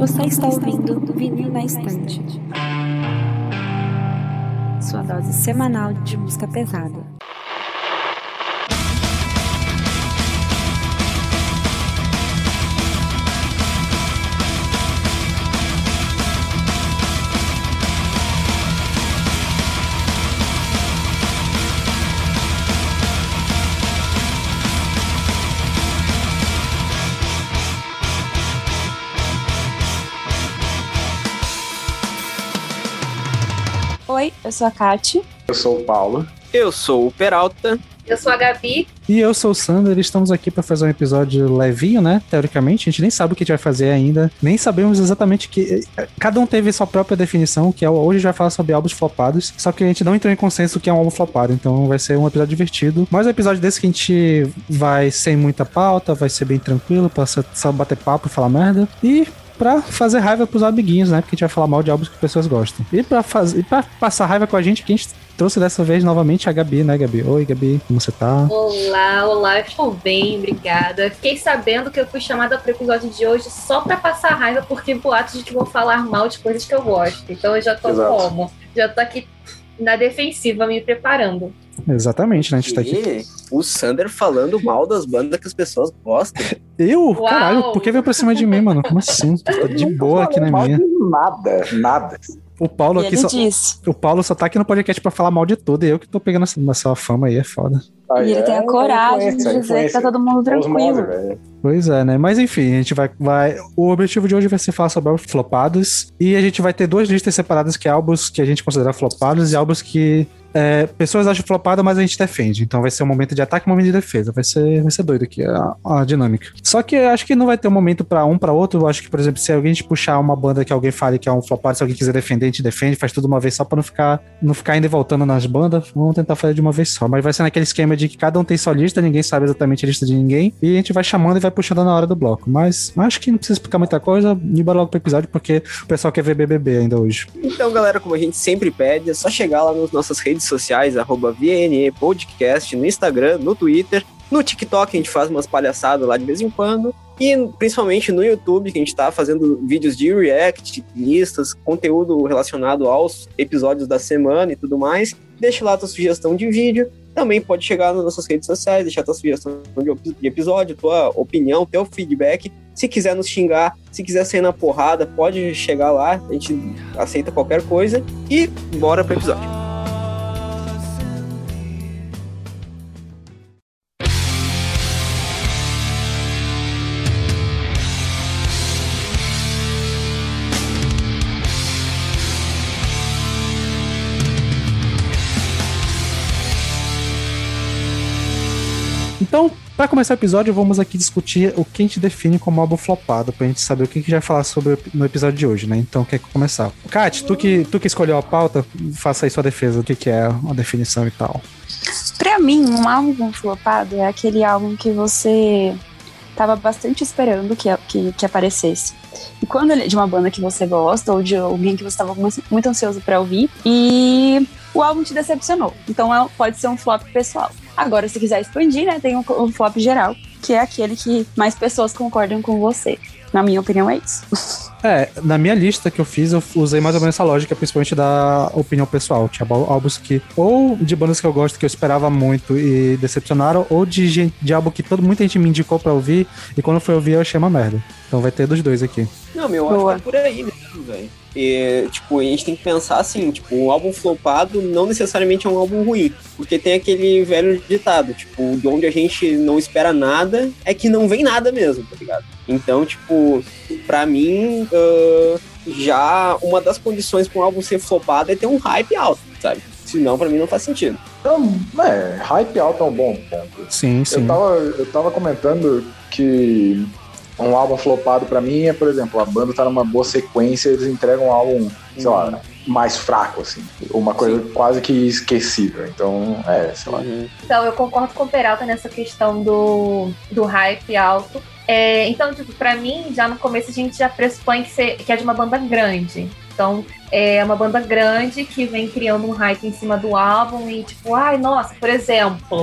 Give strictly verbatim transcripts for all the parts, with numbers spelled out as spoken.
Você está ouvindo Vinil na Estante, sua dose semanal de música pesada. Oi, eu sou a Kati. Eu sou o Paulo. Eu sou o Peralta. Eu sou a Gabi. E eu sou o Sander. Estamos aqui para fazer um episódio levinho, né? Teoricamente, a gente nem sabe o que a gente vai fazer ainda. Nem sabemos exatamente que... Cada um teve sua própria definição, que é hoje a gente vai falar sobre álbuns flopados. Só que a gente não entrou em consenso do que é um álbum flopado. Então vai ser um episódio divertido. Mas um episódio desse que a gente vai sem muita pauta, vai ser bem tranquilo, pra só bater papo e falar merda. E... pra fazer raiva pros amiguinhos, né? Porque a gente vai falar mal de álbuns que as pessoas gostam. E pra, fazer, e pra passar raiva com a gente, que a gente trouxe dessa vez novamente a Gabi, né, Gabi? Oi, Gabi, como você tá? Olá, olá, eu estou bem, obrigada. Fiquei sabendo que eu fui chamada pro episódio de hoje só pra passar raiva, porque boatos de que vou falar mal de coisas que eu gosto. Então eu já tô Exato. como? Já tô aqui na defensiva, me preparando. Exatamente, né? A gente tá aqui. O Sander falando mal das bandas que as pessoas gostam. Eu? Uau. Caralho, por que veio pra cima de mim, mano? Como assim? Tá de boa aqui na minha. Nada, nada. O Paulo E aqui ele só... disse. O Paulo só tá aqui no podcast pra falar mal de tudo. E eu que tô pegando essa, essa fama aí, é foda. Aí E ele é, tem a coragem de influência, dizer que tá influência. todo mundo tranquilo. Osmose, velho. Pois é, né? Mas enfim, a gente vai, vai... O objetivo de hoje vai ser falar sobre álbuns flopados. E a gente vai ter duas listas separadas, que é álbuns que a gente considera flopados e álbuns que é, pessoas acham flopado, mas a gente defende. Então vai ser um momento de ataque e um momento de defesa. Vai ser, vai ser doido aqui a, a dinâmica. Só que eu acho que não vai ter um momento pra um pra outro. Eu acho que, por exemplo, se alguém te puxar uma banda que alguém fale que é um flopado, se alguém quiser defender, a gente defende, faz tudo uma vez só pra não ficar, não ficar indo e voltando nas bandas. Vamos tentar fazer de uma vez só. Mas vai ser naquele esquema de que cada um tem sua lista, ninguém sabe exatamente a lista de ninguém. E a gente vai chamando e vai puxando na hora do bloco. Mas acho que não precisa explicar muita coisa. E bora logo pro episódio, porque o pessoal quer ver B B B ainda hoje. Então, galera, como a gente sempre pede, é só chegar lá nas nossas redes sociais, arroba V N E Podcast, no Instagram, no Twitter, no TikTok, a gente faz umas palhaçadas lá de vez em quando, e principalmente no YouTube, que a gente tá fazendo vídeos de react, listas, conteúdo relacionado aos episódios da semana e tudo mais. Deixa lá a tua sugestão de vídeo. Também pode chegar nas nossas redes sociais, deixar tua sugestão de episódio, tua opinião, teu feedback. Se quiser nos xingar, se quiser sair na porrada, pode chegar lá, a gente aceita qualquer coisa. E bora pro episódio. Então, pra começar o episódio, vamos aqui discutir o que a gente define como álbum flopado, pra gente saber o que a gente vai falar sobre no episódio de hoje, né? Então, quer começar? Kat, tu que, tu que escolheu a pauta, faça aí sua defesa, o que, que é a definição e tal. Pra mim, um álbum flopado é aquele álbum que você tava bastante esperando que, que, que aparecesse. E quando ele é de uma banda que você gosta, ou de alguém que você tava muito ansioso pra ouvir, e o álbum te decepcionou. Então é, pode ser um flop pessoal. Agora, se quiser expandir, né, tem um, um flop geral, que é aquele que mais pessoas concordam com você. Na minha opinião, é isso. É, na minha lista que eu fiz, eu usei mais ou menos essa lógica, principalmente da opinião pessoal. Tinha álbuns que, ou de bandas que eu gosto, que eu esperava muito e decepcionaram, ou de, gente, de álbum que todo, muita gente me indicou pra ouvir, e quando eu fui ouvir eu achei uma merda. Então vai ter dos dois aqui. Não, meu, eu acho que é por aí mesmo, velho. E, tipo, a gente tem que pensar assim, tipo, um álbum flopado não necessariamente é um álbum ruim, porque tem aquele velho ditado, tipo, de onde a gente não espera nada é que não vem nada mesmo, tá ligado? Então, tipo, pra mim, uh, já uma das condições pra um álbum ser flopado é ter um hype alto, sabe? Senão, pra mim, não faz sentido. Então, é, hype alto é um bom ponto. Sim, sim. Eu tava, eu tava comentando que um álbum flopado pra mim é, por exemplo, a banda tá numa boa sequência, eles entregam um álbum, sei uhum. lá, mais fraco, assim. Uma coisa Sim. quase que esquecível. Então, é, sei lá. Uhum. Então, eu concordo com o Peralta nessa questão do, do hype alto. É, então, tipo, pra mim, já no começo a gente já pressupõe que, ser, que é de uma banda grande. Então, é uma banda grande que vem criando um hype em cima do álbum e, tipo, ai, nossa, por exemplo...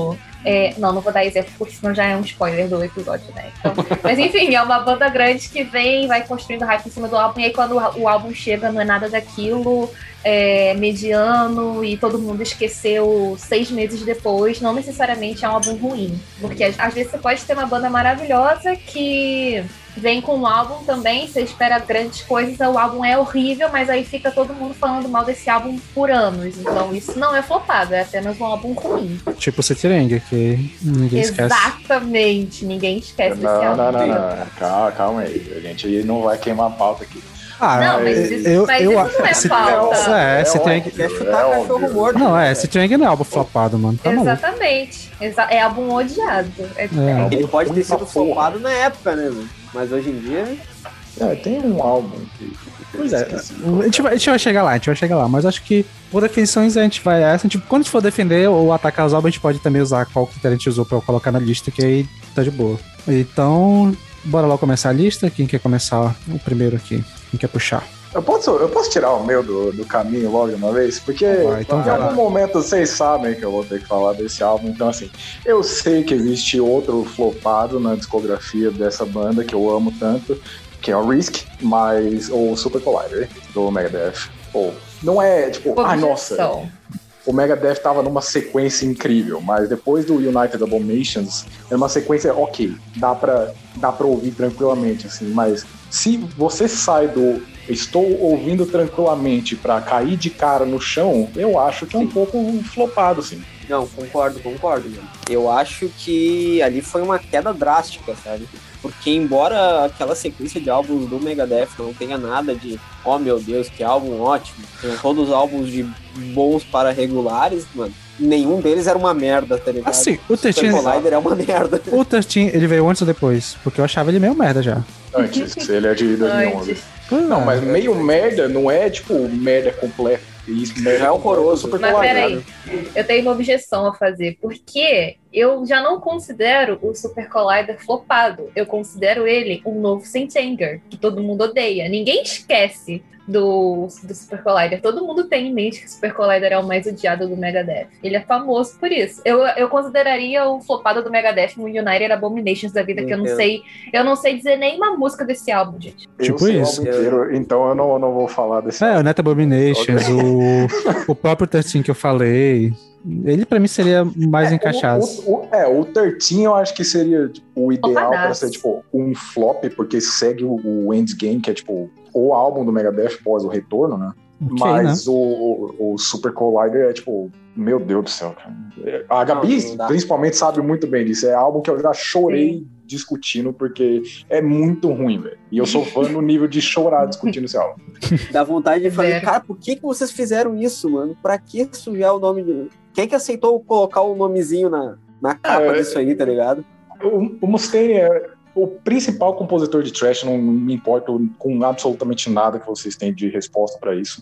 É, não, não vou dar exemplo, porque senão já é um spoiler do episódio, né? Então, mas enfim, é uma banda grande que vem, vai construindo hype em cima do álbum, e aí quando o, o álbum chega, não é nada daquilo, é mediano, e todo mundo esqueceu seis meses depois, não necessariamente é um álbum ruim. Porque às, às vezes você pode ter uma banda maravilhosa que vem com um álbum também, você espera grandes coisas, o álbum é horrível, mas aí fica todo mundo falando mal desse álbum por anos. Então isso não é flopado, é apenas um álbum ruim. Tipo o Citireng, que ninguém esquece. Exatamente, ninguém esquece não, desse álbum. Não, não, não, não. Calma, calma aí. A gente não vai queimar a pauta aqui. Ah, não, mas isso, eu, mas eu, isso não é se, pauta. É, é Citireng. Quer chutar é cachorro morto. Não, é, Citireng não é álbum flopado, mano. Tá Exatamente. Exa- é álbum odiado. É É. Ele pode ter sido flopado na época, né, mano? Mas hoje em dia... É, tem um álbum que... Pois é, a gente, vai, a gente vai chegar lá, a gente vai chegar lá, mas acho que por definições a gente vai essa, tipo, quando a gente for defender ou atacar os álbuns, a gente pode também usar qual critério a gente usou pra colocar na lista, que aí tá de boa. Então, bora lá começar a lista, quem quer começar o primeiro aqui? Quem quer puxar? Eu posso, eu posso tirar o meu do, do caminho logo de uma vez? Porque vai, então em vai algum lá. momento vocês sabem que eu vou ter que falar desse álbum. Então, assim, eu sei que existe outro flopado na discografia dessa banda que eu amo tanto, que é o Risk, mas o Super Collider do Megadeth. Pô, não é tipo, ah, nossa, o Megadeth tava numa sequência incrível, mas depois do United Abominations, é uma sequência ok, dá pra, dá pra ouvir tranquilamente, assim, mas se você sai do estou ouvindo tranquilamente pra cair de cara no chão, eu acho que é um pouco flopado, assim. Não, concordo, concordo, mano. Eu acho que ali foi uma queda drástica, sabe? Porque embora aquela sequência de álbuns do Megadeth não tenha nada de oh meu Deus, que álbum ótimo, tem todos os álbuns de bons para regulares, mano, nenhum deles era uma merda, tá ligado? Assim, o Super treze Collider é uma merda. O treze, ele veio antes ou depois? Porque eu achava ele meio merda já. Antes, ele é de dois mil e onze. Antes. Não, mas meio merda não é tipo merda completa. Isso, merda é horroroso. Super Mas Collider. peraí, eu tenho uma objeção a fazer, porque eu já não considero o Super Collider flopado. Eu considero ele um novo Saint Anger, que todo mundo odeia. Ninguém esquece do, do Super Collider. Todo mundo tem em mente que o Super Collider é o mais odiado do Megadeth. Ele é famoso por isso. Eu, eu consideraria o flopado do Megadeth no United Abominations da vida, que eu não sei, eu não sei dizer nenhuma música desse álbum, gente. Eu Tipo sei o isso. álbum inteiro, então eu não, não vou falar desse É, álbum. o Net Abominations, o, o próprio treze que eu falei. Ele pra mim seria mais É, encaixado. O, o, o, é, o treze eu acho que seria tipo, o ideal Flopadaço. pra ser tipo um flop, porque segue o, o Endgame, que é tipo o álbum do Megadeth pós o retorno, né? Ok, Mas né? o, o, o Super Collider é tipo, meu Deus do céu, cara. A Gabi Não, não dá. principalmente sabe muito bem disso. É álbum que eu já chorei Sim. discutindo, porque é muito ruim, velho. E eu sou fã no nível de chorar discutindo esse álbum. Dá vontade de falar, Zero. cara, por que, que vocês fizeram isso, mano? Pra que sujar o nome de... Quem que aceitou colocar o nomezinho na, na capa É, disso aí, tá ligado? O, o Mustaine é o principal compositor de thrash, não, não me importo com absolutamente nada que vocês têm de resposta pra isso,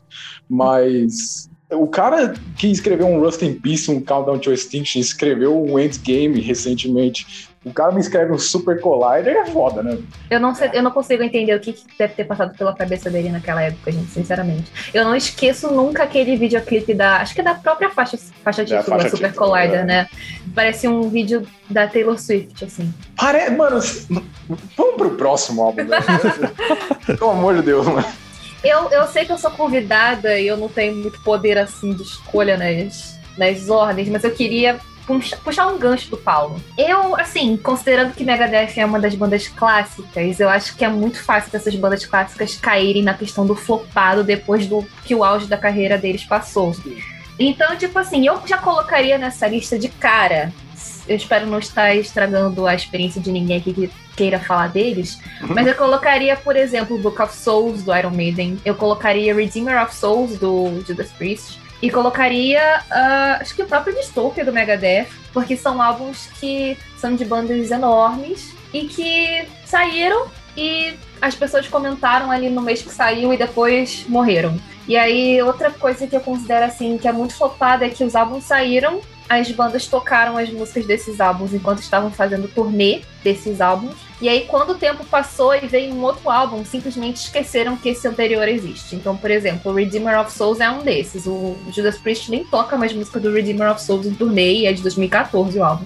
mas o cara que escreveu um Rust in Peace, um Countdown to Extinction, escreveu um Endgame recentemente, o cara me escreve um Super Collider, é foda, né? Eu não, sei, eu não consigo entender o que, que deve ter passado pela cabeça dele naquela época, gente, sinceramente. Eu não esqueço nunca aquele videoclipe da... Acho que é da própria faixa, faixa Da título, faixa a Super título, Collider, é. né? Parece um vídeo da Taylor Swift, assim. Pare... Mano, vamos pro próximo álbum, né? Pelo amor de Deus, mano. Eu, eu sei que eu sou convidada e eu não tenho muito poder, assim, de escolha nas, nas ordens, mas eu queria puxa, puxar um gancho do Paulo. Eu, assim, considerando que Megadeth é uma das bandas clássicas, eu acho que é muito fácil dessas bandas clássicas caírem na questão do flopado depois do que o auge da carreira deles passou. Então, tipo assim, eu já colocaria nessa lista de cara. Eu espero não estar estragando a experiência de ninguém aqui que queira falar deles, mas eu colocaria, por exemplo, Book of Souls, do Iron Maiden. Eu colocaria Redeemer of Souls, do Judas Priest. E colocaria, uh, acho que o próprio Dystopia, do Megadeth, porque são álbuns que são de bandas enormes e que saíram e as pessoas comentaram ali no mês que saiu e depois morreram. E aí, outra coisa que eu considero, assim, que é muito flopada é que os álbuns saíram, as bandas tocaram as músicas desses álbuns enquanto estavam fazendo turnê desses álbuns. E aí, quando o tempo passou e veio um outro álbum, simplesmente esqueceram que esse anterior existe. Então, por exemplo, o Redeemer of Souls é um desses. O Judas Priest nem toca mais música do Redeemer of Souls em turnê, e é de dois mil e catorze o álbum.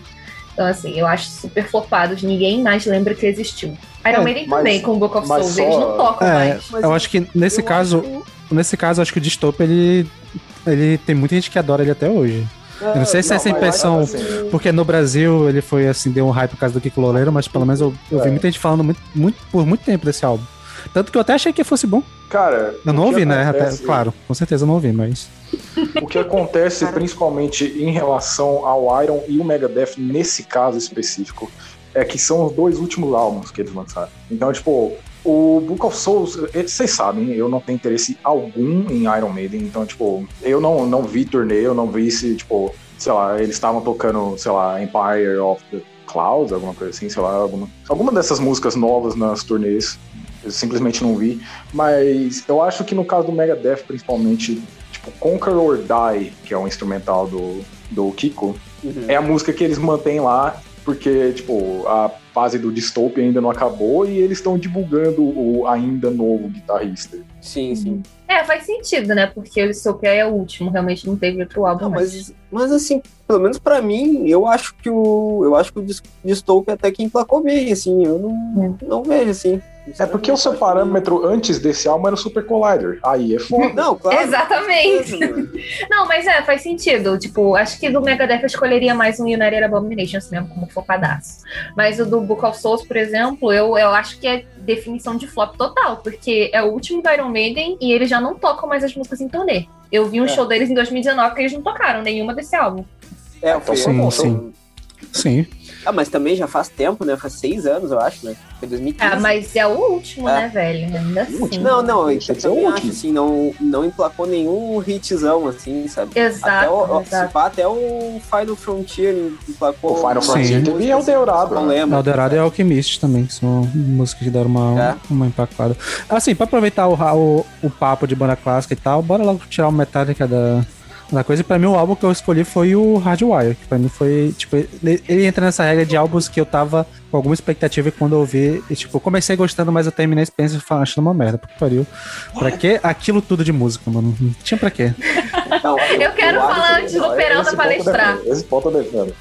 Então, assim, eu acho super flopados. Ninguém mais lembra que existiu. Iron É, Maiden mas- também, com o Book of mas Souls. só- Eles não tocam É, mais. Mas eu acho que nesse eu caso, acho- nesse caso, acho que o Dystopia, ele, ele tem muita gente que adora ele até hoje. Eu não sei se é essa mas- impressão, mas, assim, porque no Brasil ele foi assim, deu um hype por causa do Kiko Loureiro, mas pelo menos eu, eu vi É. muita gente falando muito, muito, por muito tempo desse álbum. Tanto que eu até achei que fosse bom. Cara, Eu não o que ouvi, né? Até, acontece- claro, com certeza eu não ouvi, mas. O que acontece principalmente em relação ao Iron e o Megadeth nesse caso específico é que são os dois últimos álbuns que eles lançaram. Então, tipo, o Book of Souls, eh, vocês sabem, eu não tenho interesse algum em Iron Maiden, então, tipo, eu não, não vi turnê, eu não vi se, tipo, sei lá, eles estavam tocando, sei lá, Empire of the Clouds, alguma coisa assim, sei lá, alguma, alguma dessas músicas novas nas turnês, eu simplesmente não vi, mas eu acho que no caso do Megadeth, principalmente, tipo, Conquer or Die, que é um instrumental do, do Kiko, Uhum. é a música que eles mantêm lá, porque, tipo, a fase do Dystopia ainda não acabou e eles estão divulgando o ainda novo guitarrista. Sim, sim. É, faz sentido, né? Porque o Dystopia é o último, realmente não teve outro álbum. Não, mais. mas, mas assim, pelo menos pra mim, eu acho que o. Eu acho que o Dys- Dystopia até que emplacou bem, assim. Eu não, não vejo, assim. É porque o seu parâmetro antes desse álbum era o Super Collider. Aí é foda. Não, claro. Exatamente. com certeza, mano. Não, mas é, faz sentido. Tipo, acho que do Megadeth eu escolheria mais um United Abominations mesmo, como flopadaço. Mas o do Book of Souls, por exemplo, eu, eu acho que é definição de flop total, porque é o último do Iron Maiden e eles já não tocam mais as músicas em turnê. Eu vi um É. show deles em dois mil e dezenove que eles não tocaram nenhuma desse álbum. É, Então, foi sim, bom, sim. então- Sim. Ah, mas também já faz tempo, né? Faz seis anos, eu acho, né? Foi dois mil e quinze. Ah, mas é o último, É. né, velho? Ainda assim. Não, não, eu Tinha que ser o também acho, último. assim, não, não emplacou nenhum hitzão, assim, sabe? Exato, Até o, o- exato. se pá, até o Final Frontier emplacou. O Final Sim. Frontier teve músicas, Eldorado, não né? lembro. Eldorado e Alchemist também, que são músicas que deram uma, É. uma impactada. Assim, pra aproveitar o, o, o papo de banda clássica e tal, bora logo tirar o Metallica da, da coisa. E pra mim, o álbum que eu escolhi foi o Hardwire, que pra mim foi, tipo, ele, ele entra nessa regra de álbuns que eu tava com alguma expectativa e quando eu ouvi, e, tipo, eu comecei gostando, mas eu terminei a experiência achando uma merda, porque pariu. Pra que aquilo tudo de música, mano? Não tinha pra quê. Não, Eu quero acho falar que- antes do Peralta Esse ponto palestrar. eu defendo, Esse ponto eu defendo.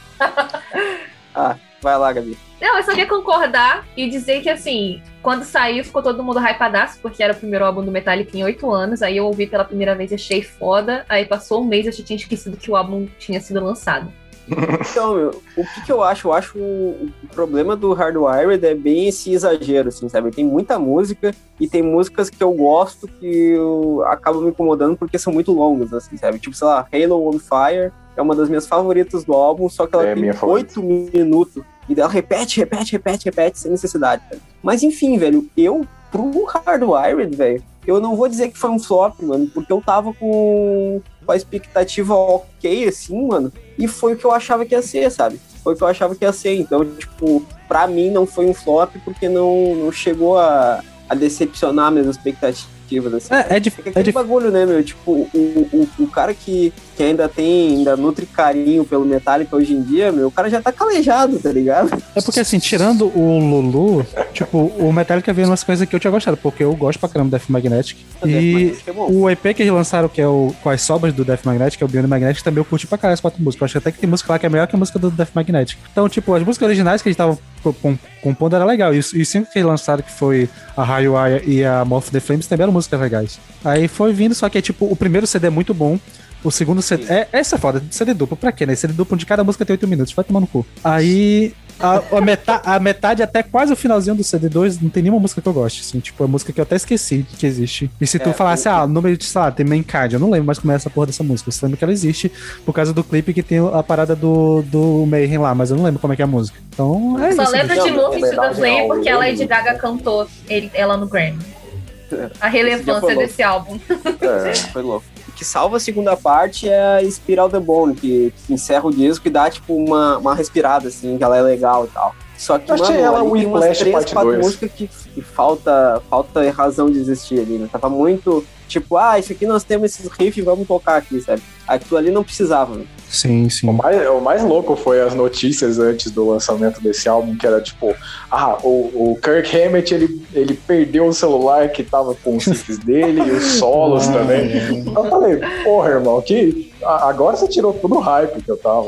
Ah, vai lá, Gabi. Não, eu só queria concordar e dizer que, assim, quando saiu, ficou todo mundo hypadaço, porque era o primeiro álbum do Metallica em oito anos. Aí eu ouvi pela primeira vez e achei foda. Aí passou um mês e eu já tinha esquecido que o álbum tinha sido lançado. Então, meu, o que, que eu acho? Eu acho o, o problema do Hardwired é bem esse exagero, assim, sabe? Tem muita música e tem músicas que eu gosto que eu acabo me incomodando porque são muito longas, assim, sabe? Tipo, sei lá, Halo on Fire é uma das minhas favoritas do álbum, só que ela É a tem minha favorita. oito minutos e ela repete, repete, repete, repete, sem necessidade, cara. Mas enfim, velho, eu, pro Hardwired, velho, eu não vou dizer que foi um flop, mano, porque eu tava com, com a expectativa ok, assim, mano, e foi o que eu achava que ia ser, sabe? Foi o que eu achava que ia ser. Então, tipo, pra mim não foi um flop porque não, não chegou a, a decepcionar minhas expectativas, assim. É, é, dif- Porque é aquele dif- bagulho, né, meu? Tipo, o, o, o cara que, que ainda tem, ainda nutre carinho pelo Metallica hoje em dia, meu, o cara já tá calejado, tá ligado? É porque, assim, tirando o Lulu, tipo, o Metallica veio umas coisas que eu tinha gostado, porque eu gosto pra caramba do Death Magnetic. O Death E Magnetic é bom. o E P que eles lançaram, que é o com as sobras do Death Magnetic, que é o Beyond Magnetic, também eu curti pra caralho as quatro músicas. Eu acho até que tem música lá que é melhor que a música do Death Magnetic. Então, tipo, as músicas originais que eles estavam compondo era legal. E os, e os cinco que eles lançaram, que foi a Highwire e a Moth the Flames, também eram músicas legais. Aí foi vindo, só que, tipo, o primeiro C D é muito bom. O segundo C D. É, essa é foda, C D duplo, pra quê, né? C D duplo de cada música tem oito minutos, vai tomar no cu. Aí. A, a, metade, a metade até quase o finalzinho do C D dois não tem nenhuma música que eu goste, assim, tipo, é música que eu até esqueci que existe. E se tu É, falasse, o- ah, o número de, sei lá, tem Mankind, eu não lembro mais como é essa porra dessa música, eu só lembro que ela existe por causa do clipe que tem a parada do, do Mayhem lá, mas eu não lembro como é que é a música. Então, é Só isso. lembro bicho. de Não, Move na to the verdade, Flame não, porque a eu Lady lembro. Gaga cantou ele, ela no Grammy. A Esse dia relevância foi louco. desse álbum. É. Foi louco. O que salva a segunda parte é a Spiral the Bone, que, que encerra o disco e dá, tipo, uma, uma respirada, assim, que ela é legal e tal. Só que, Eu achei mano, ela ali tem umas Whiplash três, parte quatro dois. músicas que, que falta, falta razão de existir ali, né? Tava muito, tipo, ah, isso aqui nós temos esses riffs, vamos tocar aqui, sabe? Aquilo ali não precisava, né? Sim, O sim. mais, o mais louco foi as notícias antes do lançamento desse álbum, que era tipo, ah, o, o Kirk Hammett, ele, ele perdeu o celular que tava com os riffs dele e os solos também. Eu falei, porra, irmão, que a- agora você tirou todo o hype que eu tava com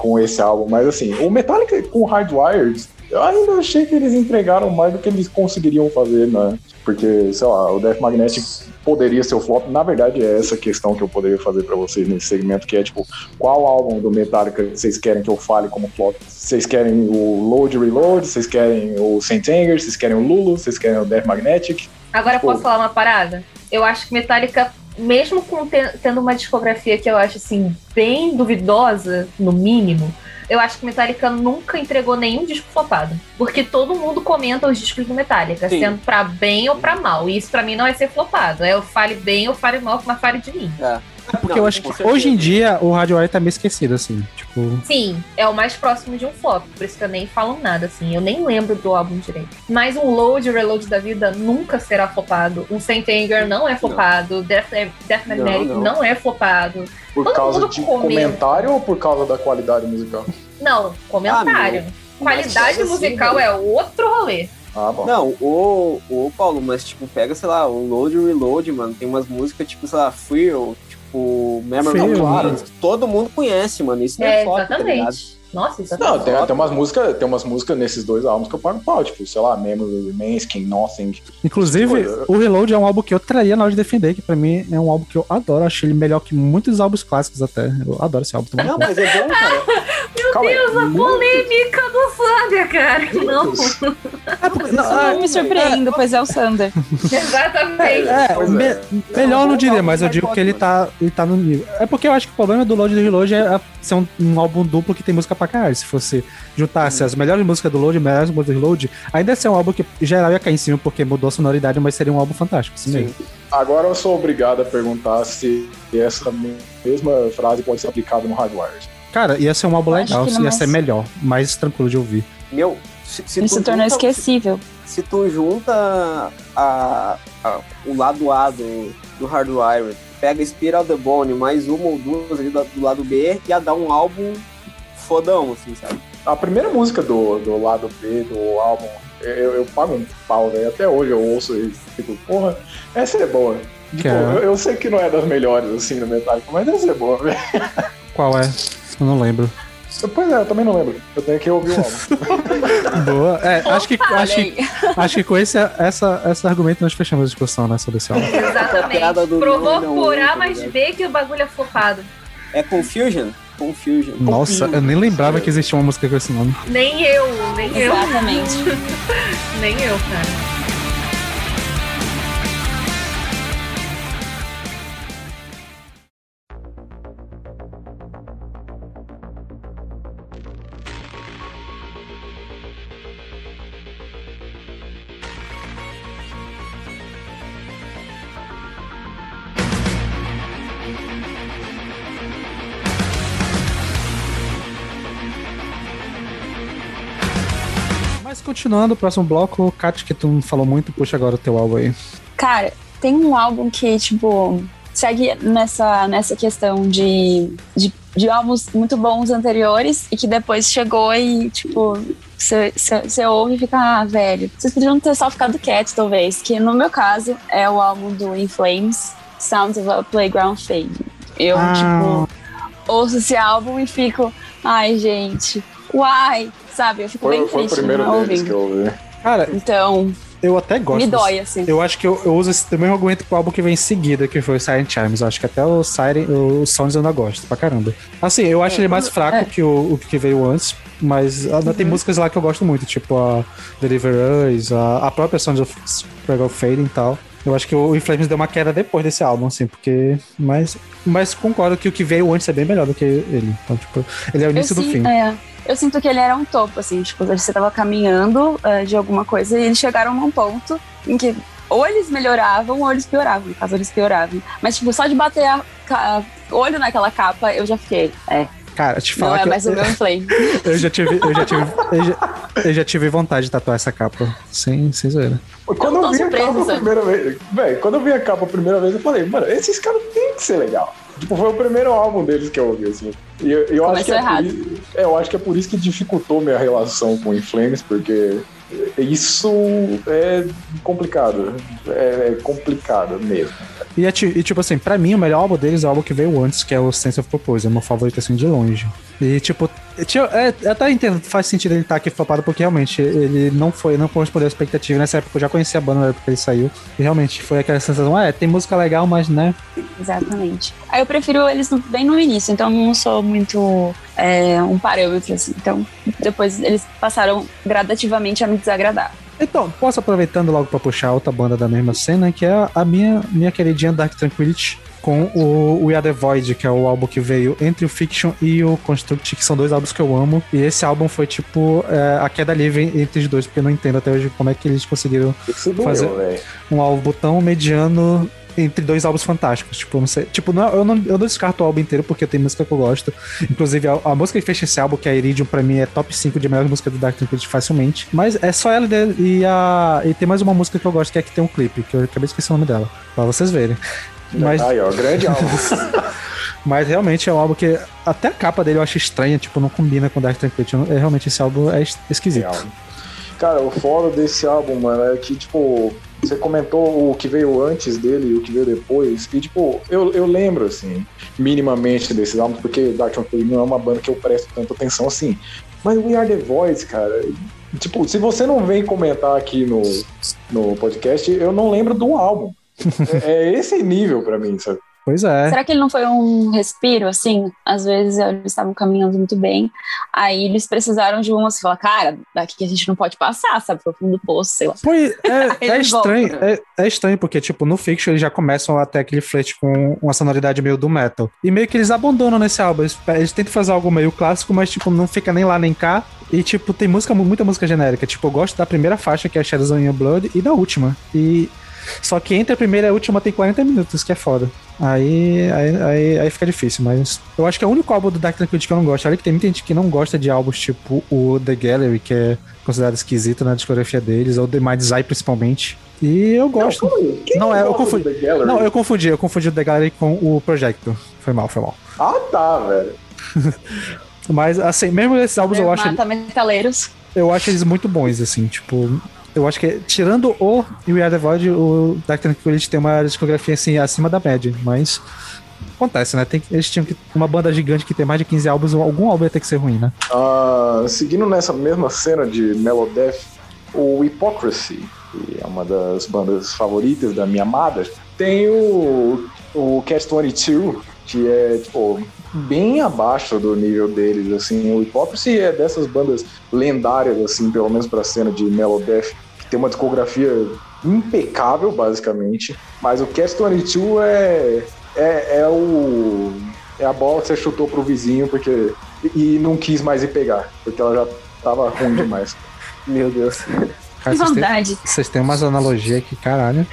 com esse álbum, mas assim, o Metallica com Hardwired, eu ainda achei que eles entregaram mais do que eles conseguiriam fazer, né? Porque, sei lá, o Death Magnetic poderia ser o flop. Na verdade, é essa questão que eu poderia fazer pra vocês nesse segmento, que é, tipo, qual álbum do Metallica vocês querem que eu fale como flop? Vocês querem o Load Reload? Vocês querem o Saint Anger? Vocês querem o Lulu? Vocês querem o Death Magnetic? Agora, Tipo, posso falar uma parada? Eu acho que Metallica, mesmo com te- tendo uma discografia que eu acho, assim, bem duvidosa, no mínimo, eu acho que Metallica nunca entregou nenhum disco flopado. Porque todo mundo comenta os discos do Metallica, Sim. sendo pra bem ou pra mal. E isso pra mim não é ser flopado. É eu fale bem ou fale mal, mas fale de mim. É. É porque Não, eu acho com que certeza. hoje em dia o Hardwire tá meio esquecido, assim. Tipo. Sim, é o mais próximo de um flop. Por isso que eu nem falo nada, assim. Eu nem lembro do álbum direito. Mas um Load e Reload da vida nunca será flopado. Um Saint Anger não é flopado. Death, Death Magnetic Não, não, não. é flopado. Por Todo causa mundo de comenta. comentário ou por causa da qualidade musical? Não, comentário. Ah, meu. Qualidade Mas, musical assim, é outro rolê. Ah, bom. Não, o, o Paulo, mas tipo, pega, sei lá, o Load e Reload, mano, tem umas músicas tipo, sei lá, Feel, tipo, Memory Feel, of claro. Mine, que todo mundo conhece, mano, isso não é, É, flop, tá ligado? exatamente. Nossa, exatamente. Não, tem, tem umas músicas, tem umas músicas nesses dois álbuns que eu pago pau, tipo, sei lá, Memory Remains, King Nothing. Inclusive, Tipo, o Reload é um álbum que eu traria na hora de defender, que pra mim é um álbum que eu adoro. Acho ele melhor que muitos álbuns clássicos até. Eu adoro esse álbum também. Não, mas é bom, cara. Meu Calma aí, Deus, a muito- polêmica do Sander, cara. Não, Não me surpreendo, pois é o Sander. exatamente. É, Pois me- é. melhor eu não diria, álbum mas eu mais digo forte, que ele mano. tá, ele tá no nível. É porque eu acho que o problema do Load e do Reload é a- ser um, um álbum duplo que tem música pra caralho. Se fosse juntasse as melhores músicas do Load e as melhores músicas do Reload, ainda ia ser um álbum que em geral ia cair em cima porque mudou a sonoridade, mas seria um álbum fantástico. Assim mesmo. Agora eu sou obrigado a perguntar se essa mesma frase pode ser aplicada no Hardwired. Cara, ia ser um álbum Eu acho legal, que ia não é- ser melhor, mais tranquilo de ouvir. Meu, se, se Ele tu se tornou junta- esquecível. Se, se tu junta a, a- o lado A do, do Hardwired, pega Spirit of the Bone, mais uma ou duas ali do, do lado B, ia dar um álbum fodão, assim, sabe? A primeira música do, do lado B do álbum, eu, eu pago um pau, velho. Até hoje eu ouço e fico, porra, essa é boa. Tipo, é? eu, eu sei que não é das melhores, assim, no Metallica, mas essa é boa, velho. Qual é? Eu não lembro. Pois é, eu também não lembro. Eu tenho que ouvir o álbum. Boa. É, acho que, Olha acho que, aí. acho que com esse, essa, esse argumento nós fechamos a discussão, né, sobre esse álbum. A piada Exatamente. do Provou não, não, por A tá mais ligado? B que o bagulho é flopado. É Confusion? Confusion. Nossa, eu nem lembrava que existia uma música com esse nome. Nem eu, nem eu. Exatamente. Nem eu, cara. Mas continuando, o próximo bloco, Kat, que tu não falou muito, puxa agora o teu álbum aí. Cara, tem um álbum que, tipo, segue nessa, nessa questão de, de, de álbuns muito bons anteriores e que depois chegou e, tipo, você ouve e fica, ah, velho, vocês poderiam ter só ficado quietos, talvez. Que no meu caso é o álbum do In Flames, Sounds of a Playground Fade. Eu, Ah. tipo, ouço esse álbum e fico, ai, gente, uai, sabe? Eu fico Foi, bem foi o triste primeiro não deles ouvindo. que eu ouvi. Cara, Então, eu até gosto. me desse- dói, assim. Eu acho que eu, eu uso esse mesmo argumento pro álbum que vem em seguida, que foi o Silent Chimes. Eu acho que até o Siren, o Sounds eu ainda gosto pra caramba. Assim, eu acho ele mais fraco é. que o, o que veio antes, mas ainda tem músicas lá que eu gosto muito, tipo a Deliver Us, a, a própria Sounds of Playground Fade e tal. Eu acho que o In Flames deu uma queda depois desse álbum, assim, porque... Mas, mas concordo que o que veio antes é bem melhor do que ele. Então, tipo, ele é o início eu do sim- fim. é, eu sinto que ele era um topo, assim, tipo, você tava caminhando eh, de alguma coisa e eles chegaram num ponto em que ou eles melhoravam ou eles pioravam, no caso eles pioravam. Mas, tipo, só de bater a ca- olho naquela capa, eu já fiquei, é, Cara, te não falar é que mais eu, o meu Flame. eu já tive, eu já tive, eu já, eu já tive vontade de tatuar essa capa, sem, sem zoeira. Quando Eu eu, tô vi a surpresa, capa a sabe? primeira vez, véi, quando eu vi a capa a primeira vez, eu falei, mano, esses caras têm que ser legal. Tipo, foi o primeiro álbum deles que eu ouvi, assim. E eu, eu acho que Começou é errado. por isso, é, eu acho que é por isso que dificultou minha relação com o In Flames, porque isso é complicado. É complicado mesmo. E, é, e tipo assim, pra mim o melhor álbum deles é o álbum que veio antes, que é o Sense of Purpose, é o meu favorito assim de longe. E tipo, eu, é, eu até entendo, faz sentido ele estar aqui flopado, porque realmente ele não foi, não correspondeu à expectativa. Nessa época eu já conhecia a banda na época que ele saiu. E realmente foi aquela sensação, ah, é, tem música legal, mas né. Exatamente. Aí eu prefiro eles bem no início, então não sou muito é, um parâmetro, assim. Então, depois eles passaram gradativamente a me desagradar. Então, posso aproveitando logo pra puxar outra banda da mesma cena, que é a minha, minha queridinha Dark Tranquillity, com o We Are The Void, que é o álbum que veio entre o Fiction e o Construct, que são dois álbuns que eu amo. E esse álbum foi, tipo, é, a queda livre entre os dois, porque eu não entendo até hoje como é que eles conseguiram fazer doeu, um álbum tão mediano entre dois álbuns fantásticos. Tipo, eu não sei. Tipo, não, eu, não, eu não descarto o álbum inteiro, porque tem música que eu gosto. Inclusive, a, a música que fecha esse álbum, que é a Iridium, pra mim é top cinco de melhor música do Dark Tranquillity facilmente. Mas é só ela e a. E tem mais uma música que eu gosto, que é que tem um clipe, que eu acabei de esquecer o nome dela, pra vocês verem. Mas... Aí, ó, grande álbum. Mas realmente é um álbum que até a capa dele eu acho estranha, tipo, não combina com Dark Tranquillity. É, realmente esse álbum é esquisito. É, cara, o foda desse álbum, mano, é que, tipo, você comentou o que veio antes dele e o que veio depois, e, tipo, eu, eu lembro, assim, minimamente desses álbuns, porque Dark Tranquillity não é uma banda que eu presto tanta atenção assim. Mas We Are The Voids, cara, tipo, se você não vem comentar aqui no, no podcast, eu não lembro do álbum. é, é esse nível pra mim, sabe? Pois é. Será que ele não foi um respiro, assim? Às vezes eles estavam caminhando muito bem, aí eles precisaram de um, assim, falar, cara, daqui a gente não pode passar, sabe? Foi o fundo do poço, sei lá. Pois é, é estranho, voltam. é, é estranho, porque, tipo, no Fiction eles já começam até aquele flerte com uma sonoridade meio do metal. E meio que eles abandonam nesse álbum. Eles, eles tentam fazer algo meio clássico, mas, tipo, não fica nem lá nem cá. E, tipo, tem música, muita música genérica. Tipo, eu gosto da primeira faixa, que é Shadows on Your Blood, e da última. E... Só que entre a primeira e a última tem quarenta minutos, que é foda. Aí, aí, aí, aí fica difícil, mas eu acho que é o único álbum do Dark Tranquillity que eu não gosto. Olha que tem muita gente que não gosta de álbuns tipo o The Gallery, que é considerado esquisito na discografia deles, ou The Mind's Eye principalmente. E eu gosto. Não, não é, eu confundi. Não, eu confundi, eu confundi o The Gallery com o Projector. Foi mal, foi mal. Ah, tá, velho. Mas, assim, mesmo esses álbuns eu acho. Mata metaleiros. Eu acho eles muito bons, assim, tipo. Eu acho que, tirando o We Are The Void, o Dark Tranquillity tem uma discografia assim, acima da média, mas acontece, né? Tem, eles tinham que. Uma banda gigante que tem mais de quinze álbuns, algum álbum ia ter que ser ruim, né? Uh, seguindo nessa mesma cena de Melodeath, o Hypocrisy, que é uma das bandas favoritas da minha amada, tem o, o Catch vinte e dois, que é, tipo, bem abaixo do nível deles, assim. O Hypocrisy é dessas bandas lendárias, assim, pelo menos pra cena de Melodeath, que tem uma discografia impecável, basicamente. Mas o Catch vinte e dois é, é, é o... é a bola que você chutou pro vizinho porque, e não quis mais ir pegar, porque ela já tava ruim demais. Meu Deus. Cara, que vocês vontade. Têm, vocês têm umas analogias aqui, caralho.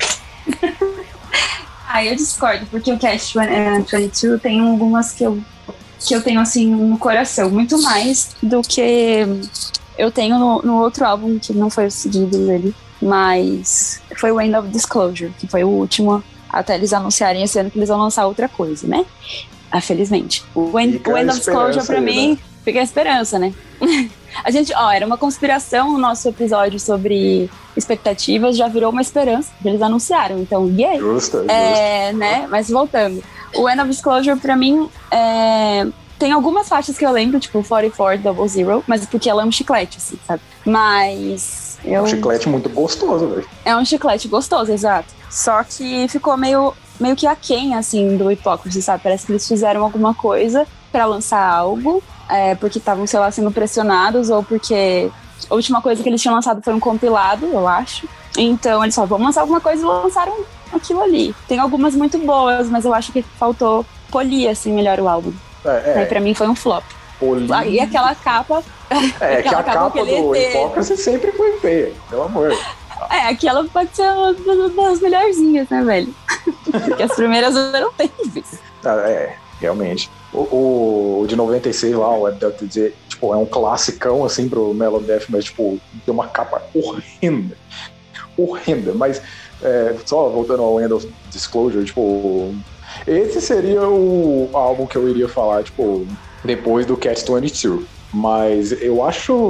Ah, eu discordo, porque o Catch vinte e dois tem algumas que eu, que eu tenho, assim, no coração. Muito mais do que eu tenho no, no outro álbum, que não foi o seguido dele. Mas foi o End of Disclosure, que foi o último, até eles anunciarem esse ano que eles vão lançar outra coisa, né? Ah, felizmente. O End, o End of Disclosure, pra aí, mim, né? Fica a esperança, né? A gente, ó, era uma conspiração o nosso episódio sobre expectativas, já virou uma esperança, eles anunciaram, então, yay! Justa, é, justa. Né? Mas voltando, o End of Disclosure, pra mim, é... tem algumas faixas que eu lembro, tipo quarenta e quatro Double Zero, mas porque ela é um chiclete, assim, sabe? Mas... Eu... É um chiclete muito gostoso, velho. É um chiclete gostoso, exato. Só que ficou meio, meio que aquém, assim, do Hypocrisy, sabe? Parece que eles fizeram alguma coisa pra lançar algo, é, porque estavam, sei lá, sendo pressionados, ou porque a última coisa que eles tinham lançado foi um compilado, eu acho. Então eles falaram, vamos lançar alguma coisa, e lançaram aquilo ali. Tem algumas muito boas, mas eu acho que faltou polir, assim, melhor o álbum. É, é. Aí pra mim foi um flop. Polir. E aquela capa... É, que a capa que do Hypocrisy sempre foi feia, pelo amor. É, aquela pode ser uma das melhorzinhas, né, velho? Porque as primeiras eram terríveis. Ah, é, realmente. O, o, o de noventa e seis lá, o Abducted, tipo, é um classicão, assim, pro Melodeath, mas, tipo, tem uma capa horrenda. Horrenda. Mas, é, só voltando ao End of Disclosure, tipo, esse seria o álbum que eu iria falar, tipo, depois do Catch vinte e dois. Mas eu acho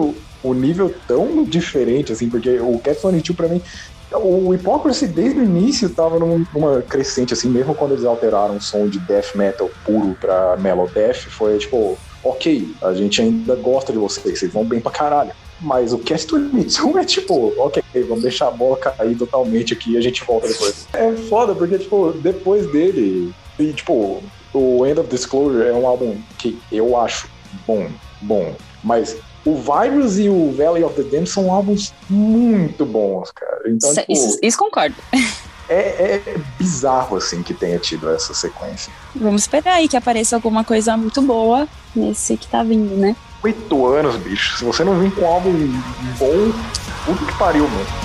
o nível tão diferente, assim, porque o Cat's Twenty Two, pra mim, o Hypocrisy desde o início tava numa crescente, assim, mesmo quando eles alteraram o som de death metal puro pra mellow death, foi tipo, ok, a gente ainda gosta de vocês, vocês vão bem pra caralho. Mas o Cat's Twenty Two é tipo, ok, vamos deixar a bola cair totalmente aqui e a gente volta depois. É foda, porque, tipo, depois dele, e, tipo, o End of Disclosure é um álbum que eu acho bom, bom, mas o Virus e o Valley of the Damned são álbuns muito bons, cara. Então, isso, tipo, isso, isso concordo. É, é bizarro, assim, que tenha tido essa sequência. Vamos esperar aí que apareça alguma coisa muito boa nesse que tá vindo, né? Oito anos, bicho. Se você não vir com um álbum bom, puta que pariu, mano.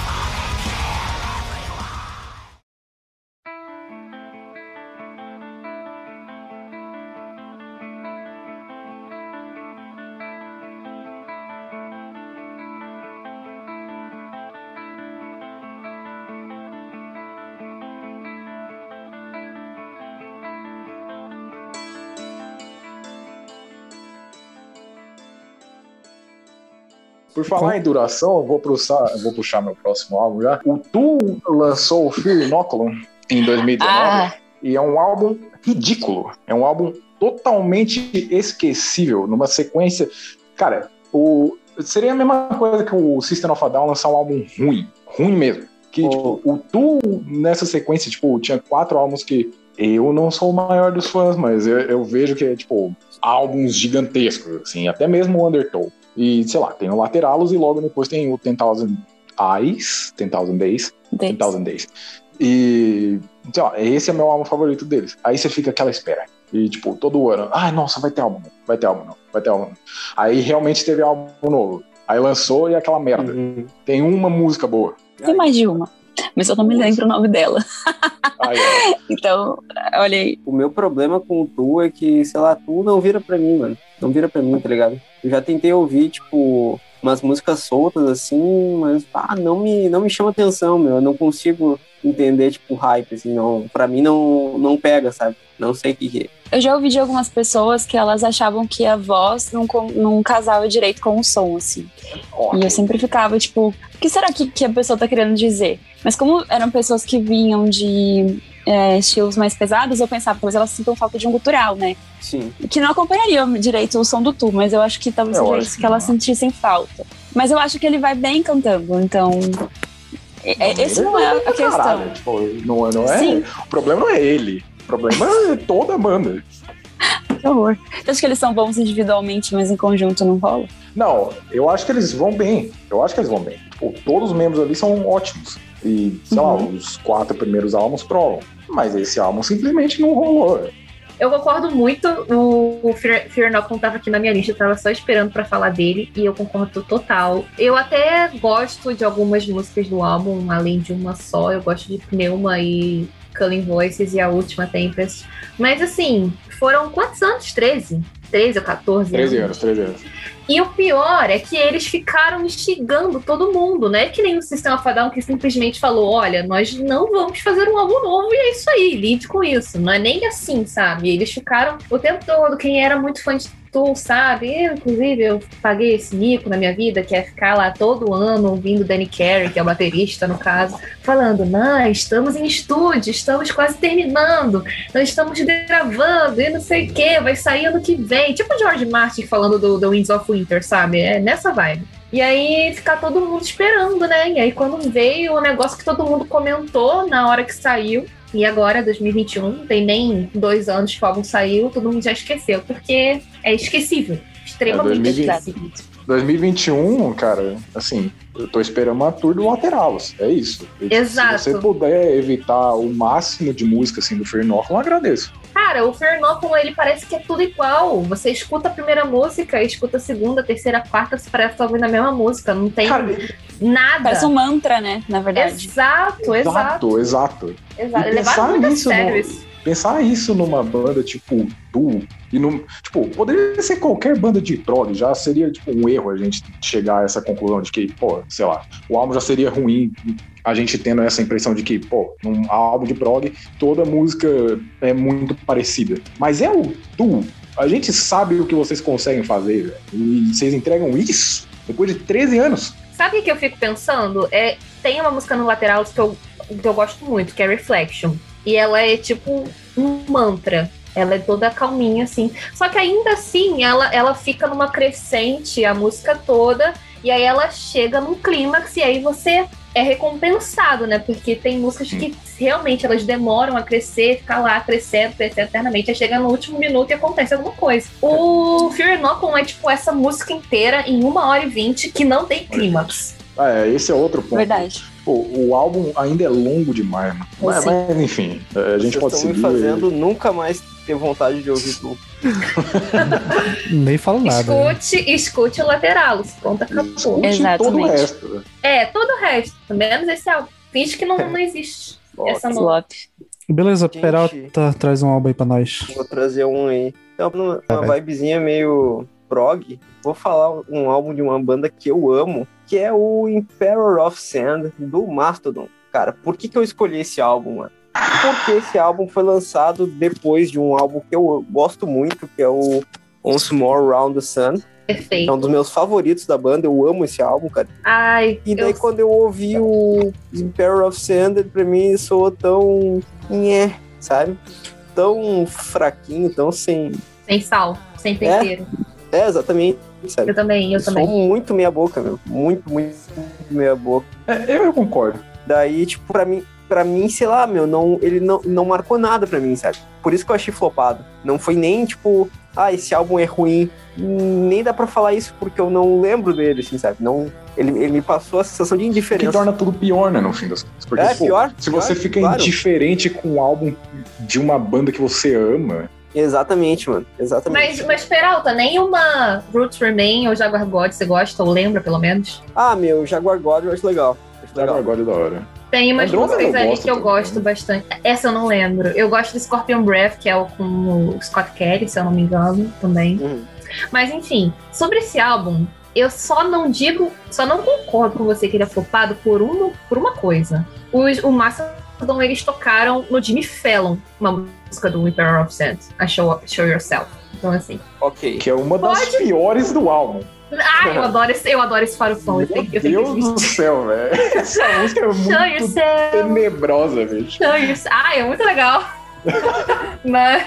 Por falar em duração, eu vou puxar, eu vou puxar meu próximo álbum já. O Tu lançou o Fear Inoculum em dois mil e dezenove ah. e é um álbum ridículo. É um álbum totalmente esquecível, numa sequência... Cara, o... seria a mesma coisa que o System of a Down lançar um álbum ruim. Ruim mesmo. Que, oh. tipo, o Tu, nessa sequência, tipo, tinha quatro álbuns que eu não sou o maior dos fãs, mas eu, eu vejo que é, tipo, álbuns gigantescos, assim, até mesmo o Undertow. E, sei lá, tem o Lateralos e logo depois tem o ten thousand Eyes, ten thousand Days, ten thousand Days. E, sei lá, esse é meu álbum favorito deles. Aí você fica aquela espera. E, tipo, todo ano, ai, nossa, vai ter álbum, vai ter álbum, não, vai ter álbum. Não. Aí realmente teve álbum novo. Aí lançou e é aquela merda. Uhum. Tem uma música boa. Tem mais de uma, mas eu não me lembro o nome dela. Ah, é. Então, olha aí. O meu problema com o Tu é que, sei lá, Tu não vira pra mim, mano. Não vira pra mim, tá ligado? Eu já tentei ouvir, tipo, umas músicas soltas, assim, mas, ah, não me, não me chama atenção, meu. Eu não consigo entender, tipo, hype, assim, não. Pra mim não, não pega, sabe? Não sei o que que é. Eu já ouvi de algumas pessoas que elas achavam que a voz não, não casava direito com o som, assim. Okay. E eu sempre ficava, tipo, o que será que, que a pessoa tá querendo dizer? Mas como eram pessoas que vinham de é, estilos mais pesados, eu pensava, talvez elas sintam falta de um gutural, né? Sim. Que não acompanhariam direito o som do Tu, mas eu acho que talvez seja isso que, que elas sentissem falta. Mas eu acho que ele vai bem cantando, então... É, não, esse não é a questão. Caralho, tipo, não, não é, Sim. O problema não é ele. O problema é toda a banda. Que horror. Eu acho que eles são bons individualmente, mas em conjunto não rola? Não, eu acho que eles vão bem. Eu acho que eles vão bem. Tipo, todos os membros ali são ótimos. E, sei uhum. lá, os quatro primeiros álbuns provam. Mas esse álbum simplesmente não rolou. Eu concordo muito. O Fear, Fear Inoculum tava aqui na minha lista, eu tava só esperando pra falar dele, e eu concordo total. Eu até gosto de algumas músicas do álbum, além de uma só. Eu gosto de Pneuma e Culling Voices e a última Tempest. Mas assim, foram quantos anos? treze? treze ou quatorze? treze anos, treze anos. E o pior é que eles ficaram instigando todo mundo, né? Que nem o System of a Down que simplesmente falou, olha, nós não vamos fazer um álbum novo e é isso aí, lide com isso. Não é nem assim, sabe? Eles ficaram o tempo todo, quem era muito fã de Tu, sabe? Eu, inclusive, eu paguei esse mico na minha vida, que é ficar lá todo ano ouvindo Danny Carey, que é o baterista, no caso, falando, não, estamos em estúdio, estamos quase terminando, nós estamos gravando e não sei o que, vai sair ano que vem. Tipo o George Martin falando do, do Winds of Winter, sabe? É nessa vibe. E aí ficar todo mundo esperando, né? E aí quando veio o negócio que todo mundo comentou na hora que saiu, e agora, dois mil e vinte e um, não tem nem dois anos que o álbum saiu, todo mundo já esqueceu, porque é esquecível, extremamente é esquecível. dois mil e vinte e um, cara, assim, eu tô esperando uma tour do Lateralos, é isso. Exato. Se você puder evitar o máximo de música, assim, do Fear Inoculum, eu agradeço. Cara, o Fear Inoculum, ele parece que é tudo igual. Você escuta a primeira música, escuta a segunda, a terceira, a quarta, você parece que tá ouvindo a mesma música, não tem cara, nada. Parece um mantra, né, na verdade. Exato, exato. Exato, exato. Exato. Levaram muito a sério isso. Pensar isso numa banda tipo Tu, e num, tipo, poderia ser qualquer banda de prog, já seria tipo um erro a gente chegar a essa conclusão de que, pô, sei lá, o álbum já seria ruim, a gente tendo essa impressão de que, pô, num álbum de prog, toda música é muito parecida. Mas é o Tu, a gente sabe o que vocês conseguem fazer, velho, e vocês entregam isso. Depois de treze anos. Sabe o que eu fico pensando? É, tem uma música no lateral que eu, que eu gosto muito, que é Reflection. E ela é tipo um mantra. Ela é toda calminha, assim. Só que ainda assim, ela, ela fica numa crescente a música toda. E aí ela chega num clímax e aí você é recompensado, né? Porque tem músicas que realmente elas demoram a crescer, ficar lá crescendo, crescendo eternamente. Aí chega no último minuto e acontece alguma coisa. O Fear Inoculum é tipo essa música inteira em uma hora e vinte que não tem clímax. Ah, é, esse é outro ponto. Verdade. Pô, o álbum ainda é longo demais, mano. Mas, mas, enfim, a gente Vocês pode estão me seguir. fazendo nunca mais ter vontade de ouvir tu. Nem falo nada. Né? Escute, escute o lateral, conta acabou. Escute Exatamente. todo o resto. Né? É, todo o resto, menos esse álbum. Finge que não, não existe essa música. Flop. Beleza, Gente. Peralta traz um álbum aí pra nós. Vou trazer um aí. Então, numa Tá, uma vibezinha meio prog, vou falar um álbum de uma banda que eu amo, que é o Emperor of Sand, do Mastodon. Cara, por que que eu escolhi esse álbum, mano? Porque esse álbum foi lançado depois de um álbum que eu gosto muito, que é o Once More Round the Sun. Perfeito. É um dos meus favoritos da banda, eu amo esse álbum, cara. Ai, E daí eu... quando eu ouvi o Emperor of Sand, pra mim soou tão... nhé, sabe? Tão fraquinho, tão sem... sem sal, sem tempero. É, exatamente, sabe? Eu também, eu Soou também. muito meia boca, meu. Muito, muito, muito meia boca. É, eu, eu concordo. Daí, tipo, pra mim, pra mim, sei lá, meu, não, ele não, não marcou nada pra mim, sabe? Por isso que eu achei flopado. Não foi nem, tipo, ah, esse álbum é ruim. Nem dá pra falar isso porque eu não lembro dele, assim, sabe? Não, ele, ele me passou a sensação de Que indiferença. torna tudo pior, né, no fim das contas. Porque, É, pô, pior, se pior, você fica claro. indiferente com um álbum de uma banda que você ama... Exatamente, mano. Exatamente. Mas, mas Peralta, nenhuma Roots Remain ou Jaguar God você gosta ou lembra, pelo menos? Ah, meu, Jaguar God eu acho legal. Acho legal. Agora é da hora. Tem umas Andrômeda músicas eu ali gosto que eu também. gosto bastante. Essa eu não lembro. Eu gosto do Scorpion Breath, que é o com o Scott Kelly, se eu não me engano, também. Uhum. Mas enfim, sobre esse álbum, eu só não digo, só não concordo com você que ele é flopado por uma, por uma coisa. Os, o Mastodon, eles tocaram no Jimmy Fallon, uma música do Emperor of Sand, a Show, Show Yourself. Então assim... Ok. Que é uma das Pode- piores do álbum. Ah, eu adoro esse, eu adoro esse farofão. Eu Meu tenho, eu tenho Deus que do céu, velho. Essa música é Show muito Yourself. tenebrosa, bicho. Show Yourself. Ah, é muito legal. mas,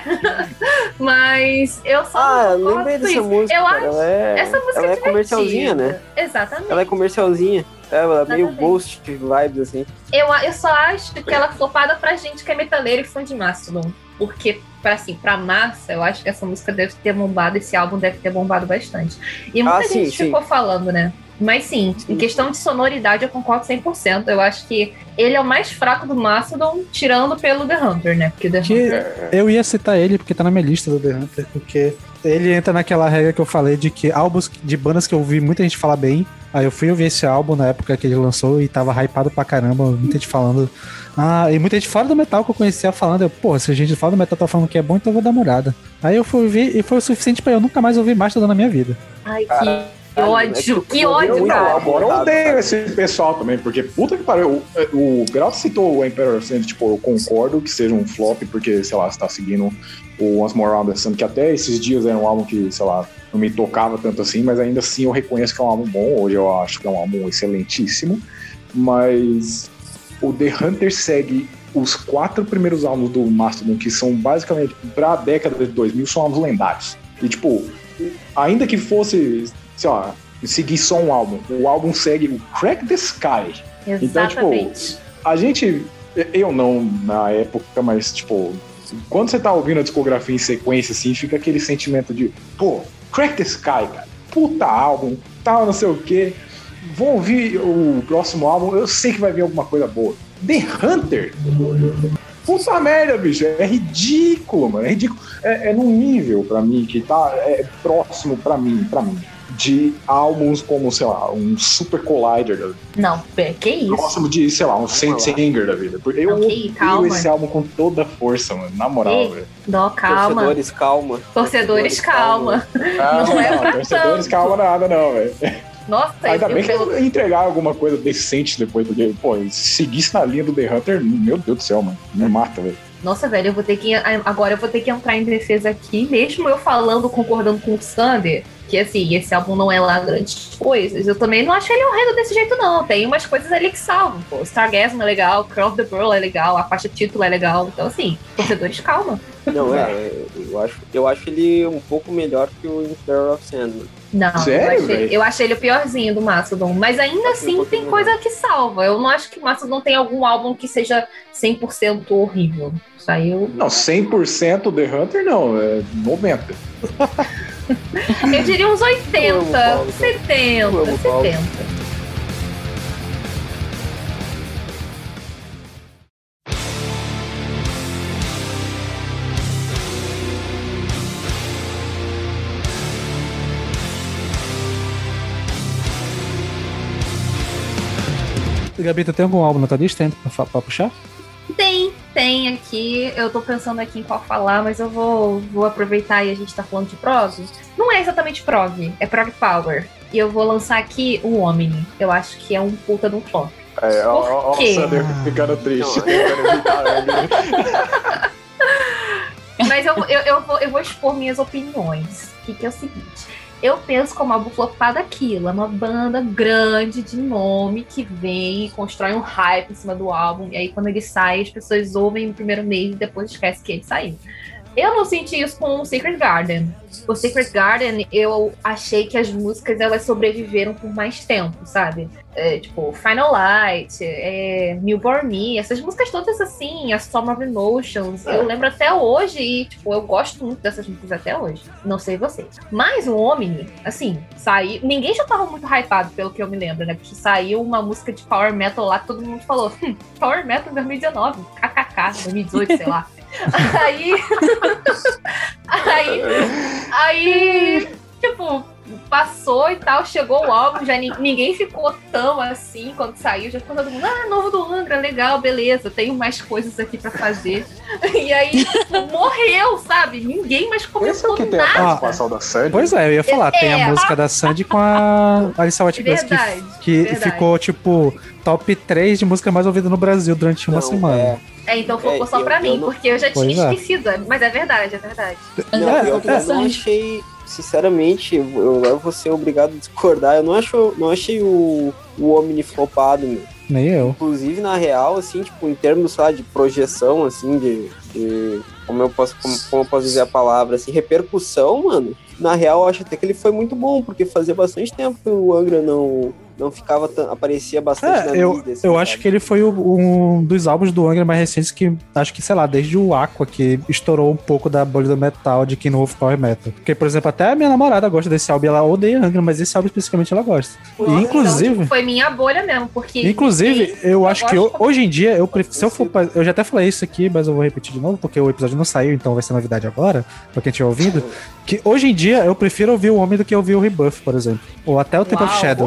mas eu só Ah, não lembrei gosto dessa isso. música. Eu cara. acho ela é, essa música ela é divertida. comercialzinha, né? Exatamente. Ela é comercialzinha. É, ela é meio Exatamente. ghost vibes, assim. Eu, eu só acho que ela é flopada pra gente que é metaleiro e fã de Mastodon. Porque, pra, assim, pra massa, eu acho que essa música deve ter bombado, esse álbum deve ter bombado bastante. E muita Ah, sim, gente sim. ficou falando, né? Mas sim, em questão de sonoridade eu concordo cem por cento. Eu acho que ele é o mais fraco do Mastodon, tirando pelo The Hunter, né? Porque The Que Hunter... eu ia citar ele porque tá na minha lista do The Hunter, porque ele entra naquela regra que eu falei de que álbuns de bandas que eu ouvi muita gente falar bem. Aí eu fui ouvir esse álbum na época que ele lançou e tava hypado pra caramba, muita gente falando. Ah, e muita gente fora do metal que eu conhecia falando, eu, pô, se a gente fora do metal tá falando que é bom, então eu vou dar uma olhada. Aí eu fui ouvir e foi o suficiente pra eu nunca mais ouvir Mastodon na minha vida. Ai, Cara, que ódio, que eu ouvi ódio, muito cara. álbum. Agora eu Errado, odeio cara. esse pessoal também, porque puta que pariu. O, o Peralta citou o Emperor of Sand, tipo, eu concordo que seja um flop, porque, sei lá, você tá seguindo o Once More Round the Sun, que até esses dias era um álbum que, sei lá, não me tocava tanto assim, mas ainda assim eu reconheço que é um álbum bom. Hoje eu acho que é um álbum excelentíssimo, mas o The Hunter segue os quatro primeiros álbuns do Mastodon, que são basicamente, pra década de dois mil, são álbuns lendários. E, tipo, ainda que fosse, sei lá, seguir só um álbum, o álbum segue o Crack the Sky. Então, tipo, Exatamente. a gente, eu não na época, mas, tipo, quando você tá ouvindo a discografia em sequência, assim, fica aquele sentimento de, pô, Crack the Sky, cara, puta álbum, tal, não sei o quê. Vou ouvir o próximo álbum, eu sei que vai vir alguma coisa boa. The Hunter? Puta merda, bicho, é ridículo, mano, é ridículo. É, é num nível, pra mim, que tá é, próximo pra mim, pra mim, de álbuns como, sei lá, um Super Collider da vida. Não, pé, que isso? Próximo de, sei lá, um Saint Anger da vida. Porque eu Ok, odeio calma. esse álbum com toda a força, mano, na moral, Ei. velho. Dó, calma. Torcedores, calma. Torcedores, calma. Ah, Não é pra torcedores, tanto. calma nada não, velho. Nossa, Ainda eu, bem que pelo... eu entregar alguma coisa decente depois, porque, pô, se seguisse na linha do The Hunter, meu Deus do céu, mano, me mata, velho. Nossa, velho, eu vou ter que. Agora eu vou ter que entrar em defesa aqui, mesmo eu falando, concordando com o Sander. Que assim, esse álbum não é lá grandes coisas. Eu também não acho ele horrendo desse jeito, não. Tem umas coisas ali que salvam. Pô, Stargasm é legal, Cry of the Pearl é legal, a faixa título é legal. Então, assim, torcedores, calma. Não, é, eu acho, eu acho ele um pouco melhor que o Inferno of Sandman. Não, Sério, eu, achei, eu achei ele o piorzinho do Mastodon. Mas ainda assim um tem coisa que salva. Eu não acho que o Mastodon tem algum álbum que seja cem por cento horrível. Saiu. Não, cem por cento The Hunter não, é noventa. Eu diria uns oitenta, Paulo, setenta, setenta. Gabi, tu tem algum álbum na tua lista pra, pra puxar? Tem, tem aqui. Eu tô pensando aqui em qual falar, mas eu vou, vou aproveitar e a gente tá falando de prog. Não é exatamente prog, é prog power. E eu vou lançar aqui o Omni. Eu acho que é um puta de um flop. É, ó, ó, ó, quê? o Sander ficando triste. Tentando evitar ele. Mas eu, eu, eu, vou, eu vou expor minhas opiniões. O que, que é o seguinte? Eu penso como álbum flopado aquilo. É uma banda grande, de nome, que vem e constrói um hype em cima do álbum. E aí, quando ele sai, as pessoas ouvem no primeiro mês e depois esquecem que ele saiu. Eu não senti isso com o Secret Garden. O Secret Garden, eu achei que as músicas, elas sobreviveram por mais tempo, sabe? É, tipo, Final Light, é, Newborn Me, essas músicas todas assim, a Storm of Emotions, eu lembro até hoje e, tipo, eu gosto muito dessas músicas até hoje. Não sei vocês. Mas o Omni, assim, saiu... Ninguém já tava muito hypado, pelo que eu me lembro, né? Porque saiu uma música de Power Metal lá que todo mundo falou, hum, Power Metal dois mil e dezenove, kkk, dois mil e dezoito, sei lá. Aí, aí, aí, tipo, passou e tal, chegou o álbum, já ninguém ficou tão assim quando saiu, já ficou todo mundo, ah, novo do Angra, legal, beleza, tenho mais coisas aqui pra fazer. E aí, morreu, sabe? Ninguém mais comentou Esse é o que tem a nada. participação da Sandy? Pois é, eu ia falar, tem É. a música da Sandy com a Alissa White-Glass, que, Verdade, que verdade. ficou, tipo, top três de música mais ouvida no Brasil durante uma Não, semana. é. É, então focou É, só eu- pra eu mim, não- porque eu já tinha Pois é. esquecido, mas é verdade, é verdade. Não, É, eu, eu é. não achei, sinceramente, eu, eu vou ser obrigado a discordar. Eu não, acho, não achei o, o Omni flopado, meu. Nem eu. Inclusive, na real, assim, tipo, em termos, sei lá, de projeção, assim, de, de como eu posso, como, como eu posso dizer a palavra, assim, repercussão, mano, na real, eu acho até que ele foi muito bom, porque fazia bastante tempo que o Angra não, não ficava, tão, aparecia bastante na É, eu, mídia, assim, eu sabe? acho que ele foi o- um dos álbuns do Angra mais recentes que, acho que, sei lá, desde o Aqua, que estourou um pouco da bolha do metal, de quem não ouve Power Metal. Porque, por exemplo, até a minha namorada gosta desse álbum, ela odeia Angra, mas esse álbum especificamente ela gosta. E, Então, inclusive... tipo, foi minha bolha mesmo, porque... Inclusive, eu acho que gosto- ho- hoje em dia, eu prefiro, se eu for pra- eu já até falei isso aqui, mas eu vou repetir de novo, porque o episódio não saiu, então vai ser novidade agora, pra quem estiver ouvindo, que hoje em dia eu prefiro ouvir o Homem do que ouvir o Rebuff, por exemplo. Ou até o Temple of Uau. Shadows.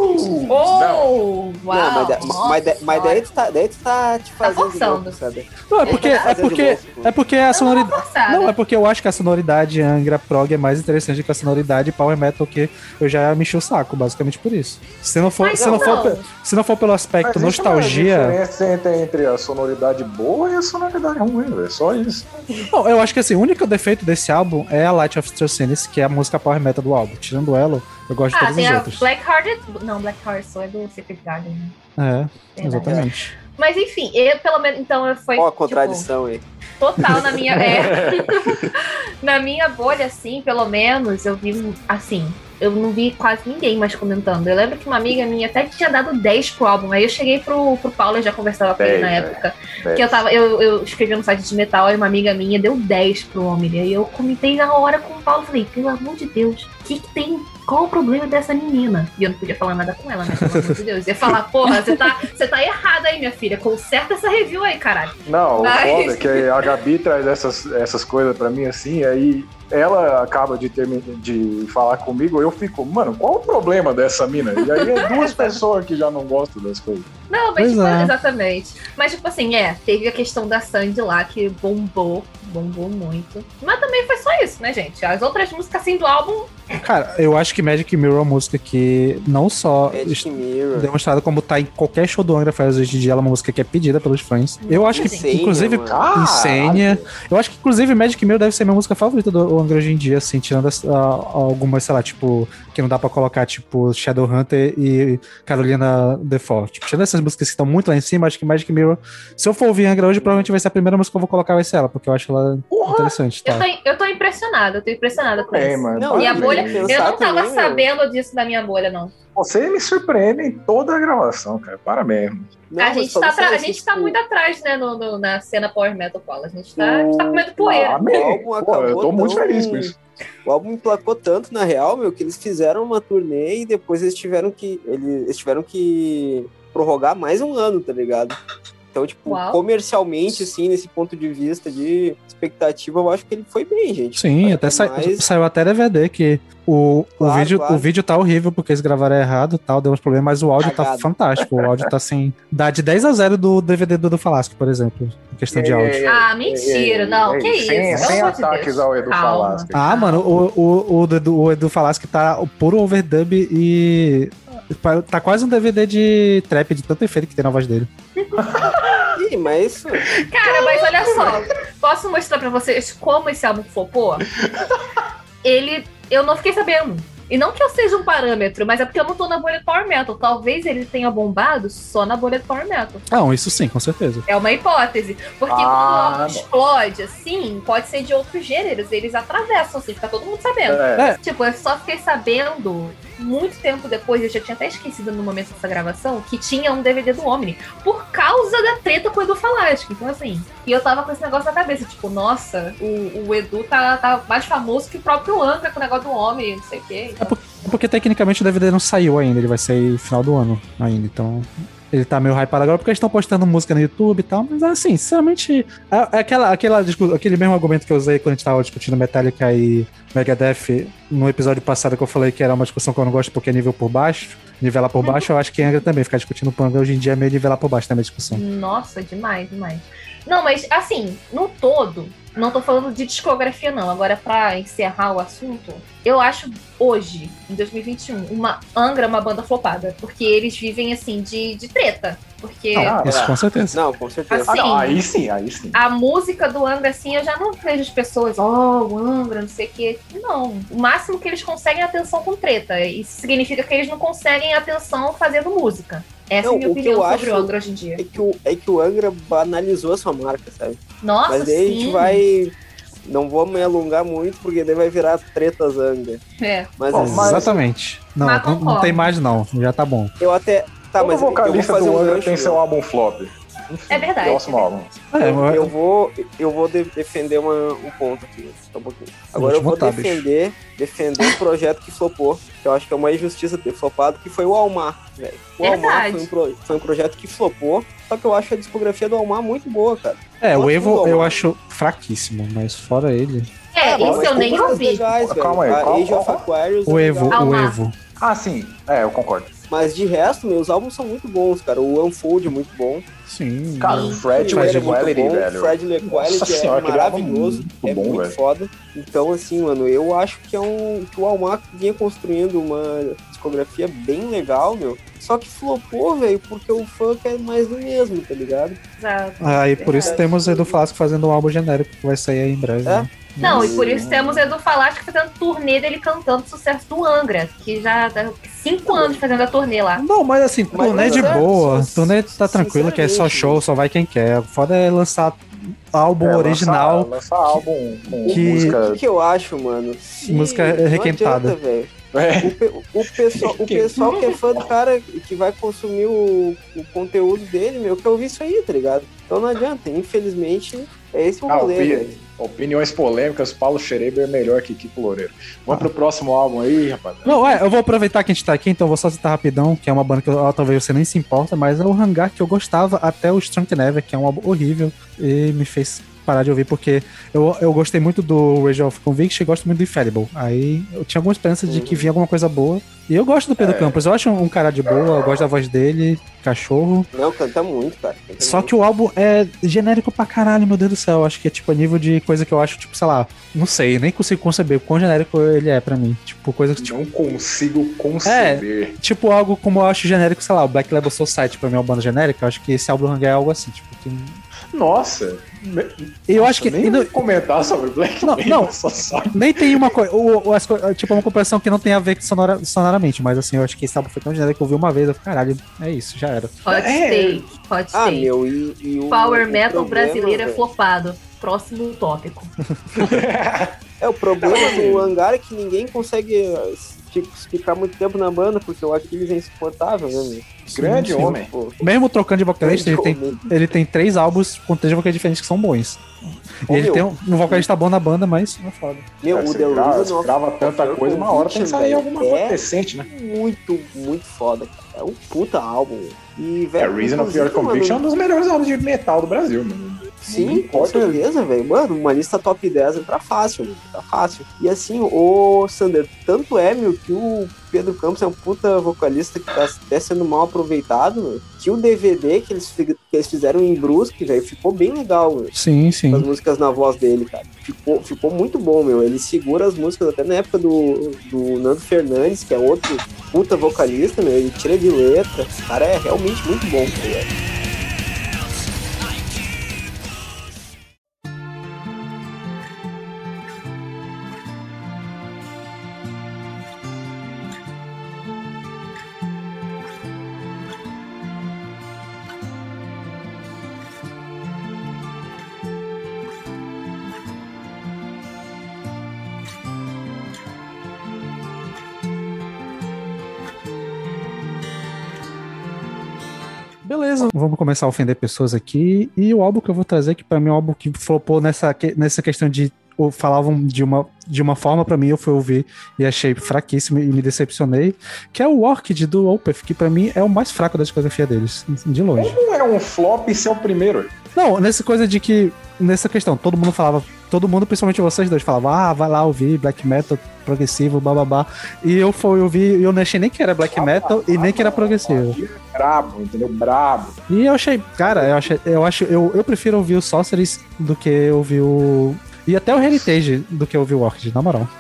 Oh, uau, Não, mas, da- nossa mas, da- mas daí, tu tá, daí tu tá te fazendo de forçando. louco, sabe? Não, é porque, é Fazendo porque, louco. é porque a sonoridade... forçada. Não, é porque eu acho que a sonoridade Angra Prog é mais interessante que a sonoridade Power Metal, que eu já me enchi o saco, basicamente por isso. Se não for, Mas se não não. for, pe- se não for pelo aspecto Mas isso não é a nostalgia... diferença entre, entre a sonoridade boa e a sonoridade ruim, velho. É só isso. Não, eu acho que assim, o único defeito desse álbum é a Light of Stracenis, que é a música Power Metal do álbum. Tirando ela, eu gosto de Ah, todas tem as a outras. Black Hearted... Não, Black Hearted Soul é do Secret Garden. É, Verdade. exatamente. Mas enfim, eu, pelo menos, então foi Ó a tipo, contradição aí. total na minha... É, na minha bolha, assim, pelo menos, eu vi, assim... Eu não vi quase ninguém mais comentando. Eu lembro que uma amiga minha até tinha dado dez pro álbum. Aí eu cheguei pro, pro Paulo, eu já conversava com ele na dez, época. dez. Que eu tava, eu, eu escrevi no site de metal, aí uma amiga minha deu dez pro Omni. Aí eu comentei na hora com o Paulo, falei, pelo amor de Deus, o que que tem, qual o problema dessa menina? E eu não podia falar nada com ela, né, pelo amor de Deus. Eu ia falar, porra, você tá, você tá errada aí, minha filha, conserta essa review aí, caralho. Não, Mas- o foda é que a Gabi traz essas, essas coisas pra mim assim, aí ela acaba de, termi- de falar comigo, eu fico, mano, qual o problema dessa mina? E aí é duas pessoas que já não gostam das coisas. Não, mas Pois tipo, é. exatamente. Mas tipo assim, é, teve a questão da Sandy lá que bombou, bombou muito. Mas também foi só só isso, né, gente? As outras músicas assim do álbum. Cara, eu acho que Magic Mirror é uma música que não só Magic Mirror. demonstrada como tá em qualquer show do Angra faz hoje em dia, ela é uma música que é pedida pelos fãs. Eu acho que, Insênia, inclusive, mano. Insênia. Eu acho que, inclusive, Magic Mirror deve ser a minha música favorita do Angra hoje em dia, assim, tirando as, uh, algumas, sei lá, tipo, que não dá pra colocar, tipo, Shadowhunter e Carolina Default. Tipo, tirando essas músicas que estão muito lá em cima, acho que Magic Mirror, se eu for ouvir Angra hoje, provavelmente vai ser a primeira música que eu vou colocar, vai ser ela, porque eu acho ela Porra! interessante. Tá? Eu, tô, eu tô impressionada, eu tô impressionada com É, isso. mano. Não, E a parabéns. bolha, Pensar eu não tava também, meu. sabendo disso da minha bolha, não. Você me surpreende em toda a gravação, cara. Parabéns. Não, a mas gente, falando tá, pra- sério, a gente assim, tá tipo, muito atrás, né, no, no- na cena Power Metal Cola. A gente tá, a gente tá comendo poeira. Ah, amém. O álbum Pô, acabou eu tô muito tão- feliz com isso. O álbum emplacou tanto, na real, meu, que eles fizeram uma turnê e depois eles tiveram que. Eles tiveram que prorrogar mais um ano, tá ligado? Então, tipo, Uau. comercialmente, assim, nesse ponto de vista de expectativa, eu acho que ele foi bem, gente. Sim, Acho até que sa- mais- saiu até D V D que o, Claro, o, vídeo, claro. o vídeo tá horrível porque eles gravaram errado e tal, deu uns problemas, mas o áudio tá Cagado. fantástico. O áudio tá assim, dá de dez a zero do D V D do, do Falasco, por exemplo, em questão de áudio. Ah, mentira, não, que sem, isso, Sem pelo amor de ataques Deus. ao Edu Calma. Falasco. Ah, mano, o, o, o, Edu, o Edu Falasco tá o puro overdub e tá quase um D V D de trap, de tanto efeito que tem na voz dele. Ih, mas isso. Cara, mas olha só, posso mostrar pra vocês como esse álbum flopou? Ele, eu não fiquei sabendo. E não que eu seja um parâmetro, mas é porque eu não tô na bolha do Power Metal. Talvez ele tenha bombado só na bolha do Power Metal. Não, isso sim, com certeza. É uma hipótese. Porque Ah, quando o álbum bom. explode, assim, pode ser de outros gêneros. Eles atravessam, assim, fica todo mundo sabendo. É. Tipo, eu só fiquei sabendo muito tempo depois, eu já tinha até esquecido no momento dessa gravação, que tinha um D V D do Omni, por causa da treta com o Edu Falaschi. Então, assim, e eu tava com esse negócio na cabeça, tipo, nossa, o, o Edu tá, tá mais famoso que o próprio Angra com o negócio do Omni, não sei o quê. É porque, é porque tecnicamente o D V D não saiu ainda, ele vai sair no final do ano ainda, então ele tá meio hypado agora porque eles estão postando música no YouTube e tal, mas assim, sinceramente, é, é aquela, aquela, discu- aquele mesmo argumento que eu usei quando a gente tava discutindo Metallica e Megadeth no episódio passado que eu falei que era uma discussão que eu não gosto porque é nível por baixo, nivelar por baixo, eu acho que Angra também, ficar discutindo por Angra hoje em dia é meio nivelar por baixo também a discussão. Nossa, demais, demais. Não, mas assim, no todo, não tô falando de discografia, não. Agora, pra encerrar o assunto, eu acho hoje, em dois mil e vinte e um, uma Angra uma banda flopada. Porque eles vivem, assim, de, de treta. Porque Não, isso é. com certeza. Não, com certeza. Ah, não, Assim, aí sim, aí sim. a música do Angra, assim, eu já não vejo as pessoas, oh, o Angra, não sei o quê. Não. O máximo que eles conseguem é atenção com treta. Isso significa que eles não conseguem atenção fazendo música. Essa Não, é a minha o que opinião eu sobre o acho Angra hoje em dia. É que, o, é que o Angra banalizou a sua marca, sabe? Nossa, Mas daí a gente sim. vai. Não vou me alongar muito, porque daí vai virar tretas Angra. É. Mas, Bom, assim, mas- Exatamente. Não, Mas não, não concordo. tem mais não, já tá bom. eu até. Tá, Todo mas eu vou vocalista fazer do um Angra gancho, tem meu. seu álbum flop. Enfim, É verdade, Próximo é álbum. É, eu, mas- eu vou, eu vou de- defender uma, um ponto aqui, só um pouquinho. Agora eu te vou botar, bicho. defender, defender o projeto que flopou, que eu acho que é uma injustiça ter flopado, que foi o Almar, velho. O Almar Verdade. foi um, pro- foi um projeto que flopou, só que eu acho a discografia do Almar muito boa, cara. É, o Gosto Evo do eu Almar. acho fraquíssimo, mas fora ele. É, Ah, mas esse eu tem nem músicas ouvi. legais, velho. Calma aí, A qual- Age of qual- Aquarius O é Evo, legal. o Almar. Evo. Ah, sim. É, eu concordo. Mas de resto, meus álbuns são muito bons, cara. O Unfold é muito bom. Sim. Cara, Sim. o Fred O Fred é Equality, muito bom. velho. Fred Nossa Equality senhora, é que grava maravilhoso. muito é bom, muito velho. foda. Então, assim, mano, eu acho que é um que o Almar vinha construindo uma discografia bem legal, meu. Só que flopou, velho, porque o funk é mais do mesmo, tá ligado? Exato. Ah, e por isso Verdade. temos Edu Falasco fazendo um álbum genérico que vai sair aí em breve. É? né? Não, e por isso temos Edu Falaschi fazendo turnê dele cantando o sucesso do Angra, que já tá cinco anos fazendo a turnê lá. Não, mas assim, Mas turnê de é, boa. sin- Turnê tá tranquilo, que é só sinceramente, show, só vai quem quer. O foda é lançar álbum É, original. Lançar, lançar álbum com Que- O música. que, que eu acho, mano? Se- Música não requentada. adianta, velho. É. O, pe- o pessoal, o pessoal que é fã do cara que vai consumir o, o conteúdo dele, meu, quer ouvir isso aí, tá ligado? Então não adianta, infelizmente, é esse o Ah, rolê, opi- velho. Opiniões polêmicas, Paulo Schreiber é melhor que Kiko Loureiro. Vamos pro próximo álbum aí, rapaziada. Não, é, eu vou aproveitar que a gente tá aqui, então eu vou só citar rapidão, que é uma banda que eu- talvez você nem se importa, mas é o Hangar que eu gostava até o Strong Never, que é um álbum horrível e me fez parar de ouvir, porque eu, eu gostei muito do Rage of Conviction e gosto muito do Infallible. Aí eu tinha alguma esperança de que vinha alguma coisa boa. E eu gosto do Pedro é. Campos, eu acho um cara de boa, eu gosto da voz dele, cachorro. Não, canta muito, cara. Canta Só muito. que o álbum é genérico pra caralho, meu Deus do céu. Acho que é tipo a nível de coisa que eu acho, tipo, sei lá, não sei, nem consigo conceber o quão genérico ele é pra mim. Tipo, coisa que. Tipo, não consigo conceber. É, tipo algo como eu acho genérico, sei lá, o Black Label Society pra mim é uma banda genérica. Eu acho que esse álbum do Hang é algo assim, tipo, que. Nossa! Eu acho que. Nem vou comentar sobre Black Não, Label não. Society. Nem tem uma coisa. Tipo, uma comparação que não tem a ver sonora, sonoramente, mas assim, eu acho que esse álbum foi tão genérico que eu vi uma vez. Eu, caralho, é isso, já era. Hot É. take, hot Ah, take. meu, e, e o. Power o metal problema, brasileiro é velho, flopado. Próximo tópico. É, o problema do Hangar é que ninguém consegue eh, tipo, ficar muito tempo na banda, porque o Aquiles é insuportável, né, meu? Grande sim. homem. Pô, Mesmo trocando de vocalista, ele Grande tem, homem. ele tem três álbuns com três vocalistas diferentes que são bons. E Ô, ele meu. tem um, um vocalista bom na banda, mas é foda. Meu, Cara, o você The grava, Reason você grava of- tanta of coisa, uma hora tem que sair Conviction, alguma velho, coisa é decente, né? muito, muito foda, cara. É um puta álbum. E, É, velho, Reason of Your inclusive, Conviction é um mano, dos melhores álbuns de metal do Brasil, mano. sim, Não com importa. certeza, velho. Mano, uma lista top dez entra fácil, mano. Tá fácil. E assim, o Sander, tanto é, meu, que o Pedro Campos é um puta vocalista que tá até sendo mal aproveitado, meu, que o D V D que eles, fi- que eles fizeram em Brusque, velho, ficou bem legal, meu. Sim, sim. As músicas na voz dele, cara. Ficou, ficou muito bom, meu. Ele segura as músicas até na época do, do Nando Fernandes, que é outro puta vocalista, meu. Ele tira de letra. O cara é realmente muito bom, tá ligado? Beleza, vamos começar a ofender pessoas aqui. E o álbum que eu vou trazer, que pra mim é um álbum que flopou nessa, que- nessa questão de ou falavam de uma, de uma forma pra mim, eu fui ouvir e achei fraquíssimo e me decepcionei, que é o Orchid do Opeth, que pra mim é o mais fraco da discografia deles, de longe. Como é um flop se é o primeiro? Não, nessa coisa de que, nessa questão, todo mundo falava, todo mundo, principalmente vocês dois, falava, ah, vai lá ouvir black metal progressivo, bababá. E eu fui ouvir, e eu não achei nem que era black metal e nem que era progressivo. Brabo, entendeu? Brabo. E eu achei, cara, eu achei, eu acho, eu, eu prefiro ouvir o Sorceress do que ouvir o. E até o Heritage do que ouvir o Orchid, na moral.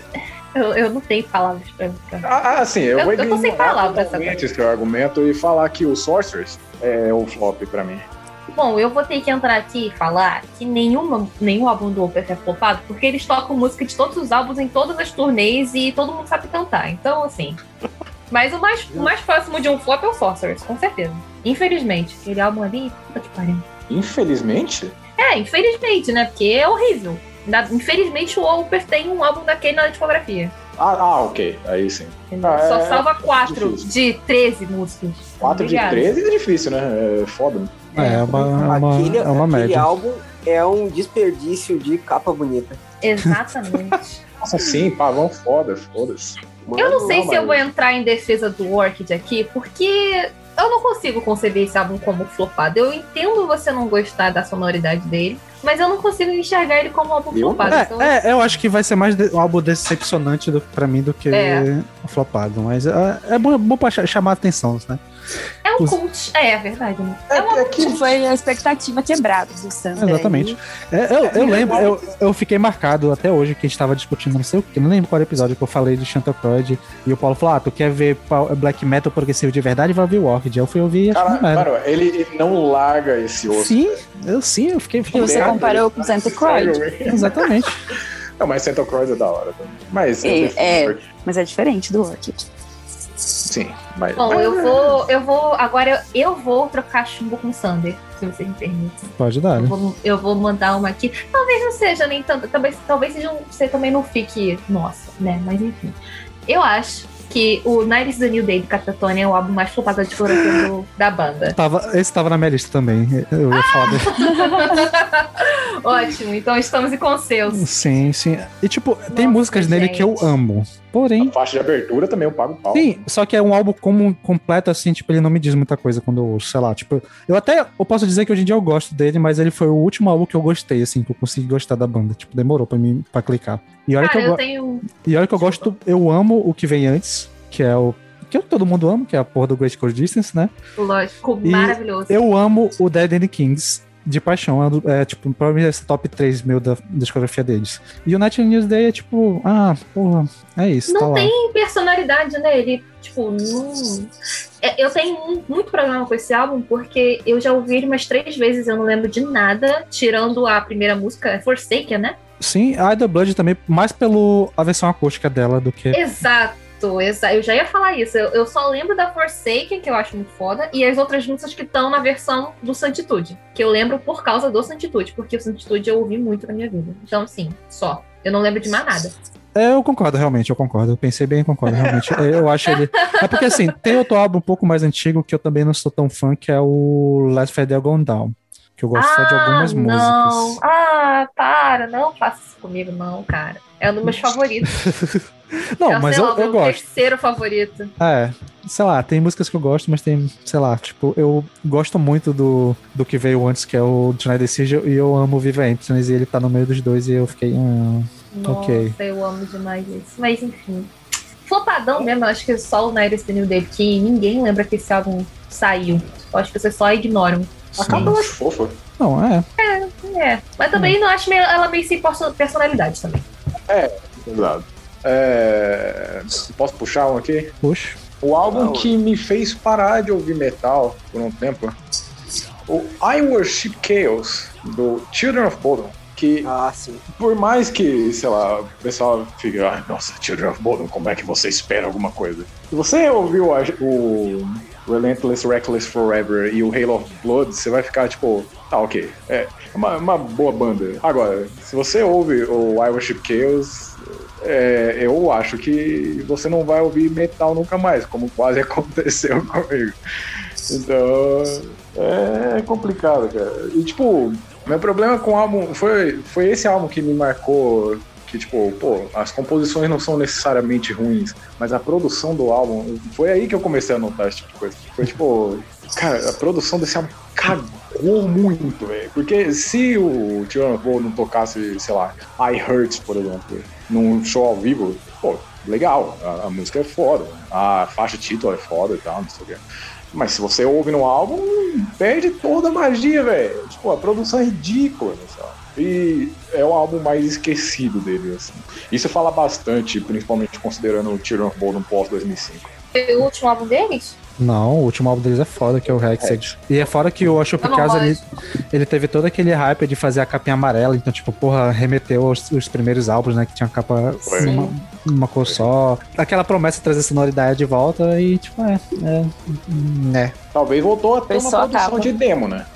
Eu, eu não tenho palavras pra. pra... Ah, assim, eu, Eu- vou eu tô sem ignorar palavras totalmente agora. esse seu argumento e falar que o Sorcerers é o flop pra mim. Bom, eu vou ter que entrar aqui e falar que nenhuma, nenhum álbum do Opeth é flopado, porque eles tocam música de todos os álbuns em todas as turnês e todo mundo sabe cantar. Então, assim. Mas o mais, o mais próximo de um flop é o Sorcerers, com certeza. Infelizmente. Aquele álbum ali, puta que pariu. Infelizmente? É, infelizmente, né? Porque é horrível. Da- Infelizmente, o Opeth tem um álbum daquele na discografia. Ah, ah, ok. Aí sim. Entendeu? Ah, Só é- salva quatro difícil. de treze músicas. quatro de Obrigada. treze é difícil, né? É foda. É, é uma, é uma, aquele é uma aquele média. álbum é um desperdício de capa bonita. Exatamente. Nossa, sim, pavão foda, foda-se. Eu não sei Não, se eu mas- vou entrar em defesa do Orchid aqui, porque eu não consigo conceber esse álbum como flopado. Eu entendo você não gostar da sonoridade dele, mas eu não consigo enxergar ele como um álbum Eu? flopado. Então, É, é, eu acho que vai ser mais de- um álbum decepcionante do, pra mim do que É. o flopado, mas é, é bom, bom pra cha- chamar a atenção, né? é um os- cult. É, é verdade, né? É, é que Foi a expectativa quebrada do Sander. Exatamente. É, eu, eu lembro, eu, eu fiquei marcado até hoje que a gente tava discutindo, não sei o que, não lembro qual era o episódio que eu falei de Chantelcroid e o Paulo falou: ah, tu quer ver pau- black metal progressivo de verdade? Vai ouvir o Orchid. Eu fui ouvir e acho que Cara, não era. mano, ele, ele não larga esse osso. Sim, eu sim, eu fiquei. E você Merda, comparou ele- com o Santa Croix, Exatamente. Não, mas Santa Croix é da hora também. Mas É, é. mas é diferente do Orchid. sim, mas. Bom, mas- eu vou. Eu vou. Agora eu, eu vou trocar chumbo com Sander, se você me permite. Pode dar, Eu né? vou, eu vou mandar uma aqui. Talvez não seja nem tanto. Talvez, talvez seja um, você também não fique. Nossa, né? Mas enfim. Eu acho que o Night is the New Day do Catatonia é o álbum mais flopado da discografia do- da banda. Tava, esse tava na minha lista também. Eu ia falar dele. Ótimo, então estamos em consenso. Sim, sim. E tipo, tem Nossa, músicas nele que eu gente. amo. Porém... A faixa de abertura também eu pago pau. Sim, só que é um álbum como, completo, assim, tipo, ele não me diz muita coisa quando eu ouço, sei lá, tipo... Eu até, eu posso dizer que hoje em dia eu gosto dele, mas ele foi o último álbum que eu gostei, assim, que eu consegui gostar da banda. Tipo, demorou pra mim, pra clicar. E olha Cara, que eu, eu go... tenho... E olha que eu gosto, eu amo o que vem antes, que é o... Que todo mundo ama, que é a porra do Great Cold Distance, né? Lógico, E maravilhoso. eu amo o Dead End Kings de paixão. É, do- é, tipo, provavelmente esse top três meu da, da discografia deles. E o Night and News Day é tipo, ah, porra, é isso, tá Não lá. tem personalidade, né? Ele, tipo, não... É, eu tenho um- muito problema com esse álbum, porque eu já ouvi ele umas três vezes, eu não lembro de nada, tirando a primeira música, Forsaken, né? Sim, a Ida Blood também, mais pelo a versão acústica dela do que... Exato, exa eu já ia falar isso. Eu, eu só lembro da Forsaken, que eu acho muito foda, e as outras músicas que estão na versão do Santitude, que eu lembro por causa do Santitude, porque o Santitude eu ouvi muito na minha vida. Então, assim, só. Eu não lembro de mais nada. É, eu concordo, realmente, eu concordo. Eu pensei bem, concordo, realmente. É, eu acho ele... É porque, assim, tem outro álbum um pouco mais antigo que eu também não sou tão fã, que é o Last Friday Gone Down, que eu gosto só de algumas não. músicas. Ah, para, não faça isso comigo, não, cara. É um dos meus favoritos. Não, é, mas sei eu, lá, o eu meu gosto. terceiro favorito. É, sei lá, tem músicas que eu gosto, mas tem, sei lá, tipo, eu gosto muito do, do que veio antes, que é o Tonight Decision, e eu amo Viva Emptiness, e ele tá no meio dos dois, e eu fiquei, hum, Nossa, ok. eu amo demais isso. Mas enfim. Flopadão mesmo, eu acho que só o Night is the New Day, que ninguém lembra que esse álbum saiu. Eu acho que vocês só ignoram. A capa eu acho fofa. Não, é. É, mas também não acho meio, ela meio sem perso- personalidade também. É, exato. É... Posso puxar um aqui? Puxa. O álbum Não. que me fez parar de ouvir metal por um tempo, o I Worship Chaos, do Children of Bodom, que Ah, sim. por mais que, sei lá, o pessoal fique, ah, nossa, Children of Bodom, como é que você espera alguma coisa? Se você ouviu a- o Relentless Reckless Forever e o Hail of Blood, você vai ficar tipo, tá, ok, é uma, uma boa banda. Agora, se você ouve o I Worship Chaos, é, eu acho que você não vai ouvir metal nunca mais, como quase aconteceu comigo. Então, é complicado, cara. E, tipo, meu problema com o álbum foi, foi esse álbum que me marcou, que, tipo, pô, as composições não são necessariamente ruins, mas a produção do álbum, foi aí que eu comecei a notar esse tipo de coisa. Foi, tipo, cara, a produção desse álbum cagou muito, velho. Porque se o Children of Bodom não tocasse, sei lá, I Hurt, por exemplo, num show ao vivo, pô, legal, a, a música é foda, a faixa título é foda e tal, não sei o quê. Mas se você ouve no álbum, perde toda a magia, velho. Tipo, a produção é ridícula, sabe? E é o álbum mais esquecido dele, assim. Isso fala bastante, principalmente considerando o Children of Bodom pós dois mil e cinco. Foi o último álbum deles? Não, o último álbum deles é foda, que é o Hexed. E é fora que o Worship Eu não Chaos, ele, gosto. ele teve todo aquele hype de fazer a capinha amarela, então, tipo, porra, remeteu aos, aos primeiros álbuns, né, que tinha a capa Foi. uma, uma cor só. Aquela promessa de trazer sonoridade de volta e, tipo, é, é, é. Talvez voltou a ter Foi uma só a produção capa. de demo, né?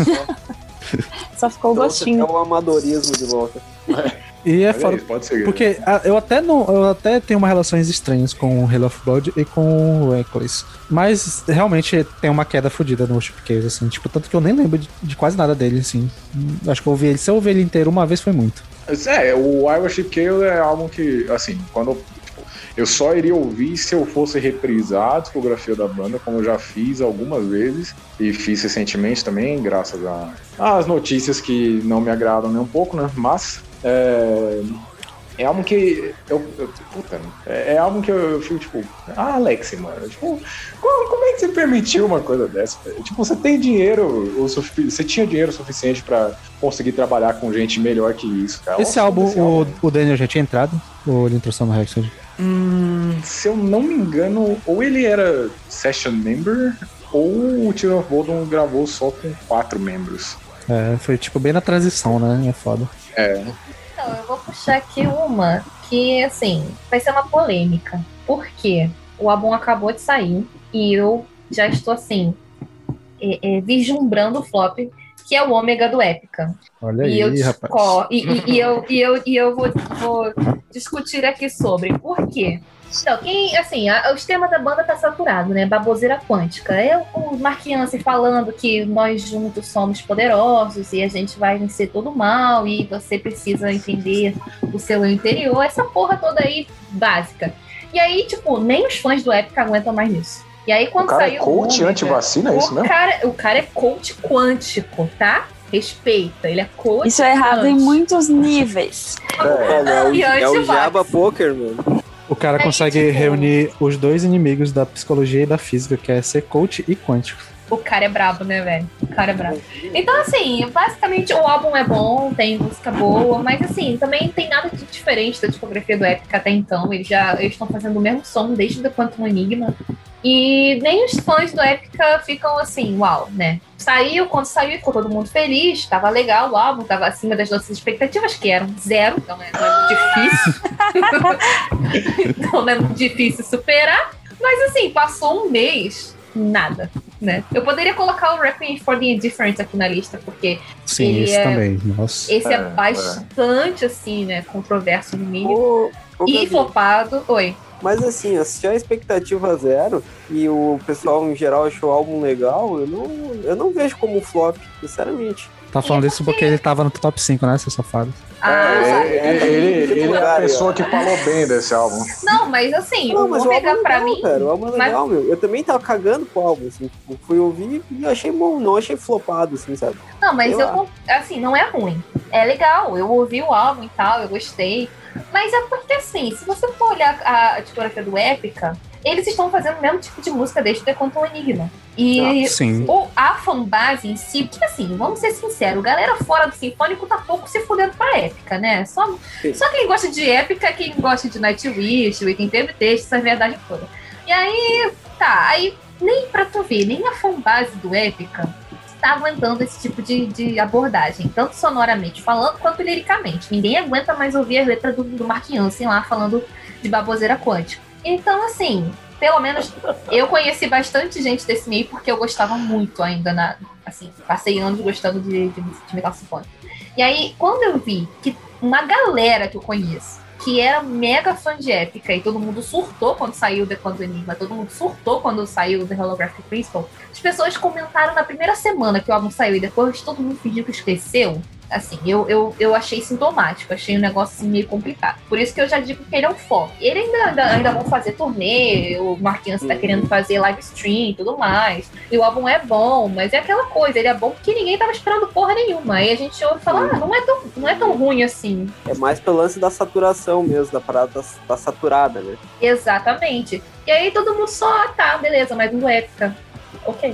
Só ficou o Então, gostinho. é o amadorismo de volta. E é Olha foda. isso, pode ser. Porque ah, eu até não, eu até tenho uma relações estranhas com o Hail of Blood e com o Reckless. Mas realmente tem uma queda fodida no Worship Chaos, assim. Tipo, tanto que eu nem lembro de, de quase nada dele, assim. Hum, Acho que eu ouvi ele. Se eu ouvi ele inteiro uma vez, foi muito. É, o I Worship Chaos é álbum que, assim, quando eu, tipo, eu só iria ouvir se eu fosse reprisar a discografia da banda, como eu já fiz algumas vezes, e fiz recentemente também, graças a- às notícias que não me agradam nem um pouco, né? Mas é, é álbum que eu, eu- puta, é, é álbum que eu, eu fico tipo, ah, Alex, mano, tipo, como, como é que você permitiu uma coisa dessa? Velho? Tipo, você tem dinheiro, o sufi- você tinha dinheiro suficiente pra conseguir trabalhar com gente melhor que isso, cara. Esse Nossa, álbum, esse o, o Daniel já tinha entrado? Ou ele entrou só no Hexed? Hum, se eu não me engano, ou ele era session member, ou o Children of Bodom gravou só com quatro membros. É, foi tipo bem na transição, né? É foda. É, Então, eu vou puxar aqui uma que, assim, vai ser uma polêmica. Por quê? O álbum acabou de sair e eu já estou, assim, é, é, vislumbrando o flop, que é o Ômega do Épica. Olha E eu, aí, rapaz. disco- e, e- e eu, e eu, e eu vou, vou discutir aqui sobre por quê. Então, quem, assim, a- o sistema da banda tá saturado, né? Baboseira quântica. É o Marquiance falando que nós juntos somos poderosos e a gente vai vencer todo o mal e você precisa entender o seu eu interior. Essa porra toda aí, básica. E aí, tipo, nem os fãs do Epica aguentam mais isso. E aí, quando o cara saiu é coach o anti-vacina, é isso mesmo? Cara, o cara é coach quântico, tá? Respeita, ele é coach. Isso é errado em muitos níveis. É, é, o, é o Jabba Poker, mano. O cara Aí, consegue tipo, reunir os dois inimigos da psicologia e da física, que é ser coach e quântico. O cara é brabo, né, velho? O cara é brabo. Então, assim, basicamente o álbum é bom, tem música boa, mas assim, também tem nada de diferente da discografia do Epica até então. Eles já eles estão fazendo o mesmo som desde The Quantum Enigma. E nem os fãs do Epica ficam assim, uau, né? Saiu, quando saiu, ficou todo mundo feliz, tava legal o álbum, tava acima das nossas expectativas, que eram zero, então é, não é muito difícil. Então não é muito difícil superar. Mas assim, passou um mês, nada, né? Eu poderia colocar o Requiem for the Indifferent aqui na lista, porque Sim, ele esse é, também. Nossa. esse é, É, bastante, assim, né, controverso no mínimo. Ô, ô, E Gabi, flopado. Oi. Mas assim, ó, se a expectativa zero e o pessoal em geral achou o álbum legal, eu não, eu não vejo como um flop, sinceramente. Tá falando E é isso porque ele tava no top cinco, né, seu safado? Ah, É, ele, ele, ele é a pessoa que falou bem desse álbum. não, mas assim, Não, o mas o álbum Ômega é pra legal, mim. cara, o álbum é mas- legal, meu. Eu também tava cagando pro álbum, assim, tipo, fui ouvir e achei bom, não achei flopado, assim, sabe? Não, mas Sei eu lá. con- assim, não é ruim. É legal, eu ouvi o álbum e tal, eu gostei. Mas é porque assim, se você for olhar a discografia do Epica, eles estão fazendo o mesmo tipo de música desde The Quantum Enigma. E Sim. o, a fanbase em si, porque assim, vamos ser sinceros, galera fora do Sinfônico tá pouco se fudendo pra Épica, né? Só, Sim. só quem gosta de Épica, quem gosta de Nightwish, e quem teve texto, essa verdade toda. E aí, tá, aí nem pra tu ver, nem a fanbase do Épica tá aguentando esse tipo de, de abordagem, tanto sonoramente falando quanto liricamente. Ninguém aguenta mais ouvir as letras do, do Mark Jansen lá falando de baboseira quântica. Então, assim, pelo menos eu conheci bastante gente desse meio porque eu gostava muito ainda, na, assim, passei anos gostando de, de, de metal sinfônico. E aí, quando eu vi que uma galera que eu conheço, que era mega fã de Épica, e todo mundo surtou quando saiu The Quantum Enigma, todo mundo surtou quando saiu The Holographic Principle, as pessoas comentaram na primeira semana que o álbum saiu e depois todo mundo fingiu que esqueceu. Assim, eu, eu, eu achei sintomático, achei um negócio assim, meio complicado. Por isso que eu já digo que ele é um flop. Ele ainda, ainda, ainda vão fazer turnê, o Marquinhos tá querendo fazer live stream e tudo mais. E o álbum é bom, mas é aquela coisa, ele é bom porque ninguém tava esperando porra nenhuma. Aí a gente ouve e fala, ah, não é tão, não é tão ruim assim. É mais pelo lance da saturação mesmo, da parada tá, tá saturada, né? Exatamente. E aí todo mundo só, ah, tá, beleza, mais um do Épica. Ok.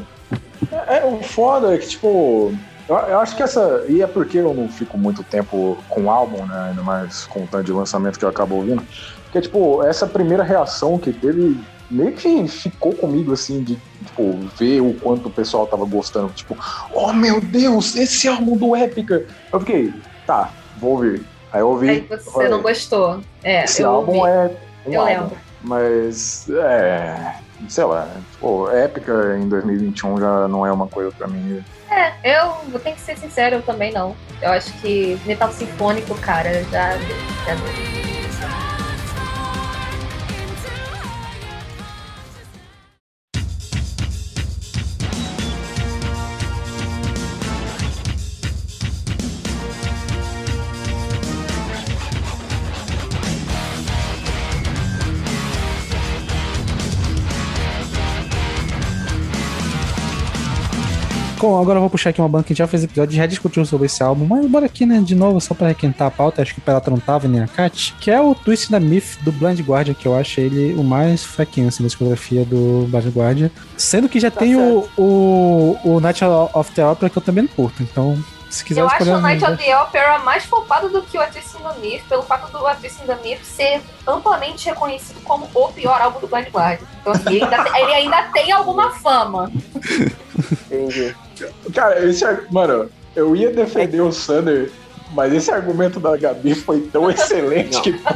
É, o foda é que, tipo, eu, eu acho que essa. E é porque eu não fico muito tempo com o álbum, né? Ainda mais com o tanto de lançamento que eu acabo ouvindo. Porque, tipo, essa primeira reação que teve meio que ficou comigo, assim, de, tipo, ver o quanto o pessoal tava gostando. Tipo, oh meu Deus, esse álbum do Épica. Eu fiquei, tá, vou ouvir. Aí eu ouvi. Aí você falei, não gostou. É, esse eu álbum ouvi. é um Eu álbum. lembro. Mas, é. Sei lá, tipo, Épica em dois mil e vinte e um já não é uma coisa pra mim. É, eu vou ter que ser sincero, eu também não. Eu acho que metal sinfônico, cara, já, já deu. Bom, agora eu vou puxar aqui uma banda que já fez episódio, já discutiu sobre esse álbum, mas bora aqui, né, de novo, só pra requentar a pauta, acho que o Pelata não tava, nem a Kat, que é o Twist da Myth do Blind Guardian, que eu acho ele o mais fraquinho, assim, da discografia do Blind Guardian, sendo que já Tá tem o, o, o Night of the Opera, que eu também não curto, então, se quiser Eu acho escolher o um Night dos of the Opera mais flopado do que o A Twist in the Myth, pelo fato do A Twist in the Myth ser amplamente reconhecido como o pior álbum do Blind Guardian. Então, assim, ele ainda, tem, ele ainda tem alguma fama. Entendi. Cara, esse. ar- Mano, eu ia defender o Sander, mas esse argumento da Gabi foi tão excelente Não. que.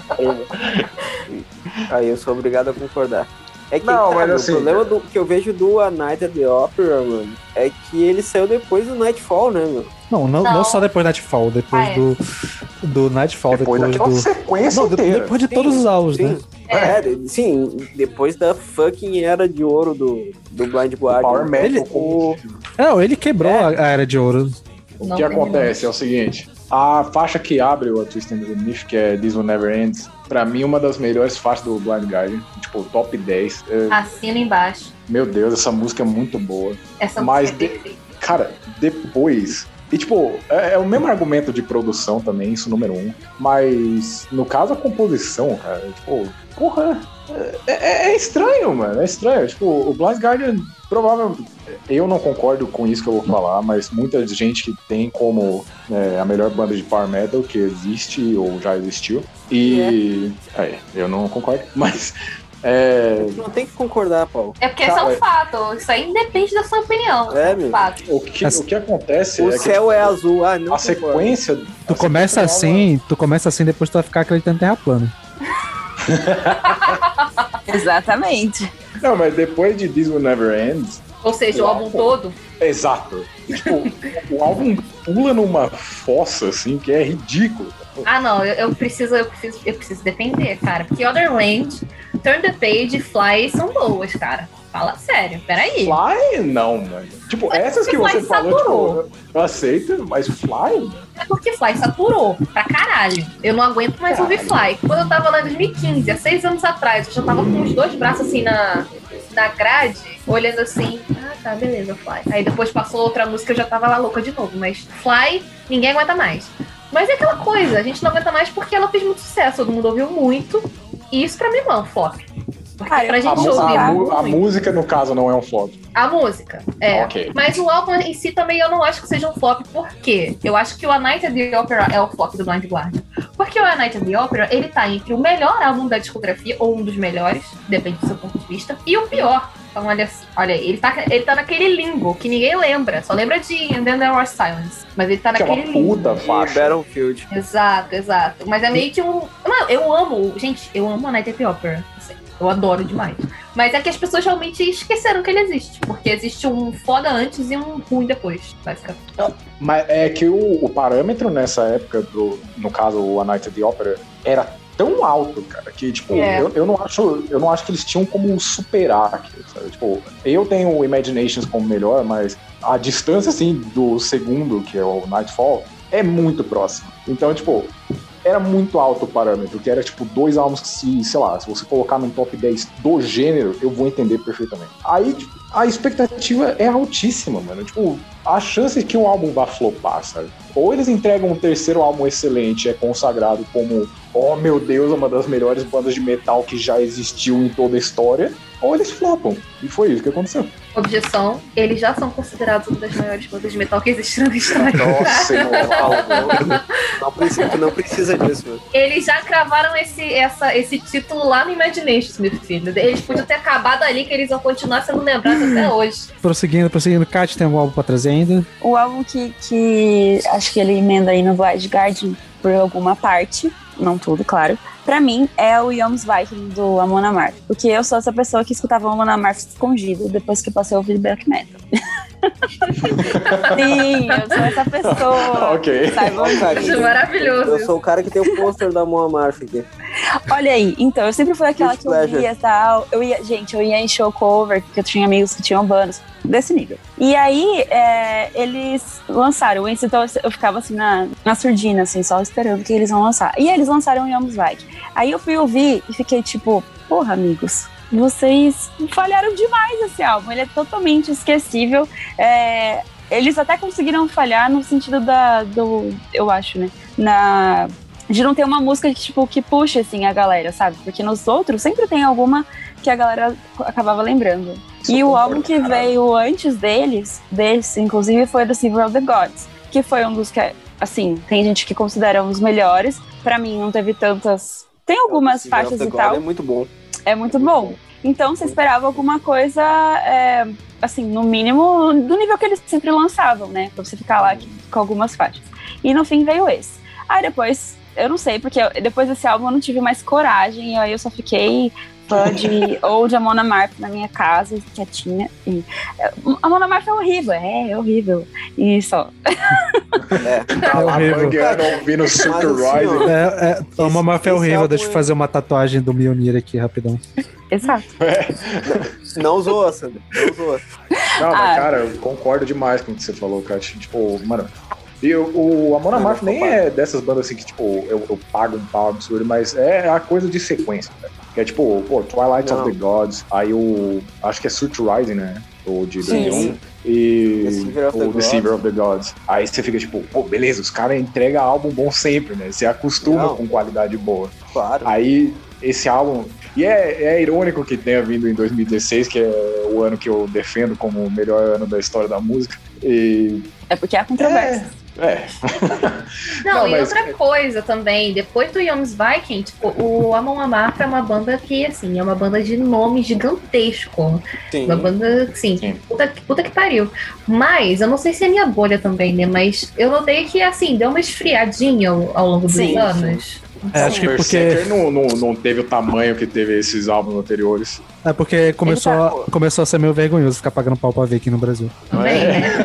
Aí eu sou obrigado a concordar. É que Não, tá, mas meu, assim- o problema do, que eu vejo do A Night at the Opera, mano, é que ele saiu depois do Nightfall, né, meu? Não, não, não. Não. só depois do Nightfall, depois Ah, é. do, do Nightfall, Depois depois, daquela do... sequência Não, de- inteira. depois de Sim, todos os álbuns, sim. né? É, de- sim, depois da fucking era de ouro do, do Blind Guardian. Power Metal. Ele- como- Não, ele quebrou É. a, a Era de Ouro. O Não que terminou. acontece é o seguinte: A faixa que abre o Twisted Underneath, que é This Will Never Ends, pra mim, uma das melhores faixas do Blind Guardian. Tipo, top dez. É... Assina embaixo. Meu Deus, essa música é muito boa. Essa Mas música é de... perfeita. Cara, depois... E, tipo, é, é o mesmo argumento de produção também, isso número um. Mas, no caso, a composição, cara, tipo... Porra, é, é, é estranho, mano. É estranho. Tipo, o Blind Guardian, provavelmente... Eu não concordo com isso que eu vou falar, mas muita gente que tem como é, a melhor banda de power metal que existe ou já existiu. E... É, é eu não concordo, mas... É... Não tem que concordar, Paulo. É porque isso é um fato. Isso aí independe da sua opinião. É, um meu. fato. O que, o que acontece O é céu que, é azul. Ah, não a sequência... Tu a começa sequência assim, tu começa assim, depois tu vai ficar acreditando em terra plana. Exatamente. Não, mas depois de This Will Never End... Ou seja, o o álbum álbum- todo. Exato. Tipo, o álbum pula numa fossa, assim, que é ridículo. Ah, não, eu, eu preciso, eu preciso, eu preciso defender, cara. Porque Otherland, Turn the Page e Fly são boas, cara. Fala sério, peraí. Fly, não, mano. Tipo, Mas essas que Fly você falou, saturou. tipo, eu aceito, mas Fly... É porque Fly saturou pra caralho. Eu não aguento mais ouvir Fly. Quando eu tava lá em dois mil e quinze, há seis anos atrás, eu já tava com os dois braços assim na, na grade, olhando assim, ah tá, beleza, Fly. Aí depois passou outra música, eu já tava lá louca de novo. Mas Fly, ninguém aguenta mais. Mas é aquela coisa, a gente não aguenta mais porque ela fez muito sucesso, todo mundo ouviu muito. E isso pra mim não é um flop. Porque Cara, pra a gente A, mu- ouvir a mu- a muito. música, no caso, não é um flop. A música, é. Ok. Mas o álbum em si também eu não acho que seja um flop, por quê? Eu acho que o A Night at the Opera é o flop do Blind Guardian. Porque o A Night at the Opera, ele tá entre o melhor álbum da discografia, ou um dos melhores, depende do seu ponto de vista, e o pior. Então, olha, olha aí, ele tá, ele tá naquele limbo que ninguém lembra, só lembra de And Then There Was Silence. Mas ele tá Que é naquele uma limbo. puta E faixa. Battlefield. Exato, exato. Mas é meio que um. Não, eu amo. Gente, eu amo a Night at the Opera. Assim, eu adoro demais. Mas é que as pessoas realmente esqueceram que ele existe. Porque existe um foda antes e um ruim depois, basicamente. Mas é que o, o parâmetro nessa época, do, no caso, o A Night at the Opera, era tão alto, cara, que, tipo, É. eu, eu, não acho, eu não acho que eles tinham como superar aquilo, sabe? Tipo, eu tenho o Imaginations como melhor, mas a distância, assim, do segundo, que é o Nightfall, é muito próxima. Então, tipo, era muito alto o parâmetro, que era, tipo, dois álbuns que, se, sei lá, se você colocar num top dez do gênero, eu vou entender perfeitamente. Aí, tipo, a expectativa é altíssima, mano. Tipo, a chance de que um álbum vá flopar, sabe? Ou eles entregam um terceiro álbum excelente, é consagrado como, oh meu Deus, uma das melhores bandas de metal que já existiu em toda a história, ou eles flopam. E foi isso que aconteceu. Objeção, eles já são considerados uma das maiores bandas de metal que existiram na história. Nossa, eu não falo, não. Não precisa, não precisa disso, meu. Eles já cravaram esse, essa, esse título lá no Imaginations, meu filho. Eles podiam ter acabado ali, que eles vão continuar sendo lembrados até hoje. Prosseguindo, prosseguindo, Kat, tem algum álbum pra trazer ainda? O álbum que, que acho que ele emenda aí no Blind Guardian por alguma parte, não tudo, claro. Pra mim, é o Yoms Viking do Amon Amarth. Porque eu sou essa pessoa que escutava o Amon Amarth escondido depois que eu passei a ouvir black metal. Sim, eu sou essa pessoa. Ok. Saibam Cara, disso. Acho maravilhoso. Eu sou o cara que tem o pôster da Mon Amarth aqui. Olha aí, então, eu sempre fui aquela Guilty que eu pleasure. ia e tal. Eu ia, gente, eu ia em show cover, porque eu tinha amigos que tinham bandas desse nível. E aí, é, eles lançaram isso, então eu ficava assim na, na surdina, assim, só esperando que eles vão lançar. E eles lançaram o Yoms Viking. Aí eu fui ouvir e fiquei tipo, porra, amigos, vocês falharam demais esse álbum. Ele é totalmente esquecível. É, eles até conseguiram falhar no sentido da, do, eu acho, né, na... de não ter uma música que, tipo, que puxa, assim, a galera, sabe? Porque nos outros sempre tem alguma que a galera acabava lembrando. Isso e eu o concordo, álbum que caralho. veio antes deles, desse, inclusive, foi The Silver of the Gods, que foi um dos que, assim, tem gente que considera um dos melhores. Pra mim, não teve tantas... Tem algumas Esse faixas Velvet e God tal. É muito bom. É muito bom. Então, você esperava alguma coisa, é, assim, no mínimo, do nível que eles sempre lançavam, né? Pra você ficar lá aqui, com algumas faixas. E no fim veio esse. Aí depois, eu não sei, porque eu- depois desse álbum eu não tive mais coragem, e aí eu só fiquei fã de ou de Amon Amarth na minha casa, quietinha. E, a Amon Amarth é horrível, é, é horrível. E só. É. Tá lá horrível. bangueando, ouvindo Super Mas assim, Rising. ó, É, é uma máfia esse horrível, álbum deixa eu é- fazer uma tatuagem do Mjolnir aqui, rapidão. Exato. Não zoa, Sandra. Não zoa. Não, mas Ah. cara, eu concordo demais com o que você falou, cara. Tipo, mano, E o, o Amon Amarth nem é dessas bandas assim que, tipo, eu, eu pago um pau absurdo, mas é a coisa de sequência, né? Que é tipo, pô, Twilight Não. of the Gods, aí o. Acho que é Surge Rising, né? O de dois mil e um. E Deceiver o Deceiver of the Gods. Aí você fica tipo, pô, beleza, os caras entregam álbum bom sempre, né? Você acostuma Não. com qualidade boa. Claro. Aí esse álbum. E é, é irônico que tenha vindo em dois mil e dezesseis, que é o ano que eu defendo como o melhor ano da história da música. E... É porque há controvérsia. É. é. Não, Não, e mas... outra coisa também, depois do Jomsviking, tipo, o Amon Amarth é uma banda que, assim, é uma banda de nome gigantesco. Sim. Uma banda, assim, Sim. Puta, puta que pariu. Mas, eu não sei se é minha bolha também, né? Mas eu notei que, assim, deu uma esfriadinha ao, ao longo dos sim, anos. Sim. É, acho que porque não, não, não teve o tamanho que teve esses álbuns anteriores. É porque começou, tá... a, começou a ser meio vergonhoso ficar pagando pau pra ver aqui no Brasil. Também, é. né?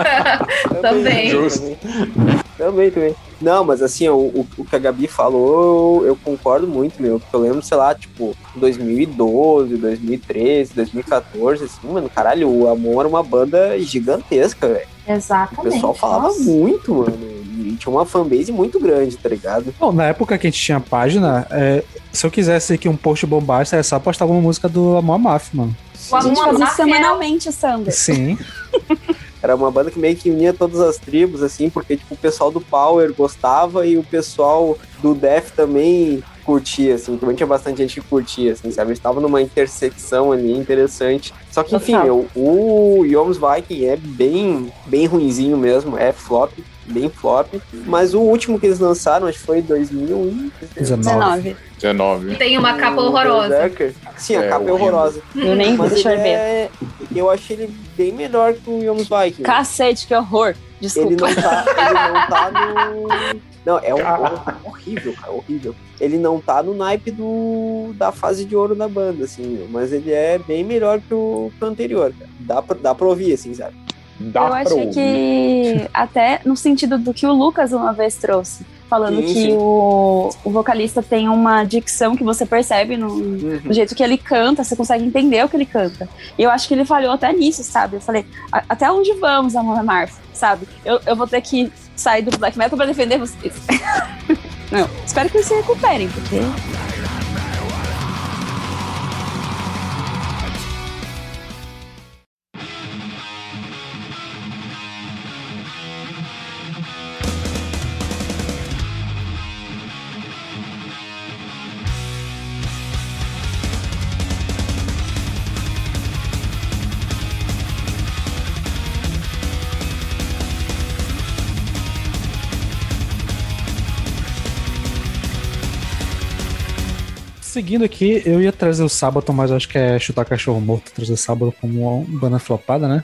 Também. Justo. Também, também. Não, mas assim, o, o, o que a Gabi falou, eu, eu concordo muito, meu. Porque eu lembro, sei lá, tipo, dois mil e doze, dois mil e treze, dois mil e catorze, assim, mano, caralho, o Amon era uma banda gigantesca, velho. Exatamente. O pessoal falava Nossa. muito, mano. E tinha uma fanbase muito grande, tá ligado? Bom, na época que a gente tinha página, é, se eu quisesse que um post bombasse, era só postar uma música do Amon Amarth, mano. O Amon Amarth semanalmente, Sander. Sim. Era uma banda que meio que unia todas as tribos, assim, porque tipo, o pessoal do Power gostava e o pessoal do Death também curtia, assim. Também tinha bastante gente que curtia, assim, sabe? Eles estavam numa intersecção ali interessante. Só que, enfim, meu, o Jomsviking é bem, bem ruinzinho mesmo, é flop, bem flop. Mas o último que eles lançaram, acho que foi em dois mil e dezenove. dezenove. E tem uma capa horrorosa. Berserker. Sim, a é, capa é horrorosa. Eu nem vi, deixa eu ver. É... Eu achei ele bem melhor que o Jomsviking. Cacete, que horror. Desculpa. Ele não tá, ele não tá no... Não, é um, horrível, cara, horrível. Ele não tá no naipe do, da fase de ouro da banda, assim, mas ele é bem melhor que o, que o anterior, cara. Dá pra, dá pra ouvir, assim, sabe? Dá eu pra achei ouvir. Que até no sentido do que o Lucas uma vez trouxe, falando sim, que sim. O, o vocalista tem uma dicção que você percebe no, uhum. no jeito que ele canta, você consegue entender o que ele canta. E eu acho que ele falhou até nisso, sabe? Eu falei, até onde vamos, Amon Amarth, sabe? Eu, eu vou ter que sair do black metal pra defender vocês. Não, espero que eles se recuperem, porque... Seguindo aqui, eu ia trazer o Sabaton, mas acho que é chutar cachorro morto, trazer o Sabaton como uma banda flopada, né?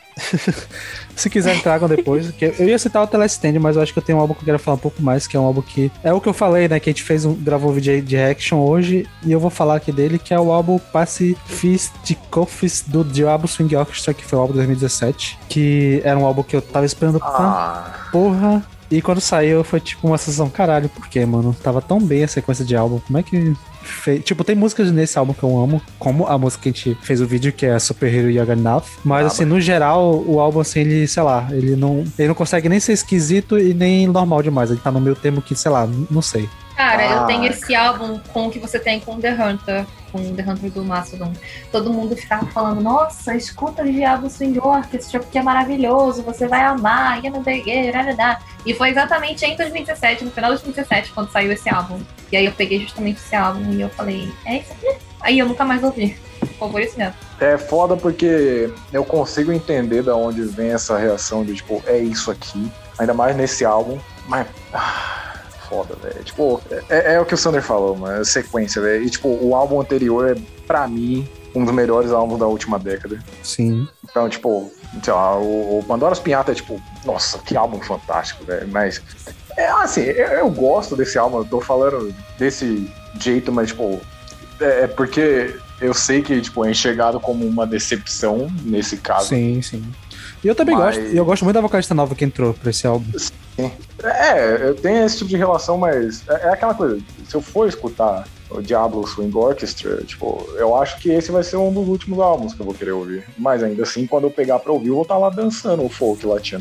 Se quiserem, tragam depois. Que eu ia citar o Telestand, mas eu acho que eu tenho um álbum que eu quero falar um pouco mais, que é um álbum que... É o que eu falei, né? Que a gente fez um, gravou um vídeo de reaction hoje, e eu vou falar aqui dele, que é o álbum Pacifisticofis do Diabo Swing Orchestra, que foi o álbum de dois mil e dezessete, que era um álbum que eu tava esperando ah. pra porra... E quando saiu, foi tipo uma sensação, caralho, por quê, mano? Tava tão bem a sequência de álbum, como é que fez? Tipo, tem músicas nesse álbum que eu amo, como a música que a gente fez o vídeo, que é Super Hero Yoga Enough, mas ah, assim, mas... no geral, o álbum, assim, ele, sei lá, ele não, ele não consegue nem ser esquisito e nem normal demais, ele tá no meio termo que, sei lá, não sei. Cara, ah. eu tenho Ah. esse álbum com o que você tem com The Hunter, com The Hunter do Mastodon. Todo mundo ficava falando, nossa, escuta o Diabo Swing Orchestra, porque é maravilhoso, você vai amar, e não sei o que, e foi exatamente em dois mil e dezessete, no final de dois mil e dezessete, quando saiu esse álbum. E aí eu peguei justamente esse álbum e eu falei, é isso aqui? Aí eu nunca mais ouvi. Foi por isso mesmo. É foda porque eu consigo entender de onde vem essa reação de, tipo, é isso aqui. Ainda mais nesse álbum. Mas... ah, foda, velho. Tipo, é, é o que o Sander falou, mano. É sequência, velho. E, tipo, o álbum anterior é, pra mim, um dos melhores álbuns da última década. Sim. Então, tipo, sei lá, o, o Pandora's Pinhata é, tipo, nossa, que álbum fantástico, velho. Mas, é assim, eu, eu gosto desse álbum. Eu tô falando desse jeito, mas, tipo, é, é porque eu sei que, tipo, é enxergado como uma decepção nesse caso. Sim, sim. E eu também Mas- gosto. E eu gosto muito da vocalista nova que entrou pra esse álbum. É, eu tenho esse tipo de relação, mas é, é aquela coisa. Se eu for escutar o Diablo Swing Orchestra, tipo, eu acho que esse vai ser um dos últimos álbuns que eu vou querer ouvir. Mas ainda assim, quando eu pegar pra ouvir, eu vou estar lá dançando o folk latino.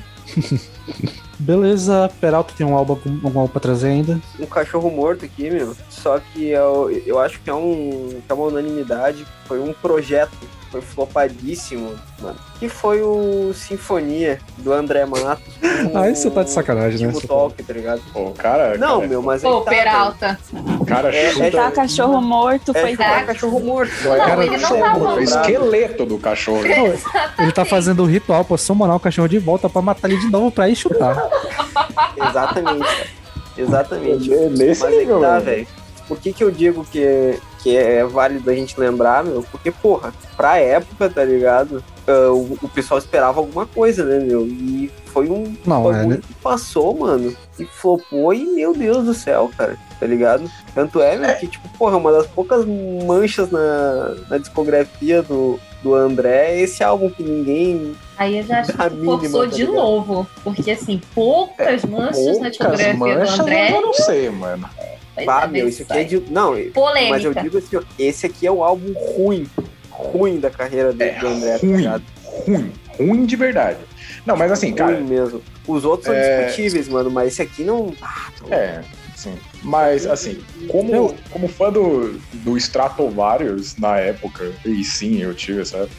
Beleza, Peralta tem um álbum, algum álbum pra trazer ainda. Um cachorro morto aqui, meu. Só que eu, eu acho que é, um, que é uma unanimidade. Foi um projeto que foi flopadíssimo, mano. Que foi o Sinfonia, do André Matos. com Ah, isso você tá de sacanagem, né? Tipo Talk, tá ligado? Pô, cara. Não, cara, meu, mas aí Pô, tá, Peralta. O cara É- chuta. é- Tá, cachorro morto, velho. foi É chutar dar. cachorro morto. Não, Não, cara, ele não cachorro, tá é o morto. esqueleto do cachorro. Ele tá fazendo o ritual pra summonar o cachorro de volta pra matar ele de novo pra ir chutar. Exatamente, cara. Exatamente. É nesse Mas aí nível, que tá, mano. velho. Por que que eu digo que é, que é válido a gente lembrar, meu? Porque, porra, pra época, tá ligado? Ah, o, o pessoal esperava alguma coisa, né, meu? E foi um Não, bagulho é, né? que passou, mano. E flopou e, meu Deus do céu, cara. Tá ligado? Tanto é, meu, que, tipo, porra, uma das poucas manchas na, na discografia do, do André é esse álbum que ninguém... Aí eu já acho Da que mínima, forçou tá de ligado? novo. Porque, assim, poucas manchas na Poucas discografia manchas, do André. eu não sei, mano. Pois Ah, é, meu, mas isso aqui é de... Não, mas eu polêmica. digo assim, ó, esse aqui é o álbum ruim. Ruim da carreira do, É do André, tá ruim, ligado? ruim, ruim de verdade. Não, mas assim, cara, Ruim mesmo. Os outros são é- discutíveis, mano, mas esse aqui não... Ah, tá é, sim. Mas, assim, como, Eu- como fã do, do Stratovarius na época, e sim, eu tive essa época,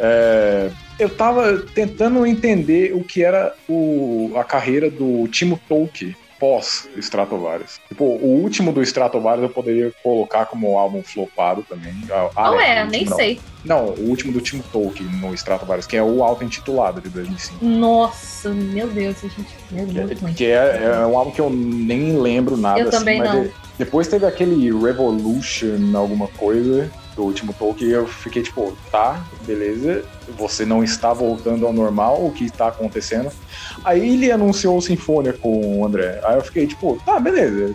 é, eu tava tentando entender o que era o, a carreira do Timo Tolkki pós-Stratovarius. Tipo, o último do Stratovarius eu poderia colocar como álbum flopado também. Ah, Não é, é, o último nem não. sei. Não, o último do Timo Tolkki no Stratovarius, que é o auto-intitulado de dois mil e cinco. Nossa, meu Deus, gente. Meu Deus, Que, mãe. que é, é um álbum que eu nem lembro nada. Eu assim, também mas não. de- depois teve aquele Revolution, alguma coisa, do último Tolkien, e eu fiquei tipo, tá, beleza, você não está voltando ao normal, o que está acontecendo? Aí ele anunciou o Sinfonia com o André. Aí eu fiquei tipo, tá, beleza.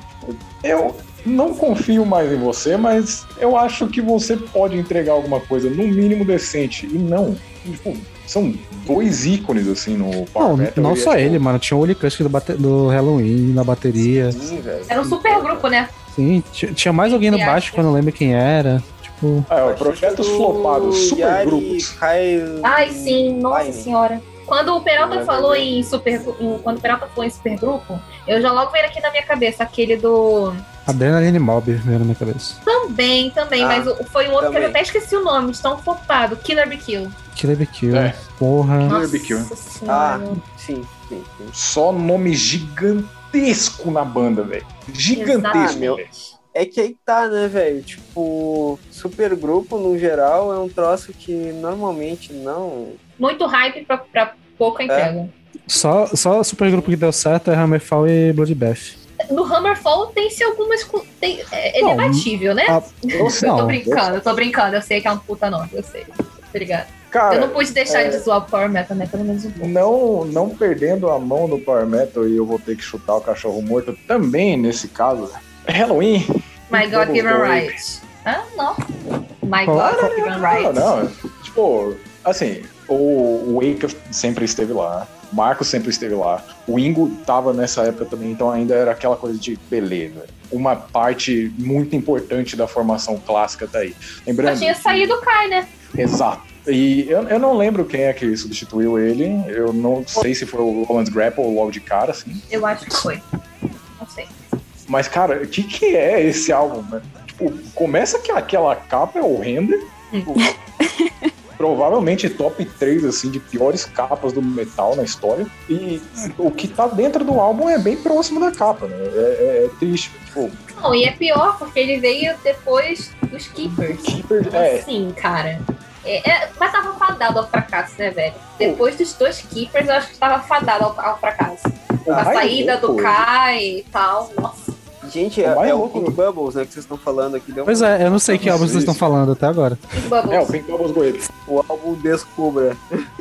Eu não confio mais em você, mas eu acho que você pode entregar alguma coisa, no mínimo decente. E não. Tipo, são dois ícones, assim, no Power Não, Metal. não e é, só tipo, ele, mano. Tinha o Oli Cusk do, bate- do Halloween na bateria. Sim, velho. Era um super grupo, né? Sim, t- tinha mais alguém no E baixo que eu não lembro quem era. Tipo, É, o projetos flopados, super grupos. Ai, sim, nossa Lightning. senhora. Quando o Peralta É falou verdade. em super, em- quando o Peralta falou em supergrupo, eu já logo veio aqui na minha cabeça aquele do Adrenaline Mob veio na minha cabeça. também, também, Ah, mas o- foi um outro que eu também. até esqueci o nome, de tão flopado, Killer Be Kill. Killer Be Kill. É. Porra. Killer Nossa Be Kill. Ah, senhora. sim, sim, sim. Só nome gigantesco na banda, velho. Gigantesco, Exato, meu. velho. É que aí tá, né, velho? Tipo, supergrupo, no geral, é um troço que normalmente não... Muito hype pra, pra pouca entrega. Só, só o supergrupo que deu certo é Hammerfall e Bloodbath. No Hammerfall tem-se algumas. co- Tem, é, é Não, debatível, né? a- eu tô não, brincando, eu tô brincando, eu sei que é um puta nome, eu sei. Obrigada. Cara, eu não pude deixar é- de zoar o Power Metal, né? Pelo menos um pouco. não, não perdendo a mão no Power Metal e eu vou ter que chutar o cachorro morto também, nesse caso, é Halloween. My God Double Given Void. Right. Ah, não. My Qual- God qual- Given Não, Right. não, tipo, assim, o, o Wake sempre esteve lá, o Marcos sempre esteve lá, o Ingo tava nessa época também, então ainda era aquela coisa de beleza. Uma parte muito importante da formação clássica tá aí. Lembrando. Só tinha que- saído o Kai, né? Exato. E eu, eu não lembro quem é que substituiu ele. Eu não sei se foi o Roland Grapple logo de cara, assim. Eu acho que foi. Não sei. Mas, cara, o que, que é esse álbum, né? Tipo, começa que aquela capa é horrenda. Tipo, provavelmente top três, assim, de piores capas do metal na história. E o que tá dentro do álbum é bem próximo da capa, né? É, é- é triste. Tipo, Não, e é pior porque ele veio depois dos Keepers. Keeper, é, Sim, cara. É, é, mas tava fadado ao fracasso, né, velho? Depois dos dois Keepers, eu acho que tava fadado ao, ao fracasso. o A mais saída do louco- Kai e tal. Nossa. Gente, O é, mais é o louco- Pink Bubbles, né, que vocês estão falando aqui. Deu Pois um- é, eu não sei que Isso, álbum vocês isso. estão falando até agora. Big Bubbles. É, o Pink Bubbles Go Ape. O álbum Descubra.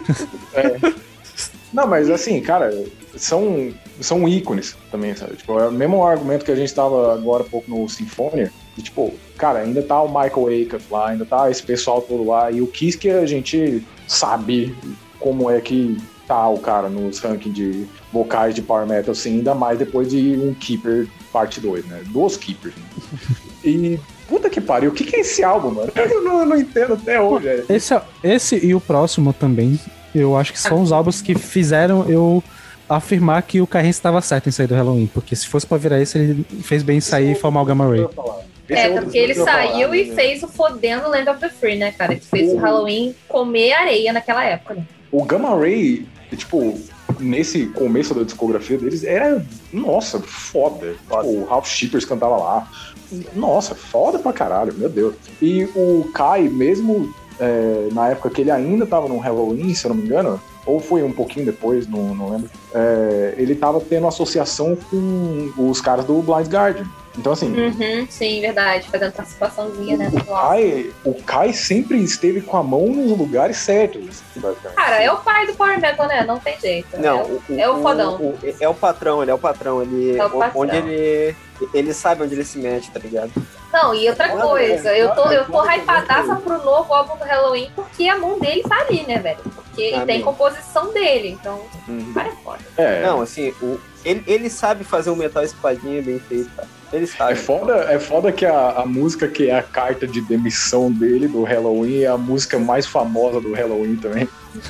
Não, mas assim, cara, são, são ícones também, sabe? Tipo, é o mesmo argumento que a gente tava agora há pouco no Sinfonia. E, tipo, cara, ainda tá o Michael Acuff lá, ainda tá esse pessoal todo lá. E o Kiss que a gente sabe como é que tá o cara nos rankings de vocais de Power Metal, assim, ainda mais depois de um Keeper parte dois, né? Dos Keepers. Né? E, puta que pariu, o que, que é esse álbum, mano? Eu não, eu não entendo até hoje. É. Esse, esse e o próximo também, eu acho que são os álbuns que fizeram eu afirmar que o Carrinho estava certo em sair do Halloween, porque se fosse pra virar esse, ele fez bem sair e formar o Gamma Ray. É, porque ele saiu falar, e né? fez o fodendo Land of the Free, né, cara? Ele fez o, o Halloween comer areia naquela época, né? O Gamma Ray, tipo, nesse começo da discografia deles, era, nossa, foda. foda. Tipo, o Ralph Shippers cantava lá. Nossa, foda pra caralho, meu Deus. E o Kai, mesmo é, na época que ele ainda tava no Halloween, se eu não me engano, ou foi um pouquinho depois, não, não lembro, é, ele tava tendo associação com os caras do Blind Guardian. Então, assim... Uhum, sim, verdade. Fazendo participaçãozinha, né? O Kai, o Kai sempre esteve com a mão nos lugares certos. Cara, é o pai do Power Metal, né? Não tem jeito. Não, é, o, é o fodão. O, o, é o patrão, ele é o patrão. Ele, é o patrão. Onde ele... Ele sabe onde ele se mete, tá ligado? Não, e outra coisa, eu tô, eu tô hypadaça pro novo álbum do Halloween porque a mão dele tá ali, né, velho? Porque ah, tem composição dele, então uhum. o cara é foda. É. Não, assim, o, ele, ele sabe fazer um metal espadinha bem feito, cara. Ele sabe. É foda, é foda que a, a música que é a carta de demissão dele, do Halloween, é a música mais famosa do Halloween também.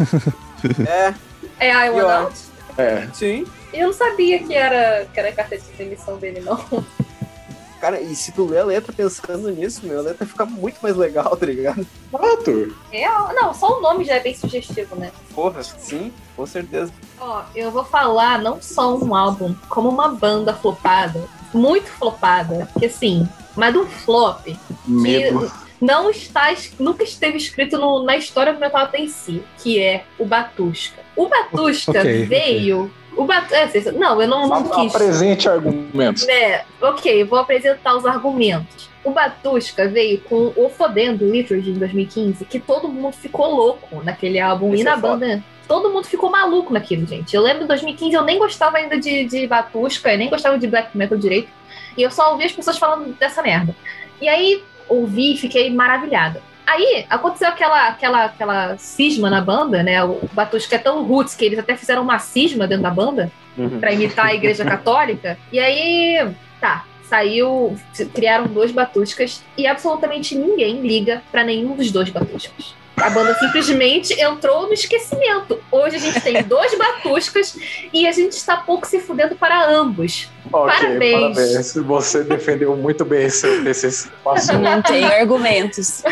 É. É I Want Out? É. Sim. Eu não sabia que era, que era a carta de demissão dele, não. Cara, e se tu ler a letra pensando nisso, meu, a letra fica muito mais legal, tá ligado? Fato! É, não, só o nome já é bem sugestivo, né? Porra, sim, com certeza. Ó, eu vou falar não só um álbum, como uma banda flopada, muito flopada, que assim, mas um flop. Medo. Que não está, nunca esteve escrito no, na história do metal em si, que é o Batusca. O Batusca okay, veio... Okay. O Batu... é, não, eu não, não quis. Apresente argumentos. É, ok, vou apresentar os argumentos. O Batusca veio com o Fodendo Liturgy em dois mil e quinze, que todo mundo ficou louco naquele álbum. Esse e na é banda, foda. Todo mundo ficou maluco naquilo, gente. Eu lembro em dois mil e quinze, eu nem gostava ainda de, de Batusca, eu nem gostava de black metal direito. E eu só ouvia as pessoas falando dessa merda. E aí, ouvi e fiquei maravilhada. Aí, aconteceu aquela, aquela, aquela cisma na banda, né? O Batusca é tão roots que eles até fizeram uma cisma dentro da banda uhum. pra imitar a Igreja Católica. E aí, tá, saiu, criaram dois Batuscas e absolutamente ninguém liga pra nenhum dos dois Batuscas. A banda simplesmente entrou no esquecimento. Hoje a gente tem dois Batuscas e a gente está pouco se fudendo para ambos. Okay, parabéns. parabéns. Você defendeu muito bem esse, esse assunto. Não tenho argumentos.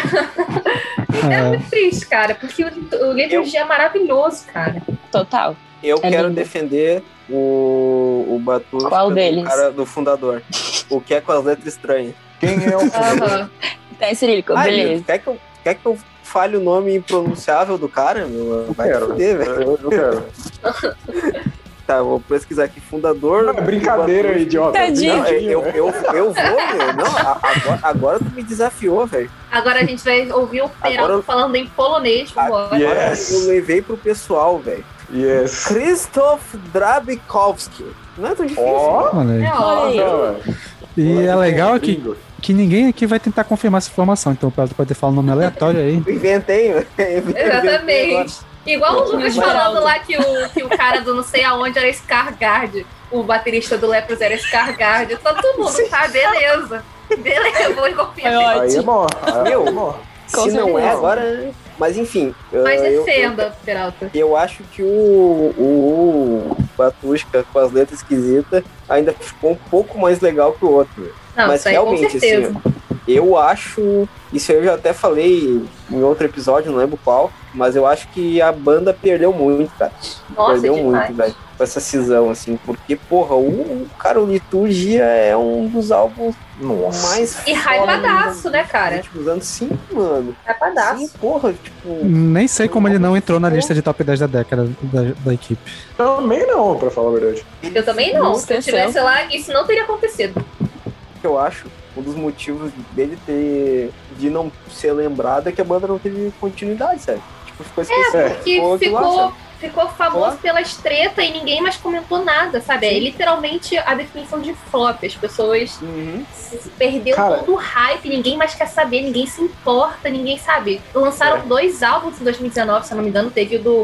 É muito triste, cara, porque o, o Liturgy é maravilhoso, cara. Total. Eu é quero lindo. defender o, o Batusca Qual deles? Do cara do fundador. O que é com as letras estranhas. Quem é o fundador? Uhum. Tá em cirílico, ah, beleza. Quer que, eu, quer que eu fale o nome impronunciável do cara? Meu? Eu Vai quero, fuder, velho. Eu, eu quero. Tá, vou pesquisar aqui. Fundador... Não, é brincadeira, idiota. Tadinho. Não, eu, eu, eu vou, meu. Não, agora, agora tu me desafiou, velho. Agora a gente vai ouvir o Peralta eu... falando em polonês. Agora yes. eu levei pro pessoal, velho. Yes. Krzysztof Drabikowski. Não é tão difícil. Oh, né? É óbvio. E é legal que, que ninguém aqui vai tentar confirmar essa informação. Então o Pedro pode falar um nome aleatório aí. Inventei, velho. Exatamente. Igual o Lucas falando lá que o, que o cara do não sei aonde era Skargard, o baterista do Lepros era Skargard. Todo mundo Sim. tá, beleza. Beleza, vou confiar. Aí é bom. Aí Meu, é bom. Se não é agora... Mas enfim... Mas eu, defenda, eu, Peralta. Eu acho que o, o Batusca com as letras esquisitas ainda ficou um pouco mais legal que o outro. Não, mas isso aí, realmente, com certeza. assim, eu acho... Isso eu já até falei em outro episódio, não lembro qual, mas eu acho que a banda perdeu muito, cara. Nossa, perdeu demais. muito, velho, com essa cisão, assim, porque, porra, o, cara, o Liturgia é um dos álbuns Nossa. mais E hypadaço, né, cara? Dos anos sim, mano. Hypadaço. Sim, porra, tipo... Nem sei como ele não entrou na lista de top dez da década da, da equipe. Também não, pra falar a verdade. Eu também não. Se eu estivesse lá, isso não teria acontecido. Eu acho, um dos motivos dele ter... de não ser lembrado é que a banda não teve continuidade, sério. Tipo, ficou esquecido. É, porque ficou, ficou, lá, ficou famoso pelas tretas e ninguém mais comentou nada, sabe? Sim. É literalmente a definição de flop. As pessoas uhum. perderam Cara, todo o hype, ninguém mais quer saber, ninguém se importa, ninguém sabe. Lançaram é. dois álbuns em dois mil e dezenove, se eu não me engano, teve o do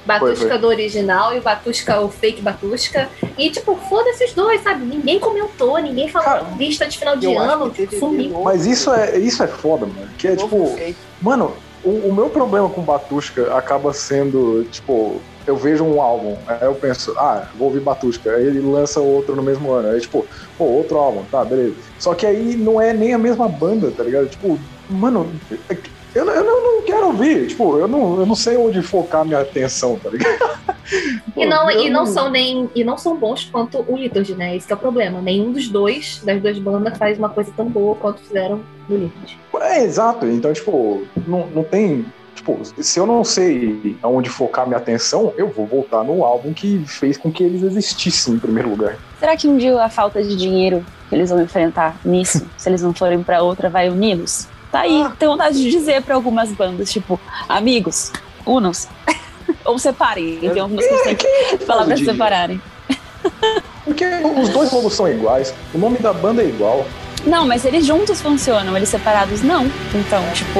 Batushka Foi, foi. do original e o Batushka, o fake Batushka. E, tipo, foda-se os dois, sabe? Ninguém comentou, ninguém falou Cara, lista de final de eu acho ano, que teve sumiu. um Mas isso é, isso é foda, mano. Que é novo tipo. fake. Mano, o, o meu problema com Batushka acaba sendo, tipo, eu vejo um álbum, aí eu penso, ah, vou ouvir Batushka, aí ele lança outro no mesmo ano, aí tipo, pô, outro álbum, tá, beleza. Só que aí não é nem a mesma banda, tá ligado? Tipo, mano, eu, eu não, não quero ouvir, tipo, eu não, eu não sei onde focar minha atenção, tá ligado? E não, Eu e não são nem e não são bons quanto o Liturgy, né? Esse que é o problema. Nenhum dos dois, das duas bandas, faz uma coisa tão boa quanto fizeram no Liturgy. É, exato, então, tipo, não, não tem. Tipo, se eu não sei aonde focar minha atenção, eu vou voltar no álbum que fez com que eles existissem em primeiro lugar. Será que um dia a falta de dinheiro que eles vão enfrentar nisso, se eles não forem pra outra, vai uni-los? Tá aí, Ah. tenho vontade de dizer pra algumas bandas, tipo, amigos, unam-se. Ou separem, tem algumas coisas que tem que falar pra se dinheiro? separarem. Porque os dois logos são iguais, o nome da banda é igual. Não, mas eles juntos funcionam, eles separados não. Então, tipo...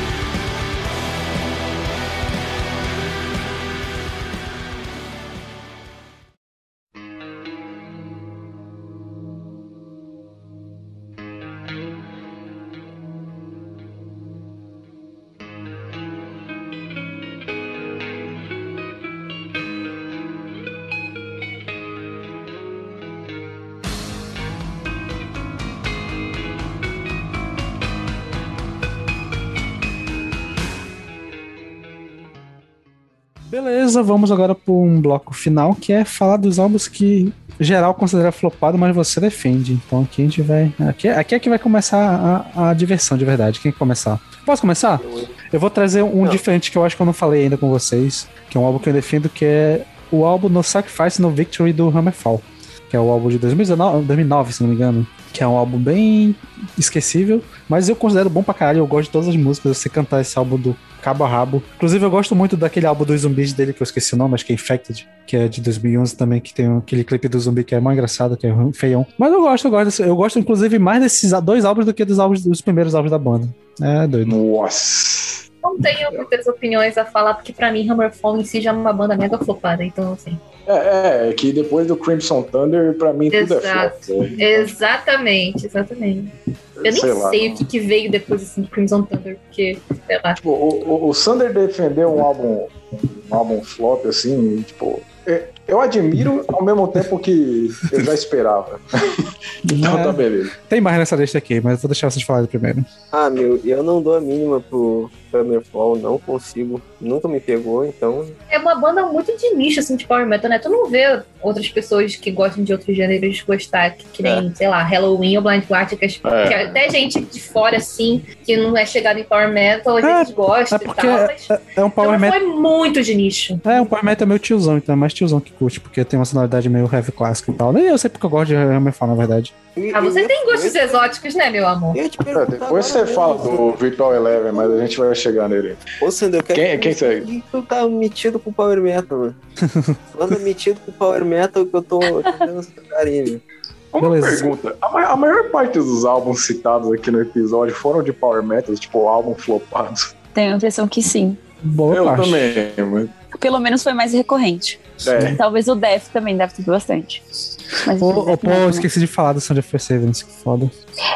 Beleza, vamos agora para um bloco final, que é falar dos álbuns que geral considera flopado, mas você defende. Então aqui a gente vai... Aqui, aqui é que vai começar a, a diversão de verdade. Quem quer começar? Posso começar? Eu vou trazer um Não. diferente que eu acho que eu não falei ainda com vocês, que é um álbum que eu defendo, que é o álbum No Sacrifice, No Victory do Hammerfall, que é o álbum de dois mil e dezenove, dois mil e nove, se não me engano. Que é um álbum bem esquecível, mas eu considero bom pra caralho. Eu gosto de todas as músicas, eu sei cantar esse álbum do cabo a rabo. Inclusive eu gosto muito daquele álbum dos zumbis dele, que eu esqueci o nome, acho que é Infected, que é de dois mil e onze também, que tem aquele clipe do zumbi que é mais engraçado, que é feião. Mas eu gosto, eu gosto, eu gosto inclusive mais desses dois álbuns do que dos álbuns, dos primeiros álbuns da banda. É doido. Nossa. Não tenho muitas opiniões a falar, porque pra mim Hammerfall em si já é uma banda mega flopada, então assim. É, é, é que depois do Crimson Thunder, pra mim tudo Exato. é flop. Exatamente, exatamente. Eu nem Sei sei, lá, o que, que veio depois assim, do Crimson Thunder, porque, sei lá. Tipo, o, o, o Sander defendeu um álbum, um álbum flop, assim, tipo, é, eu admiro ao mesmo tempo que eu já esperava. Então É. tá beleza. Tem mais nessa lista aqui, mas eu vou deixar vocês falarem primeiro. Ah, meu, eu não dou a mínima pro Hammerfall, não consigo. Nunca me pegou, então. É uma banda muito de nicho, assim, de power metal, né? Tu não vê outras pessoas que gostam de outros gêneros gostar, que, que nem, sei lá, Halloween ou Blind Guardian, que, as- É. que até gente de fora, assim, que não é chegada em power metal, às É, vezes gosta É e porque tal, é, mas é- é um então power metal. foi muito de nicho. É, um power metal meio tiozão, então é mais tiozão que curte, porque tem uma sonoridade meio heavy clássica e tal. Nem eu sei porque eu gosto de Hammerfall, na verdade. Ah, você tem gostos exóticos, né, meu amor? Eu ia te É, perguntar depois você agora fala mesmo. do Virtual Eleven, mas a gente vai chegar nele. Ô, Sander, eu quero Quem- que quem você segue? diga que tu tá metido com Power Metal, mano. Tu anda metido com Power Metal que eu tô fazendo essa carinha. Uma Beleza. pergunta, a, ma- a maior parte dos álbuns citados aqui no episódio foram de Power Metal, tipo, álbum flopados. Tenho a impressão que sim. Boa Eu parte. também, mas... Pelo menos foi mais recorrente. É. Talvez o Def também deve ter bastante. Mas Ô, o ô, Def pô, não. eu esqueci de falar do Sound of Perseverance, que foda.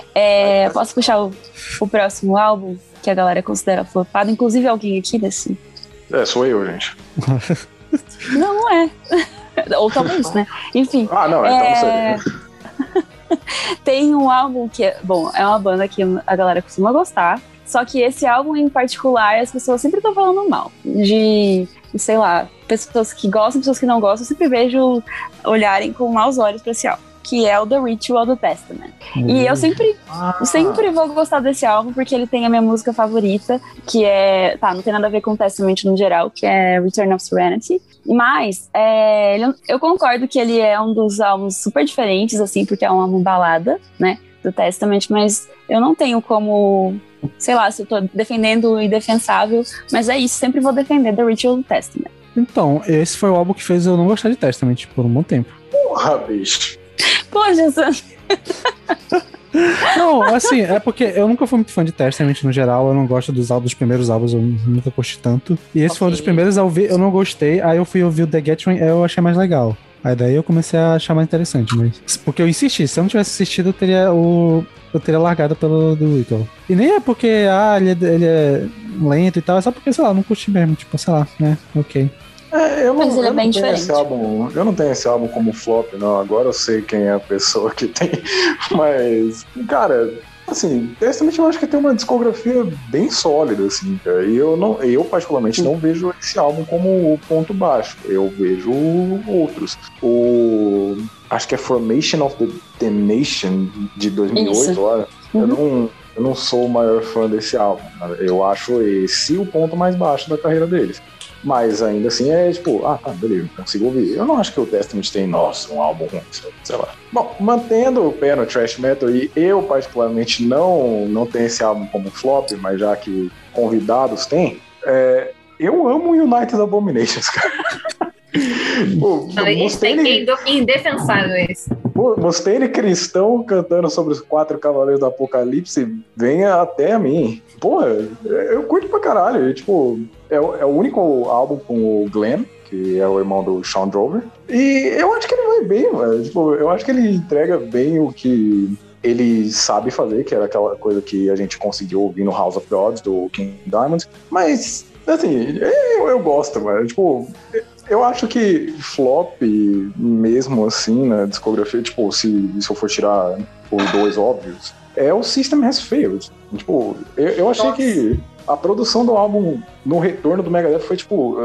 É, posso puxar o, o próximo álbum que a galera considera flopado? Inclusive alguém aqui desse. É, sou eu, gente. Não, não é. Ou talvez, né? Enfim. Ah, não, então É... não sei. Tem um álbum que é, bom, é uma banda que a galera costuma gostar, só que esse álbum em particular as pessoas sempre estão falando mal. De, sei lá, pessoas que gostam, pessoas que não gostam, eu sempre vejo olharem com maus olhos pra esse álbum, que é o The Ritual do Testament. E eu sempre, eu sempre vou gostar desse álbum porque ele tem a minha música favorita, que é, tá, não tem nada a ver com o Testament no geral, que é Return of Serenity. Mas é, ele, eu concordo que ele é um dos álbuns super diferentes, assim, porque é um álbum balada, né, do Testament, mas eu não tenho como, sei lá, se eu tô defendendo o indefensável, mas é isso, sempre vou defender The Ritual do Testament. Então, esse foi o álbum que fez eu não gostar de Testament por um bom tempo. Porra, bicho. Poxa, Sam. Não, assim, é porque eu nunca fui muito fã de Testament no geral, eu não gosto dos álbuns, dos primeiros álbuns, eu nunca curti tanto. E esse okay. foi um dos primeiros a ouvir, eu não gostei, aí eu fui ouvir o The Gathering, eu achei mais legal. Aí daí eu comecei a achar mais interessante, mas... Porque eu insisti, se eu não tivesse assistido, eu teria o... Eu teria largado pelo do Weekly. E nem é porque, ah, ele é, ele é lento e tal, é só porque, sei lá, eu não curti mesmo, tipo, sei lá, né, ok. É, eu não, mas ele eu é bem não diferente. Esse álbum, eu não tenho esse álbum como flop, não. Agora eu sei quem é a pessoa que tem. Mas, cara, assim, Testament eu acho que tem uma discografia bem sólida, assim, cara. E eu, não, eu particularmente, não vejo esse álbum como ponto baixo. Eu vejo outros. O... Acho que é Formation of the Damnation, de dois mil e oito, olha. Uhum. Eu não... Eu não sou o maior fã desse álbum. Eu acho esse o ponto mais baixo da carreira deles. Mas ainda assim é tipo, ah, tá, beleza, consigo ouvir. Eu não acho que o Testament tem, nossa, um álbum ruim, sei lá. Bom, mantendo o pé no thrash metal, e eu particularmente não, não tenho esse álbum como flop, mas já que convidados têm, é, eu amo United Abominations, cara. Pô, Mustaine... É indefensável esse. Pô, Mustaine cristão cantando sobre os quatro cavaleiros do Apocalipse, venha até a mim. Porra, eu curto pra caralho. E, tipo, é, é o único álbum com o Glenn, que é o irmão do Sean Drover. E eu acho que ele vai bem, velho. Tipo, eu acho que ele entrega bem o que ele sabe fazer, que era aquela coisa que a gente conseguiu ouvir no House of Gods, do King Diamond. Mas, assim, eu, eu gosto, velho. Tipo... Eu acho que flop, mesmo assim, na discografia, tipo, se, se eu for tirar os dois óbvios, é o System Has Failed. Tipo, eu, eu achei Nossa. que a produção do álbum no retorno do Megadeth foi tipo...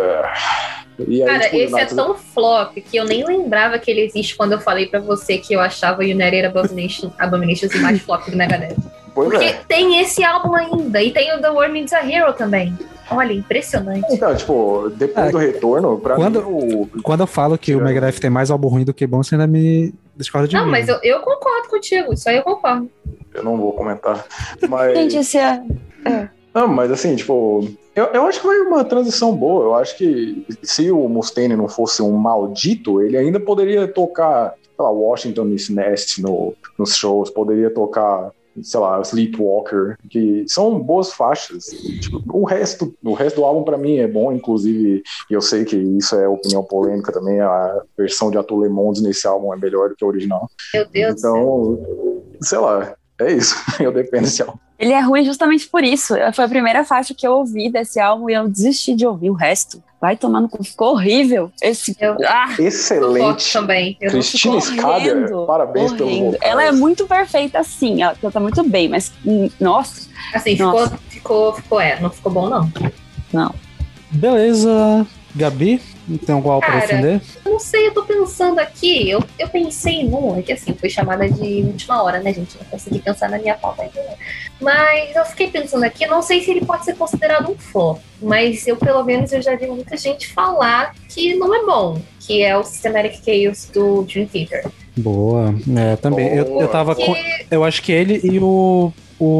Uh, e aí, Cara, tipo, esse é tão flop que eu nem lembrava que ele existe quando eu falei pra você que eu achava United Abomination, Abominations o mais flop do Megadeth. Pois Porque é. tem esse álbum ainda, e tem o The World Needs a Hero também. Olha, impressionante. Então, tipo, depois é, do retorno, pra quando, mim... O... Quando eu falo que o Megadeth tem mais álbum ruim do que bom, você ainda me discorda de não, mim. Não, mas eu, eu concordo contigo, isso aí eu concordo. Eu não vou comentar, mas... Gente, esse é... é. Não, mas assim, tipo... Eu, eu acho que foi uma transição boa. Eu acho que se o Mustaine não fosse um maldito, ele ainda poderia tocar, sei lá, Washington Nest no, nos shows, poderia tocar... sei lá, Sleepwalker, que são boas faixas. Tipo, o resto, o resto do álbum pra mim é bom, inclusive, e eu sei que isso é opinião polêmica também, a versão de Atul Le Monde nesse álbum é melhor do que a original. Meu Deus então, do céu. Sei lá, é isso, eu dependo desse álbum. Ele é ruim justamente por isso. Foi a primeira faixa que eu ouvi desse álbum e eu desisti de ouvir o resto. Vai tomando com... Ficou horrível. Esse... Eu... Ah, excelente. Também. Eu Cristina Scader, parabéns horrendo. pelo vocal. Ela é muito perfeita assim, ela canta muito bem, mas nossa. Assim, nossa. Ficou, ficou, ficou, é, não ficou bom não. Não. Beleza. Gabi, tem algum algo pra defender? Eu não sei, eu tô pensando aqui, eu, eu pensei num, é que assim, foi chamada de última hora, né, gente? Não consegui pensar na minha pauta ainda. Mas eu fiquei pensando aqui, não sei se ele pode ser considerado um flop, mas eu, pelo menos, eu já vi muita gente falar que não é bom, que é o Systematic Chaos do Dream Theater. Boa. É, também. Boa. Eu, eu tava que... com... Eu acho que ele e o...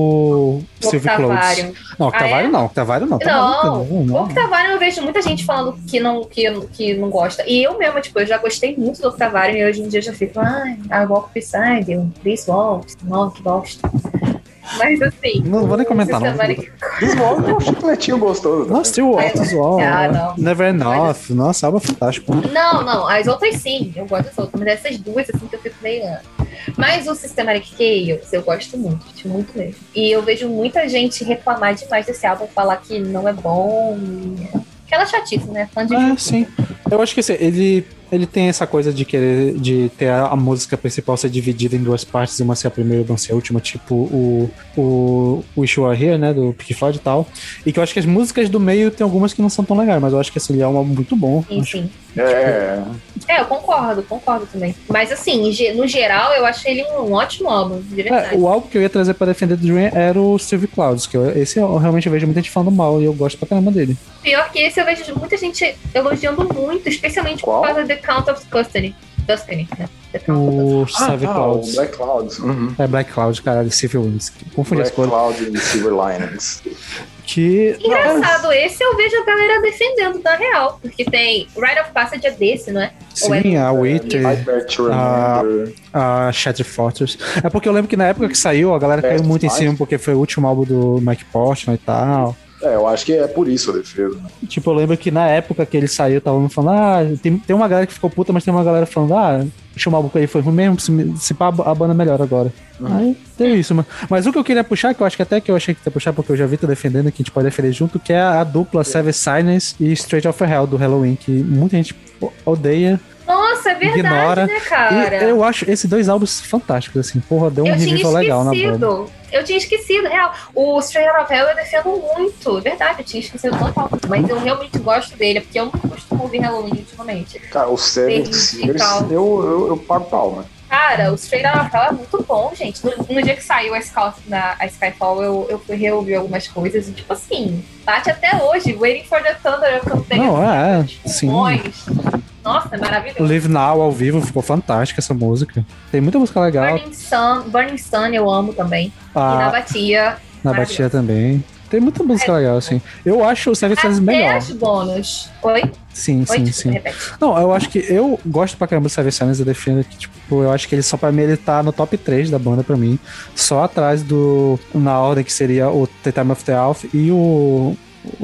O Sylvie Clothes. Não, Octavário ah, é? não, Octavário não. Não, não, não. O Octavário eu vejo muita gente falando que não, que, que não gosta. E eu mesma, tipo, eu já gostei muito do Octavário e hoje em dia eu já fico, ai, I walk beside you, this walks, não, que bosta. Mas assim... Não vou nem comentar, não. This walks é um chicletinho gostoso. Nossa, Still Walks, This Walks. Ah, não. Never Enough. Mas... Nossa, álbum fantástico. Não, não, as outras sim, eu gosto das outras, mas essas duas, assim, que eu fico meio... Mas o Systematic Chaos eu gosto muito, muito mesmo. E eu vejo muita gente reclamar demais desse álbum, falar que não é bom. E... Aquela chatice, né? Fã de. Ah, sim. Eu acho que assim, ele, ele tem essa coisa de querer de ter a, a música principal ser dividida em duas partes, uma ser a primeira e uma ser a última, tipo o, o, o Wish You Were Here, né? Do Pink Floyd e tal. E que eu acho que as músicas do meio tem algumas que não são tão legais, mas eu acho que esse é um álbum muito bom. Sim, acho. sim. É. É, eu concordo, concordo também. Mas assim, no geral, eu acho ele um ótimo álbum, de verdade. É, o álbum que eu ia trazer pra defender do Dream era o Sylvie Clouds, que eu, esse eu realmente vejo muita gente falando mal e eu gosto pra caramba dele. Pior que esse eu vejo muita gente elogiando muito, especialmente Qual? por causa do The Count of Destiny. Destiny, né? O Sylvie ah, Clouds. O Black Clouds. Uhum. É Black Cloud, caralho, Civil Wings. Confundi as Black cores. Cloud e Silver Linings. Que... Engraçado, esse eu vejo a galera defendendo, na real. Porque tem Rite of Passage é desse, não é? Sim, é a Wither, I Bet You a, Remember. a Shattered Fortress. É porque eu lembro que na época que saiu, a galera Best caiu muito em Fight. cima, porque foi o último álbum do Mike Portnoy e tal. É, eu acho que é por isso a defesa. Né? Tipo, eu lembro que na época que ele saiu, tava falando, ah, tem, tem uma galera que ficou puta, mas tem uma galera falando, ah, o álbum aí foi ruim mesmo, se, se pá, a banda melhora agora. Uhum. Aí tem isso, mas, mas o que eu queria puxar, que eu acho que até que eu achei que ia puxar, porque eu já vi tu defendendo, que a gente pode defender junto, que é a, a dupla Seven Silence e Straight Off Hell do Halloween, que muita gente odeia. Nossa, é verdade, ignora. né, cara? E eu acho esses dois álbuns fantásticos, assim, porra, deu um eu revival legal na banda. Eu tinha esquecido, real. O Straight Outta Hell eu defendo muito, verdade, eu tinha esquecido total. Mas eu realmente gosto dele, porque eu não costumo ouvir Halloween ultimamente. Cara, o Seven Seals, eu, eu, eu pago pau, né? Cara, o Straight Outta Hell é muito bom, gente. No, no dia que saiu a, Sky, na, a Skyfall, eu, eu fui reouvir algumas coisas e, tipo assim, bate até hoje. Waiting for the Thunder, eu cantei. Não, é, sim. Nossa, é maravilhoso. Live Now ao vivo ficou fantástica essa música. Tem muita música legal. Burning Sun, Burning Sun eu amo também. Ah, e na Batia. Na Batia também. Tem muita música é, legal, assim. Eu acho o Seven Silence melhor. Até bônus. Oi? Sim, Oi, sim, tipo, sim. Repete. Não, eu acho que eu gosto pra caramba do Seven Silence, eu defendo que, tipo, eu acho que ele só pra mim ele tá no top três da banda pra mim. Só atrás do. Na ordem que seria o The Time of the Elf e o.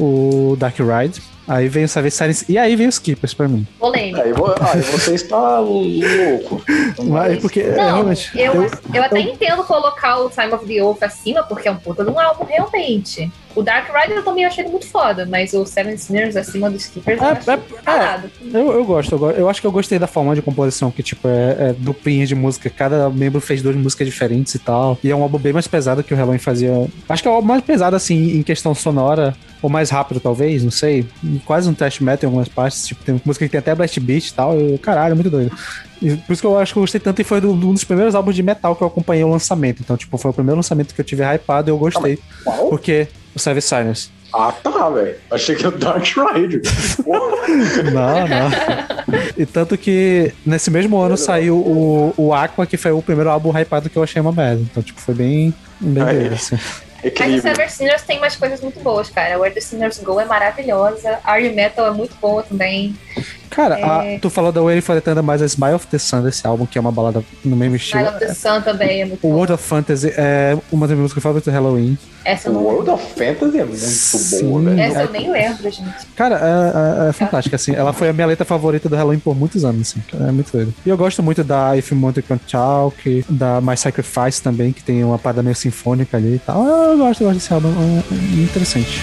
O Dark Ride. Aí vem o Seven Silence e aí vem os Keepers pra mim. Polêmico. Aí, aí você está louco. Mas, porque, não, é, realmente, eu, eu, eu até eu... entendo colocar o Time of the Wolf acima, porque é um puta de um álbum, realmente. O Dark Rider eu também achei ele muito foda, mas o Seven Sinners acima dos Keepers é, eu acho é, calado. É, eu, eu gosto, eu, eu acho que eu gostei da forma de composição, que tipo, é, é duplinha de música, cada membro fez duas músicas diferentes e tal, e é um álbum bem mais pesado que o Halloween fazia. Acho que é o álbum mais pesado, assim, em questão sonora, ou mais rápido, talvez, não sei, quase um thrash metal em algumas partes, tipo, tem música que tem até blast beat e tal, e, caralho, é muito doido. E por isso que eu acho que eu gostei tanto, e foi do, um dos primeiros álbuns de metal que eu acompanhei o lançamento, então, tipo, foi o primeiro lançamento que eu tive hypado e eu gostei, ah, porque o Seven Silence. Ah, tá, velho. Achei que era o Dark Rider. Não, não. E tanto que nesse mesmo ano saiu o, o Aqua, que foi o primeiro álbum hypado que eu achei uma merda. Então, tipo, foi bem, bem Aí, dele, assim. Mas o Seven Sinners tem mais coisas muito boas, cara. Where the Sinners Go é maravilhosa. Are You Metal é muito boa também. Cara, é... a, tu falou da Waiting for the Thunder, mas a Smile of the Sun desse álbum, que é uma balada no mesmo estilo. Smile of the Sun também é muito O boa. World of Fantasy é uma das minhas músicas favoritas do Halloween. Essa o não... World of Fantasy é muito Sim, boa, velho. Essa eu nem lembro, gente. Cara, é, é, é fantástica, assim. Ela foi a minha letra favorita do Halloween por muitos anos, assim. É muito doido. E eu gosto muito da If You Want to Can't Talk, da My Sacrifice também, que tem uma parada meio sinfônica ali e tal. Eu gosto, eu gosto desse álbum. É, é interessante.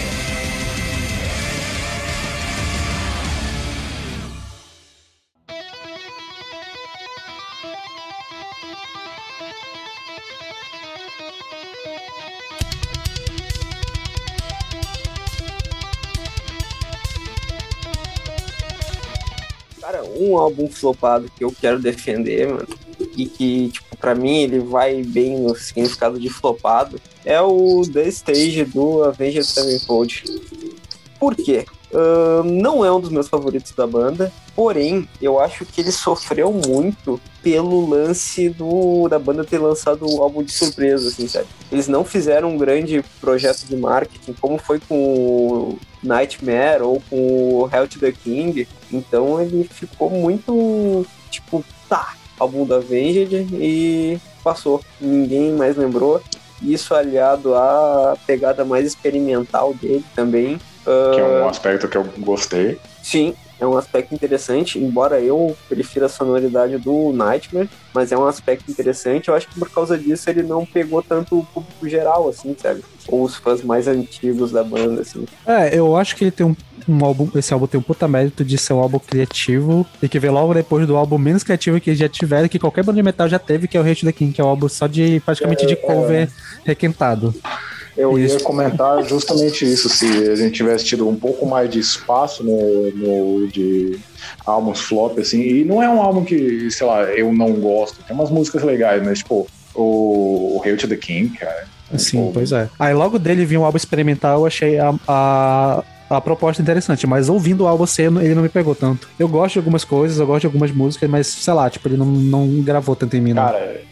Cara, um álbum flopado que eu quero defender, mano, e que, tipo, pra mim ele vai bem no significado de flopado, é o The Stage do Avenged Sevenfold. Por quê? Uh, não é um dos meus favoritos da banda, porém, eu acho que ele sofreu muito pelo lance do, da banda ter lançado o álbum de surpresa, assim, sabe? Eles não fizeram um grande projeto de marketing, como foi com o Nightmare ou com o Hail to the King, então ele ficou muito, tipo, tá, álbum da Avenged e passou, ninguém mais lembrou. Isso aliado à pegada mais experimental dele também. Uh, que é um aspecto que eu gostei. Sim, é um aspecto interessante, embora eu prefira a sonoridade do Nightmare, mas é um aspecto interessante. Eu acho que por causa disso ele não pegou tanto o público geral, assim, sabe? Ou os fãs mais antigos da banda, assim. É, eu acho que ele tem um, um álbum, esse álbum tem um puta mérito de ser um álbum criativo e que veio logo depois do álbum menos criativo que eles já tiveram, que qualquer banda de metal já teve, que é o Hate the King, que é um álbum só de, praticamente é, de cover é. requentado. Eu Isso. ia comentar justamente isso, se a gente tivesse tido um pouco mais de espaço no, no de álbuns flop, assim, e não é um álbum que, sei lá, eu não gosto, tem umas músicas legais, mas, tipo, o, o Hail to the King, cara. Sim, tipo, pois é. Aí logo dele vinha um álbum experimental, eu achei a, a, a proposta interessante, mas ouvindo o álbum assim, ele não me pegou tanto. Eu gosto de algumas coisas, eu gosto de algumas músicas, mas, sei lá, tipo, ele não, não gravou tanto em mim, não. Cara,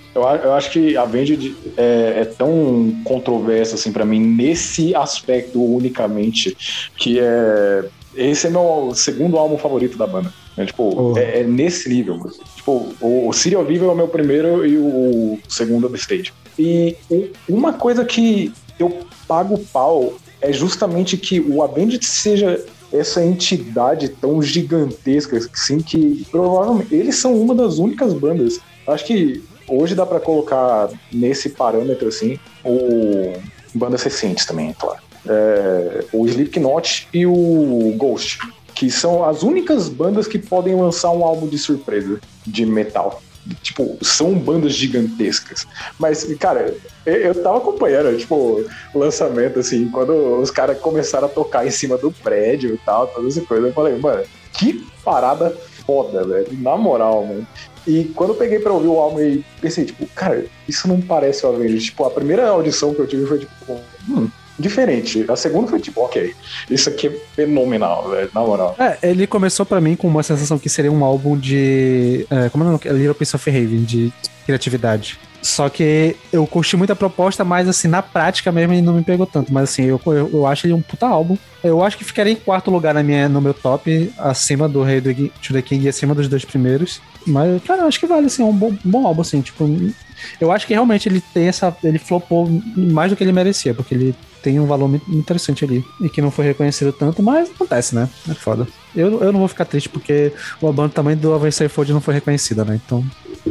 Eu, eu acho que a Avenged é, é tão controversa assim para mim nesse aspecto unicamente, que é esse é meu segundo álbum favorito da banda. É, tipo, oh. é, é nesse nível. Tipo, o, o City of Evil é o meu primeiro e o segundo é The Stage. E uma coisa que eu pago pau é justamente que o Avenged seja essa entidade tão gigantesca, assim, que provavelmente eles são uma das únicas bandas. Acho que hoje dá pra colocar nesse parâmetro, assim, o bandas recentes também, claro. É, o Slipknot e o Ghost, que são as únicas bandas que podem lançar um álbum de surpresa de metal. Tipo, são bandas gigantescas. Mas, cara, eu, eu tava acompanhando, tipo, o lançamento, assim, quando os caras começaram a tocar em cima do prédio e tal, toda essa coisa, eu falei, mano, que parada foda, velho, na moral, mano. E quando eu peguei pra ouvir o álbum e pensei, tipo, cara, isso não parece o Avenged. Tipo, a primeira audição que eu tive foi, tipo, hum, diferente. A segunda foi tipo, ok, isso aqui é fenomenal, velho, na moral. É, ele começou pra mim com uma sensação que seria um álbum de... É, como é o nome? Little Piece of Raven, de criatividade. Só que eu curti muito a proposta, mas assim, na prática mesmo ele não me pegou tanto. Mas assim, eu, eu, eu acho ele um puta álbum. Eu acho que ficaria em quarto lugar na minha, no meu top, acima do Rei do To The King e acima dos dois primeiros. Mas, cara, eu acho que vale, assim, é um bom, bom álbum, assim, tipo... Eu acho que realmente ele tem essa... Ele flopou mais do que ele merecia, porque ele tem um valor muito interessante ali. E que não foi reconhecido tanto, mas acontece, né? É foda. Eu, eu não vou ficar triste, porque o banda também do Avenged Sevenfold não foi reconhecida, né? Então...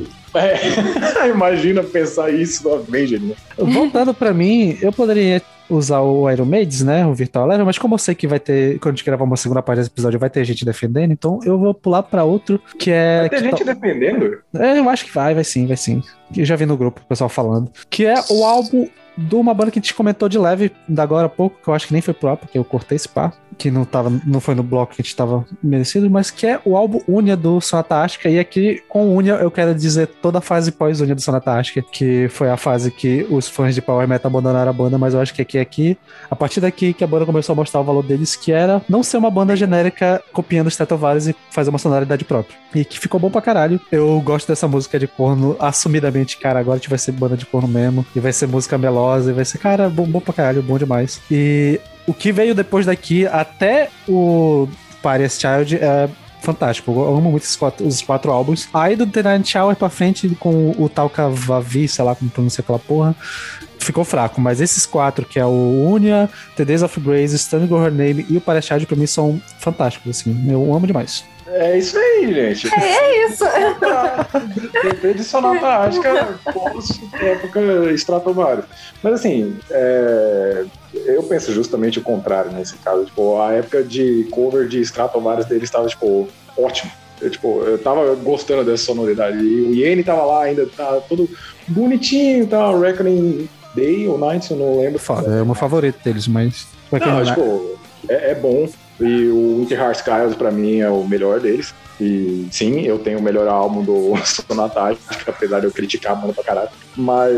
É, imagina pensar isso no Avenged, né? Voltando pra mim, eu poderia usar o Iron Maiden, né, o Virtual Eleven, mas como eu sei que vai ter, quando a gente gravar uma segunda parte desse episódio, vai ter gente defendendo, então eu vou pular pra outro, que é... Vai ter gente tá... defendendo? É, eu acho que vai, vai sim, vai sim. Eu já vi no grupo o pessoal falando. Que é o álbum de uma banda que a gente comentou de leve da agora há pouco, que eu acho que nem foi pro ar, porque eu cortei esse pá, que não, tava, não foi no bloco que a gente tava merecido, mas que é o álbum Unia do Sonata Ártica, e aqui com Unia eu quero dizer toda a fase pós-Unia do Sonata Ártica, que foi a fase que os fãs de Power Metal abandonaram a banda, mas eu acho que aqui, aqui, a partir daqui que a banda começou a mostrar o valor deles, que era não ser uma banda genérica copiando os Stratovarius e fazer uma sonoridade própria, e que ficou bom pra caralho. Eu gosto dessa música de corno, assumidamente, cara, agora a gente vai ser banda de corno mesmo, e vai ser música melosa, e vai ser, cara, bom, bom pra caralho, bom demais. E o que veio depois daqui, até o Paris Child, é fantástico. Eu amo muito esses quatro, os quatro álbuns. Aí do The Night Shower pra frente, com o Talca Vavi, sei lá como pronuncia aquela porra, ficou fraco. Mas esses quatro, que é o Unia, The Days of Grace, Standing Go Her Name e o Paris Child, pra mim são fantásticos, assim. Eu amo demais. É isso aí, gente. É, é isso. T P de Sonata Ártica, época Stratovarius. Mas assim, é... eu penso justamente o contrário nesse caso. Tipo, a época de cover de Stratovarius dele estava, tipo, ótimo. Eu, tipo, eu tava gostando dessa sonoridade. E o Yene tava lá ainda, tá todo bonitinho, tá? Reckoning Day ou Night, eu não lembro. Foda, é o meu favorito deles, mas... Não, tipo, é, é bom. E o Winter Heart Skies, pra mim, é o melhor deles. E sim, eu tenho o melhor álbum do Sonata Ártica, apesar de eu criticar a banda pra caralho. Mas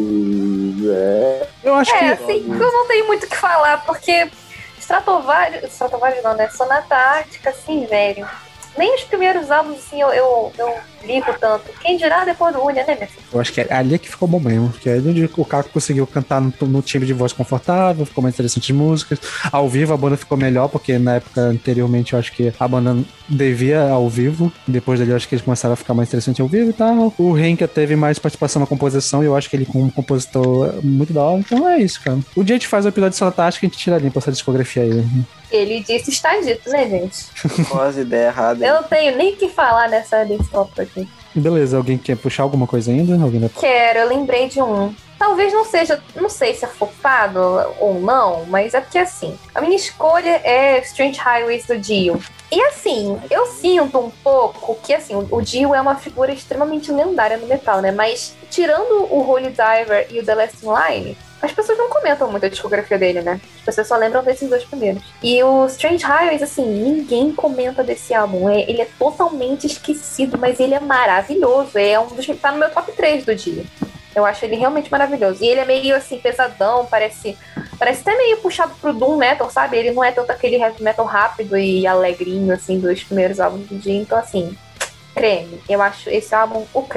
é. Eu acho é, que. assim, eu não tenho muito o que falar, porque Stratovarius. Stratovarius não, né? Sonata Ártica, assim, velho. Nem os primeiros álbuns, assim, eu, eu, eu ligo tanto. Quem dirá depois do Unia, né, meu filho? Eu acho que é ali é que ficou bom mesmo. Que é onde o Caco conseguiu cantar no, no timbre de voz confortável, ficou mais interessante as músicas. Ao vivo a banda ficou melhor, porque na época anteriormente eu acho que a banda devia ao vivo. Depois dali eu acho que eles começaram a ficar mais interessante ao vivo e tal. O Henka teve mais participação na composição e eu acho que ele como um compositor muito da hora. Então é isso, cara. Um dia a gente faz o episódio de Sonata Ártica e a gente tira limpo essa discografia aí. Ele disse, está dito, né, gente? Quase ideia errada. Eu não tenho nem o que falar nessa desse tópico aqui. Beleza, alguém quer puxar alguma coisa ainda? Alguém vai... Quero, eu lembrei de um. Talvez não seja, não sei se é flopado ou não, mas é porque assim, a minha escolha é Strange Highways do Dio. E assim, eu sinto um pouco que assim, o Dio é uma figura extremamente lendária no metal, né? Mas tirando o Holy Diver e o The Last in Line, as pessoas não comentam muito a discografia dele, né? As pessoas só lembram desses dois primeiros. E o Strange Highways, assim, ninguém comenta desse álbum. É, ele é totalmente esquecido, mas ele é maravilhoso. É um dos, tá no meu top três do dia. Eu acho ele realmente maravilhoso. E ele é meio, assim, pesadão, parece... Parece até meio puxado pro Doom Metal, sabe? Ele não é tanto aquele heavy metal rápido e alegrinho, assim, dos primeiros álbuns do dia. Então, assim, creme. Eu acho esse álbum o creme.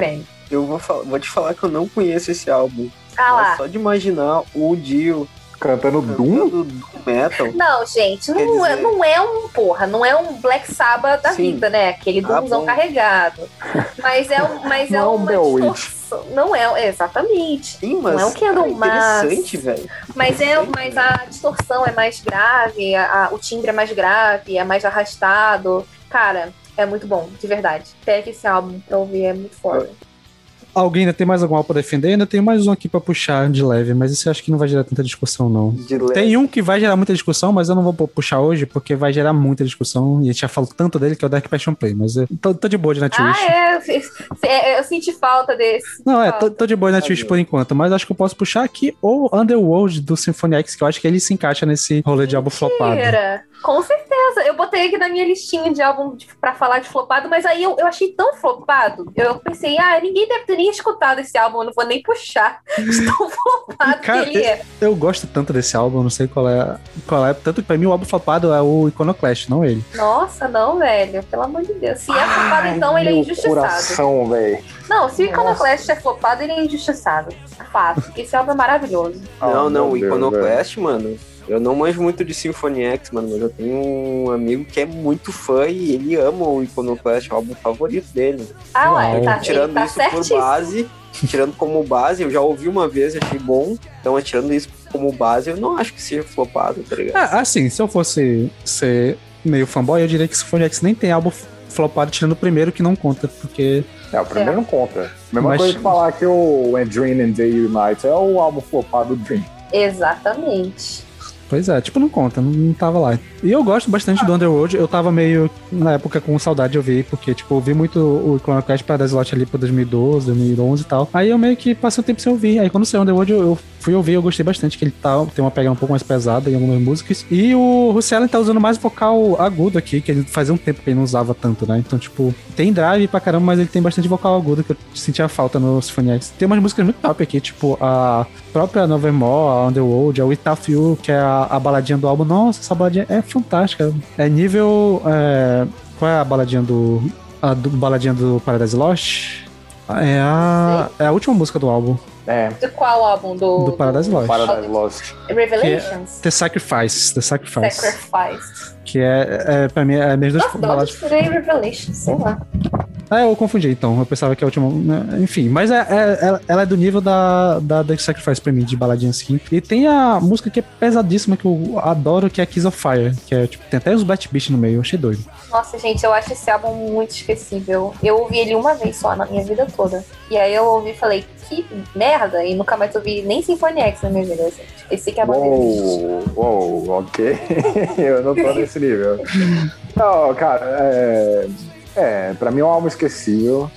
eu vou, fal- vou te falar que eu não conheço esse álbum. Ah lá. Mas só de imaginar o Dio Cantando Doom? cantando Doom Metal. Não, gente, Quer não, é, dizer- não é um, porra, não é um Black Sabbath da Sim. vida, né? Aquele Ah, doomzão bom. carregado. Mas é, um- mas é Não é um uma Bellwitch. distorção. Não é, exatamente. Sim, mas Não é um Candle ah, interessante, velho. Mas, é, mas a distorção é mais grave, a- a- o timbre é mais grave, é mais arrastado. Cara, é muito bom, de verdade. Pega esse álbum pra ouvir, é muito foda. Alguém ainda tem mais algum álbum pra defender? Ainda tem mais um aqui pra puxar de leve, mas esse eu acho que não vai gerar tanta discussão, não. De leve. Tem um que vai gerar muita discussão, mas eu não vou pu- puxar hoje, porque vai gerar muita discussão, e a gente já falou tanto dele, que é o Dark Passion Play, mas eu tô, tô de boa de Nightwish. Ah, é, eu, eu- eu senti falta desse. Não, é, tô, Falta. tô de boa na Twitch por enquanto, mas acho que eu posso puxar aqui o Underworld do Symphony X, que eu acho que ele se encaixa nesse rolê de álbum flopado. Mentira. Com certeza. Eu botei aqui na minha listinha de álbum de, pra falar de flopado, mas aí eu, eu achei tão flopado. Eu pensei, ah, ninguém deve ter nem escutado esse álbum, eu não vou nem puxar. De tão flopado Cara, que ele é. Eu gosto tanto desse álbum, não sei qual é, qual é. Tanto que pra mim o álbum flopado é o Iconoclast, não ele. Nossa, não, velho. Pelo amor de Deus. Se é flopado, então ele é meu injustiçado. coração, velho. Não, se o Iconoclast é flopado, ele é injustiçado. Fato. Porque esse álbum é maravilhoso. Não, Ah, não, meu o Deus, Iconoclast, mano. Eu não manjo muito de Symphony X, mano, mas eu tenho um amigo que é muito fã e ele ama o Iconoclast, é o álbum favorito dele. Ah, Uau. ué, ele tá, tirando ele tá isso por certíssimo. base, tirando como base, eu já ouvi uma vez e achei bom. Então, tirando isso como base, eu não acho que seja flopado, tá ligado? Ah, assim, se eu fosse ser meio fanboy, eu diria que Symphony X nem tem álbum flopado, tirando o primeiro, que não conta, porque... É, o primeiro É. não conta. Mesma Mas- coisa que falar que o When Dream and Day Unite é o álbum flopado do Dream. Exatamente. Pois é, tipo, não conta, não, não tava lá. E eu gosto bastante do Underworld, eu tava meio, na época, com saudade de ouvir, porque, tipo, eu ouvi muito o Iconoclast pra Deslot ali pra dois mil e doze, dois mil e onze e tal. Aí eu meio que passei um tempo sem ouvir. Aí quando saiu o Underworld, eu, eu fui ouvir, eu gostei bastante, que ele tá, tem uma pegada um pouco mais pesada em algumas músicas. E o Russi Allen tá usando mais vocal agudo aqui, que ele fazia um tempo que ele não usava tanto, né? Então, tipo, tem drive pra caramba, mas ele tem bastante vocal agudo, que eu sentia falta no Symphony X. Tem umas músicas muito top aqui, tipo, a própria Nevermore, a Underworld, a Without You, que é a, a baladinha do álbum. Nossa, essa baladinha é fantástica. É nível... É... Qual é a baladinha do... A do, baladinha do Paradise Lost? É a, é a última música do álbum, É, De qual álbum? Do, do Paradise Lost. Paradise Lost. Revelations? The Sacrifice, The Sacrifice. Sacrifice. Que é, é, pra mim, é as minhas duas Nossa, de onde baladas. eu tirei Revelations? Sei lá. É, eu confundi, então. Eu pensava que a última... né, enfim, mas é, é- ela, ela é do nível da, da The Sacrifice pra mim, de baladinha assim. E tem a música que é pesadíssima, que eu adoro, que é Kiss of Fire. Que é, tipo, tem até os Black Beast no meio, eu achei doido. Nossa, gente, eu acho esse álbum muito esquecível. Eu ouvi ele uma vez só na minha vida toda. E aí eu ouvi e falei, que merda, e nunca mais ouvi nem Symphony X na minha vida. Assim. Esqueci que é a bandeira. Uou, uou, ok. Eu não tô nesse nível. Não, cara, é. É, pra mim é um álbum esquecível.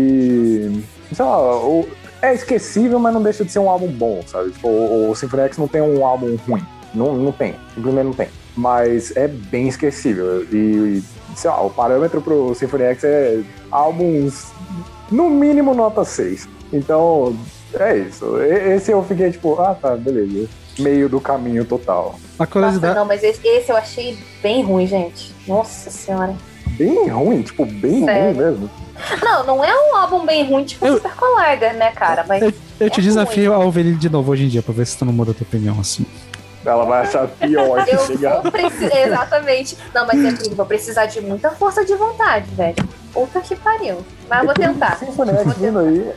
E. Sei lá, o- é esquecível, mas não deixa de ser um álbum bom, sabe? Tipo, o, o Symphony X não tem um álbum ruim. Não, não tem. Simplesmente não tem. Mas é bem esquecível. E, e, sei lá, o parâmetro pro Symphony X é álbuns, no mínimo, nota seis. Então, é isso. E- Esse eu fiquei tipo, ah, tá, beleza. Meio do caminho total. A Nossa, curiosidade... não, mas esse, esse eu achei bem ruim, gente. Nossa senhora. Bem ruim, tipo, bem Sério? ruim mesmo. Não, não é um álbum bem ruim, tipo Eu- Super Collider, né, cara? Mas Eu, eu te é desafio a ouvir ele de novo hoje em dia, pra ver se tu não muda a tua opinião, assim. Ela vai achar pior que eu chegar. vou precisar. Exatamente. Não, mas é que vou precisar de muita força de vontade, velho. Puta que pariu. Mas eu vou tentar. Symphony X vindo aí.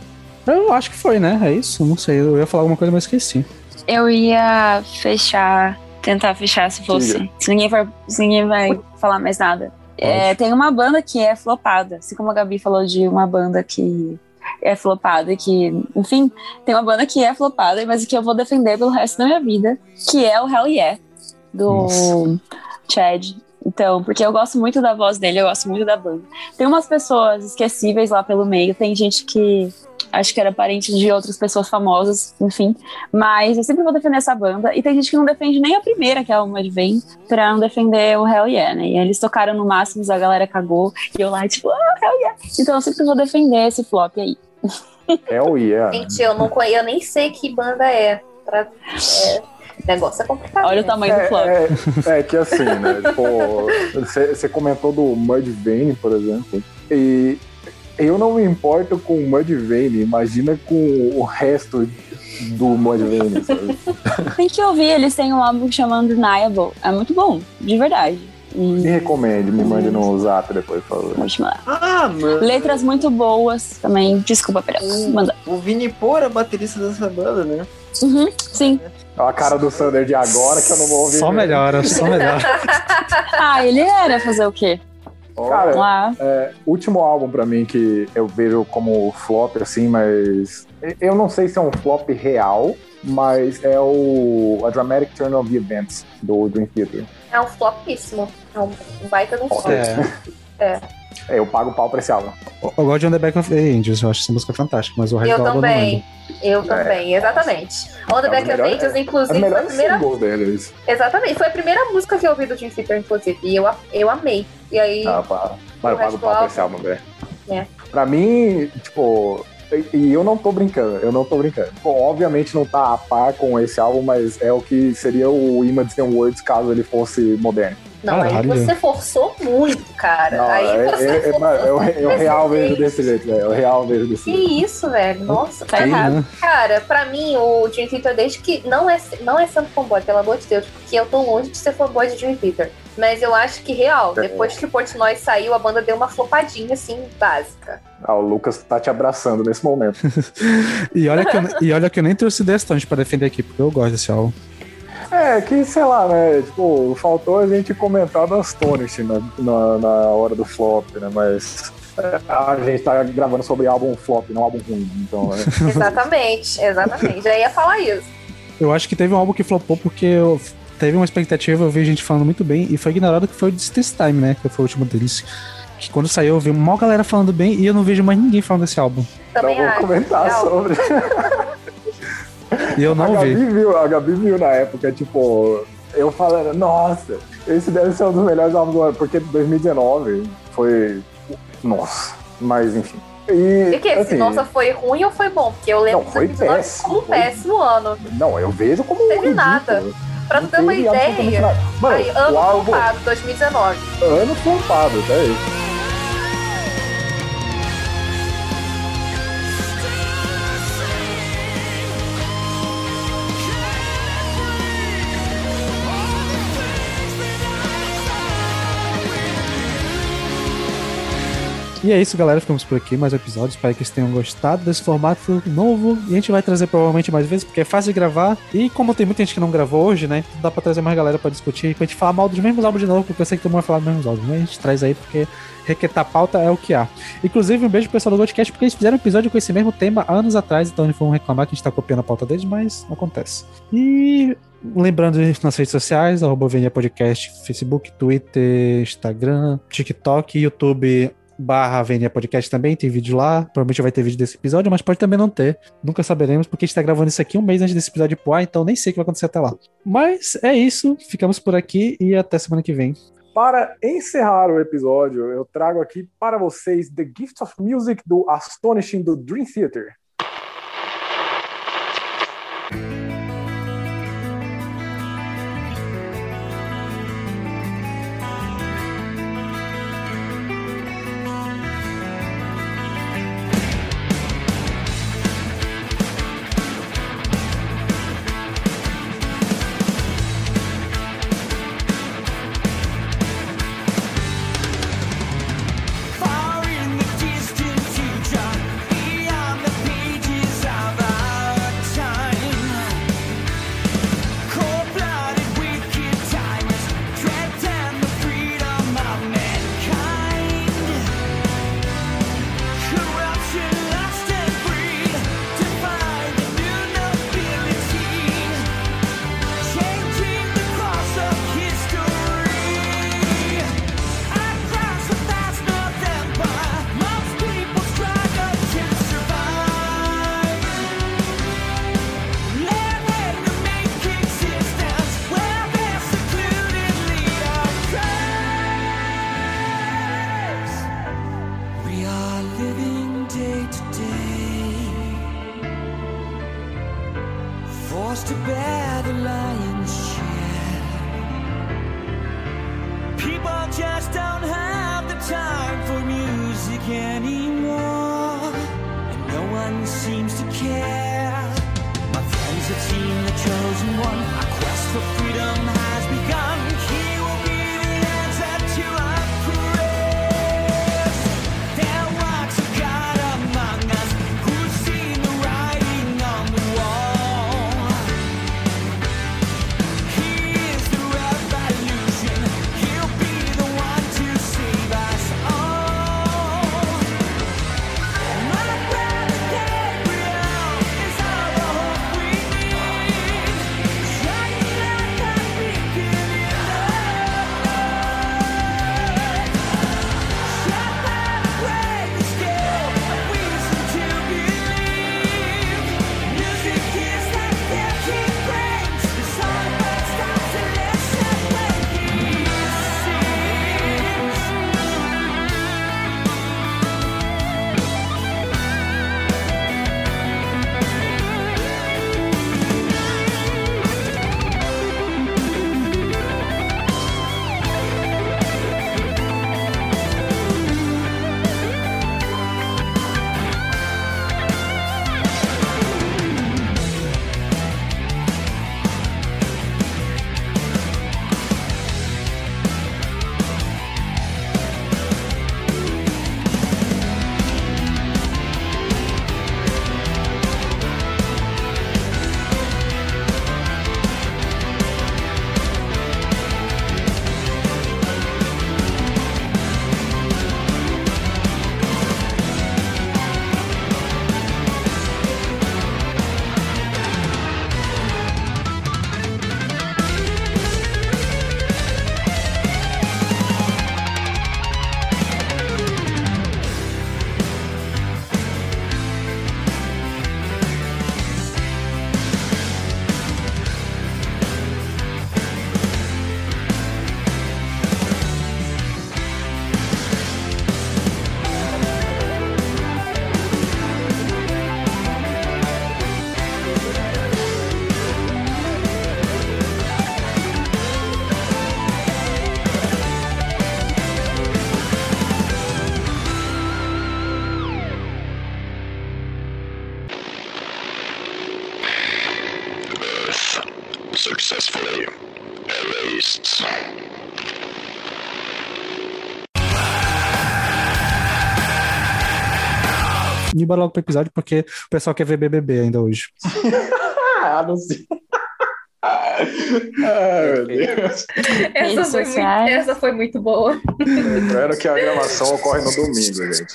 Eu acho que foi, né? É isso, não sei. Eu ia falar alguma coisa, mas esqueci. Eu ia fechar, tentar fechar se fosse. Diga. Se ninguém, for, se ninguém vai falar mais nada. É, tem uma banda que é flopada, assim como a Gabi falou de uma banda que é flopada, que, enfim, tem uma banda que é flopada, mas que eu vou defender pelo resto da minha vida, que é o Hell Yeah, do Nossa. Chad. Então, porque eu gosto muito da voz dele, eu gosto muito da banda. Tem umas pessoas esquecíveis lá pelo meio, tem gente que acho que era parente de outras pessoas famosas, enfim. Mas eu sempre vou defender essa banda. E tem gente que não defende nem a primeira, que é uma de Vem, pra não defender o Hell Yeah, né? E eles tocaram no Máximos, a galera cagou. E eu lá, tipo, ah, Hell Yeah. Então eu sempre vou defender esse flop aí. É o yeah. Gente, eu não conheço, eu nem sei que banda é. Pra, é negócio é complicado. Olha o né? tamanho do flop. É, é, é que assim, né? Tipo, você comentou do Mudvayne, por exemplo. E eu não me importo com o Mudvayne, imagina com o resto do Mudvayne, sabe? Tem que ouvir, eles têm um álbum que chama Undeniable. É muito bom, de verdade. E... Me recomende, me mande no zap depois, por favor. Vou te mandar. Ah, mano. Letras muito boas também. Desculpa, pera. Manda. O Vini Porra, baterista dessa banda, né? Uhum, sim. É a cara do Sander de agora que eu não vou ouvir. Só melhora, só melhora. Ah, ele era fazer o quê? Cara, Lá. é, último álbum pra mim que eu vejo como flop, assim, mas eu não sei se é um flop real, mas é o A Dramatic Turn of Events, do Dream Theater. É um flopíssimo. É um baita de um flop. É. É. É, eu pago pau pra esse álbum. Eu gosto de On the Back of the Angels, eu acho essa música fantástica, mas o resto Eu do álbum eu não também. lembro. Eu também, exatamente. On the É, Back os of melhores- Angels, inclusive, As foi a melhores primeira. singles deles. Exatamente, foi a primeira música que eu ouvi do Dream Theater, inclusive. E eu, eu amei. E aí. Ah, pá. Mano, eu pago resto do pau pra álbum- esse álbum, velho. É. Pra mim, tipo... E e eu não tô brincando, eu não tô brincando. Bom, obviamente não tá a par com esse álbum, mas é o que seria o Imagine Words caso ele fosse moderno. Não, aí Caralho. você forçou muito, cara. Não, aí é, você é, é, forçou. mano, eu, eu real vejo Gente. desse jeito, velho. Eu real vejo desse Que jeito. isso, velho? Nossa, Tá Sim, errado. né? cara, pra mim, o Dream Theater, desde que. Não é, não é sendo fanboy, pelo amor de Deus, porque eu tô longe de ser fanboy de Dream Theater. Mas eu acho que, real, depois que o Portnoy saiu, a banda deu uma flopadinha, assim, básica. Ah, o Lucas tá te abraçando nesse momento. E olha, que eu, e olha que eu nem trouxe Destonte pra defender aqui, porque eu gosto desse álbum. É, que sei lá, né? Tipo, faltou a gente comentar do Astonish na, na, na hora do flop, né? Mas é, a gente tá gravando sobre álbum flop, não álbum ruim. Então, é. Exatamente, exatamente. Já ia falar isso. Eu acho que teve um álbum que flopou porque eu, teve uma expectativa, eu vi gente falando muito bem, e foi ignorado que foi o This Time, né? Que foi o último deles. Que quando saiu, eu vi uma galera falando bem e eu não vejo mais ninguém falando desse álbum. Também Então, vou acho. comentar real. sobre. E eu não a vi. Gabi viu, a Gabi viu na época, tipo, eu falando, nossa, esse deve ser um dos melhores álbuns do ano, porque dois mil e dezenove foi. Nossa, mas enfim. E, E que esse assim, nossa foi ruim ou foi bom? Porque eu lembro Não, foi dos episódios péssimo, como um foi- péssimo ano. Não, eu vejo como. Teve ridículo. nada. Pra tu Não ter uma teve absolutamente ideia, nada. Mano, aí, o ano álbum. flopado, dois mil e dezenove. Ano flopado, até aí. E é isso, galera. Ficamos por aqui. Mais um episódio. Espero que vocês tenham gostado desse formato novo. E a gente vai trazer provavelmente mais vezes, porque é fácil de gravar. E como tem muita gente que não gravou hoje, né? Dá pra trazer mais galera pra discutir. E pra gente falar mal dos mesmos álbuns de novo, porque eu sei que todo mundo vai falar dos mesmos álbuns. Mas a gente traz aí, porque requetar pauta é o que há. Inclusive, um beijo pro pessoal do Godcast, porque eles fizeram um episódio com esse mesmo tema anos atrás. Então eles vão reclamar que a gente tá copiando a pauta deles, mas acontece. E lembrando nas redes sociais, arroba V N A Podcast, Facebook, Twitter, Instagram, TikTok, YouTube barra V N A Podcast também, tem vídeo lá, provavelmente vai ter vídeo desse episódio, mas pode também não ter, nunca saberemos, porque a gente tá gravando isso aqui um mês antes desse episódio pro ar, então nem sei o que vai acontecer até lá. Mas é isso, ficamos por aqui e até semana que vem. Para encerrar o episódio, eu trago aqui para vocês The Gift of Music do Astonishing do Dream Theater. Far in the distant future, beyond the pages of our time, cold-blooded, wicked tyrants tread down the freedom of mankind. Corruption, lust, and greed defy the new nobility, changing the course of history. Across the vast North Empire, most people struggle to survive, living to make existence where their secluded leader thrives. We are living day to day, forced to bear the lion's share. People just don't have the time for music anymore. one seems to care. My friends have seen the chosen one. Our quest for freedom has begun. He will be the answer to our prayers. There walks a God among us who's seen the writing on the wall. He is the revolution. He'll be the one to save us all. My brother Gabriel is all the hope we need. Shining like a beacon in the night. Shut by the great scale of reason to believe. Music is that gift he brings. The songbird stops to listen when he sings. Successfully erased. E bora logo pro episódio, porque o pessoal quer ver B B B ainda hoje. Ah, não sei. Ai, meu Deus. Essa foi, muito, sociais. essa foi muito boa. Lembrando que a gravação ocorre no domingo, gente.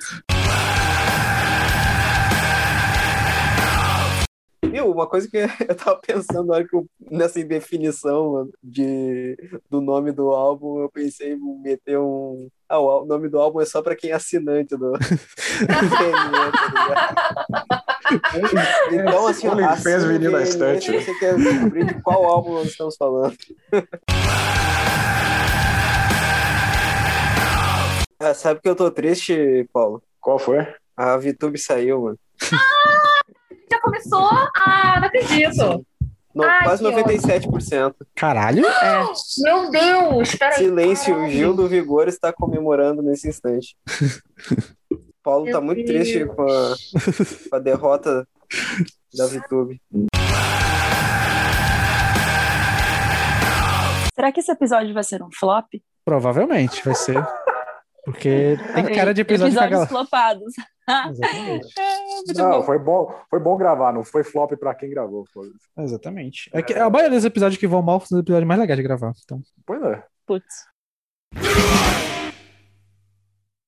Viu, uma coisa que eu tava pensando na hora que eu, nessa indefinição, mano, de, do nome do álbum, eu pensei em meter um... Ah, o al- nome do álbum é só pra quem é assinante do... do V N E, tá ligado? Então, assim, Only assina fans o vinil na V N E estante, se né? você quer descobrir de qual álbum nós estamos falando. Ah, sabe que eu tô triste, Paulo? Qual foi? A VTube saiu, mano. Já começou? Ah, não acredito. No- Ai, quase que noventa e sete por cento. Caralho? Meu Deus, peraí. Silêncio, o caralho. Gil do Vigor está comemorando nesse instante. Paulo Meu tá muito Deus. triste com a, com a derrota da VTube. Será que esse episódio vai ser um flop? Provavelmente vai ser. Porque tem cara de episódio que a Episódios galera... flopados. Exatamente. É, muito Não, bom. foi bom, foi bom gravar, não foi flop pra quem gravou. Foi. Exatamente. É que a maioria dos episódios que vão mal são os episódios mais legais de gravar. Então. Pois é. Putz.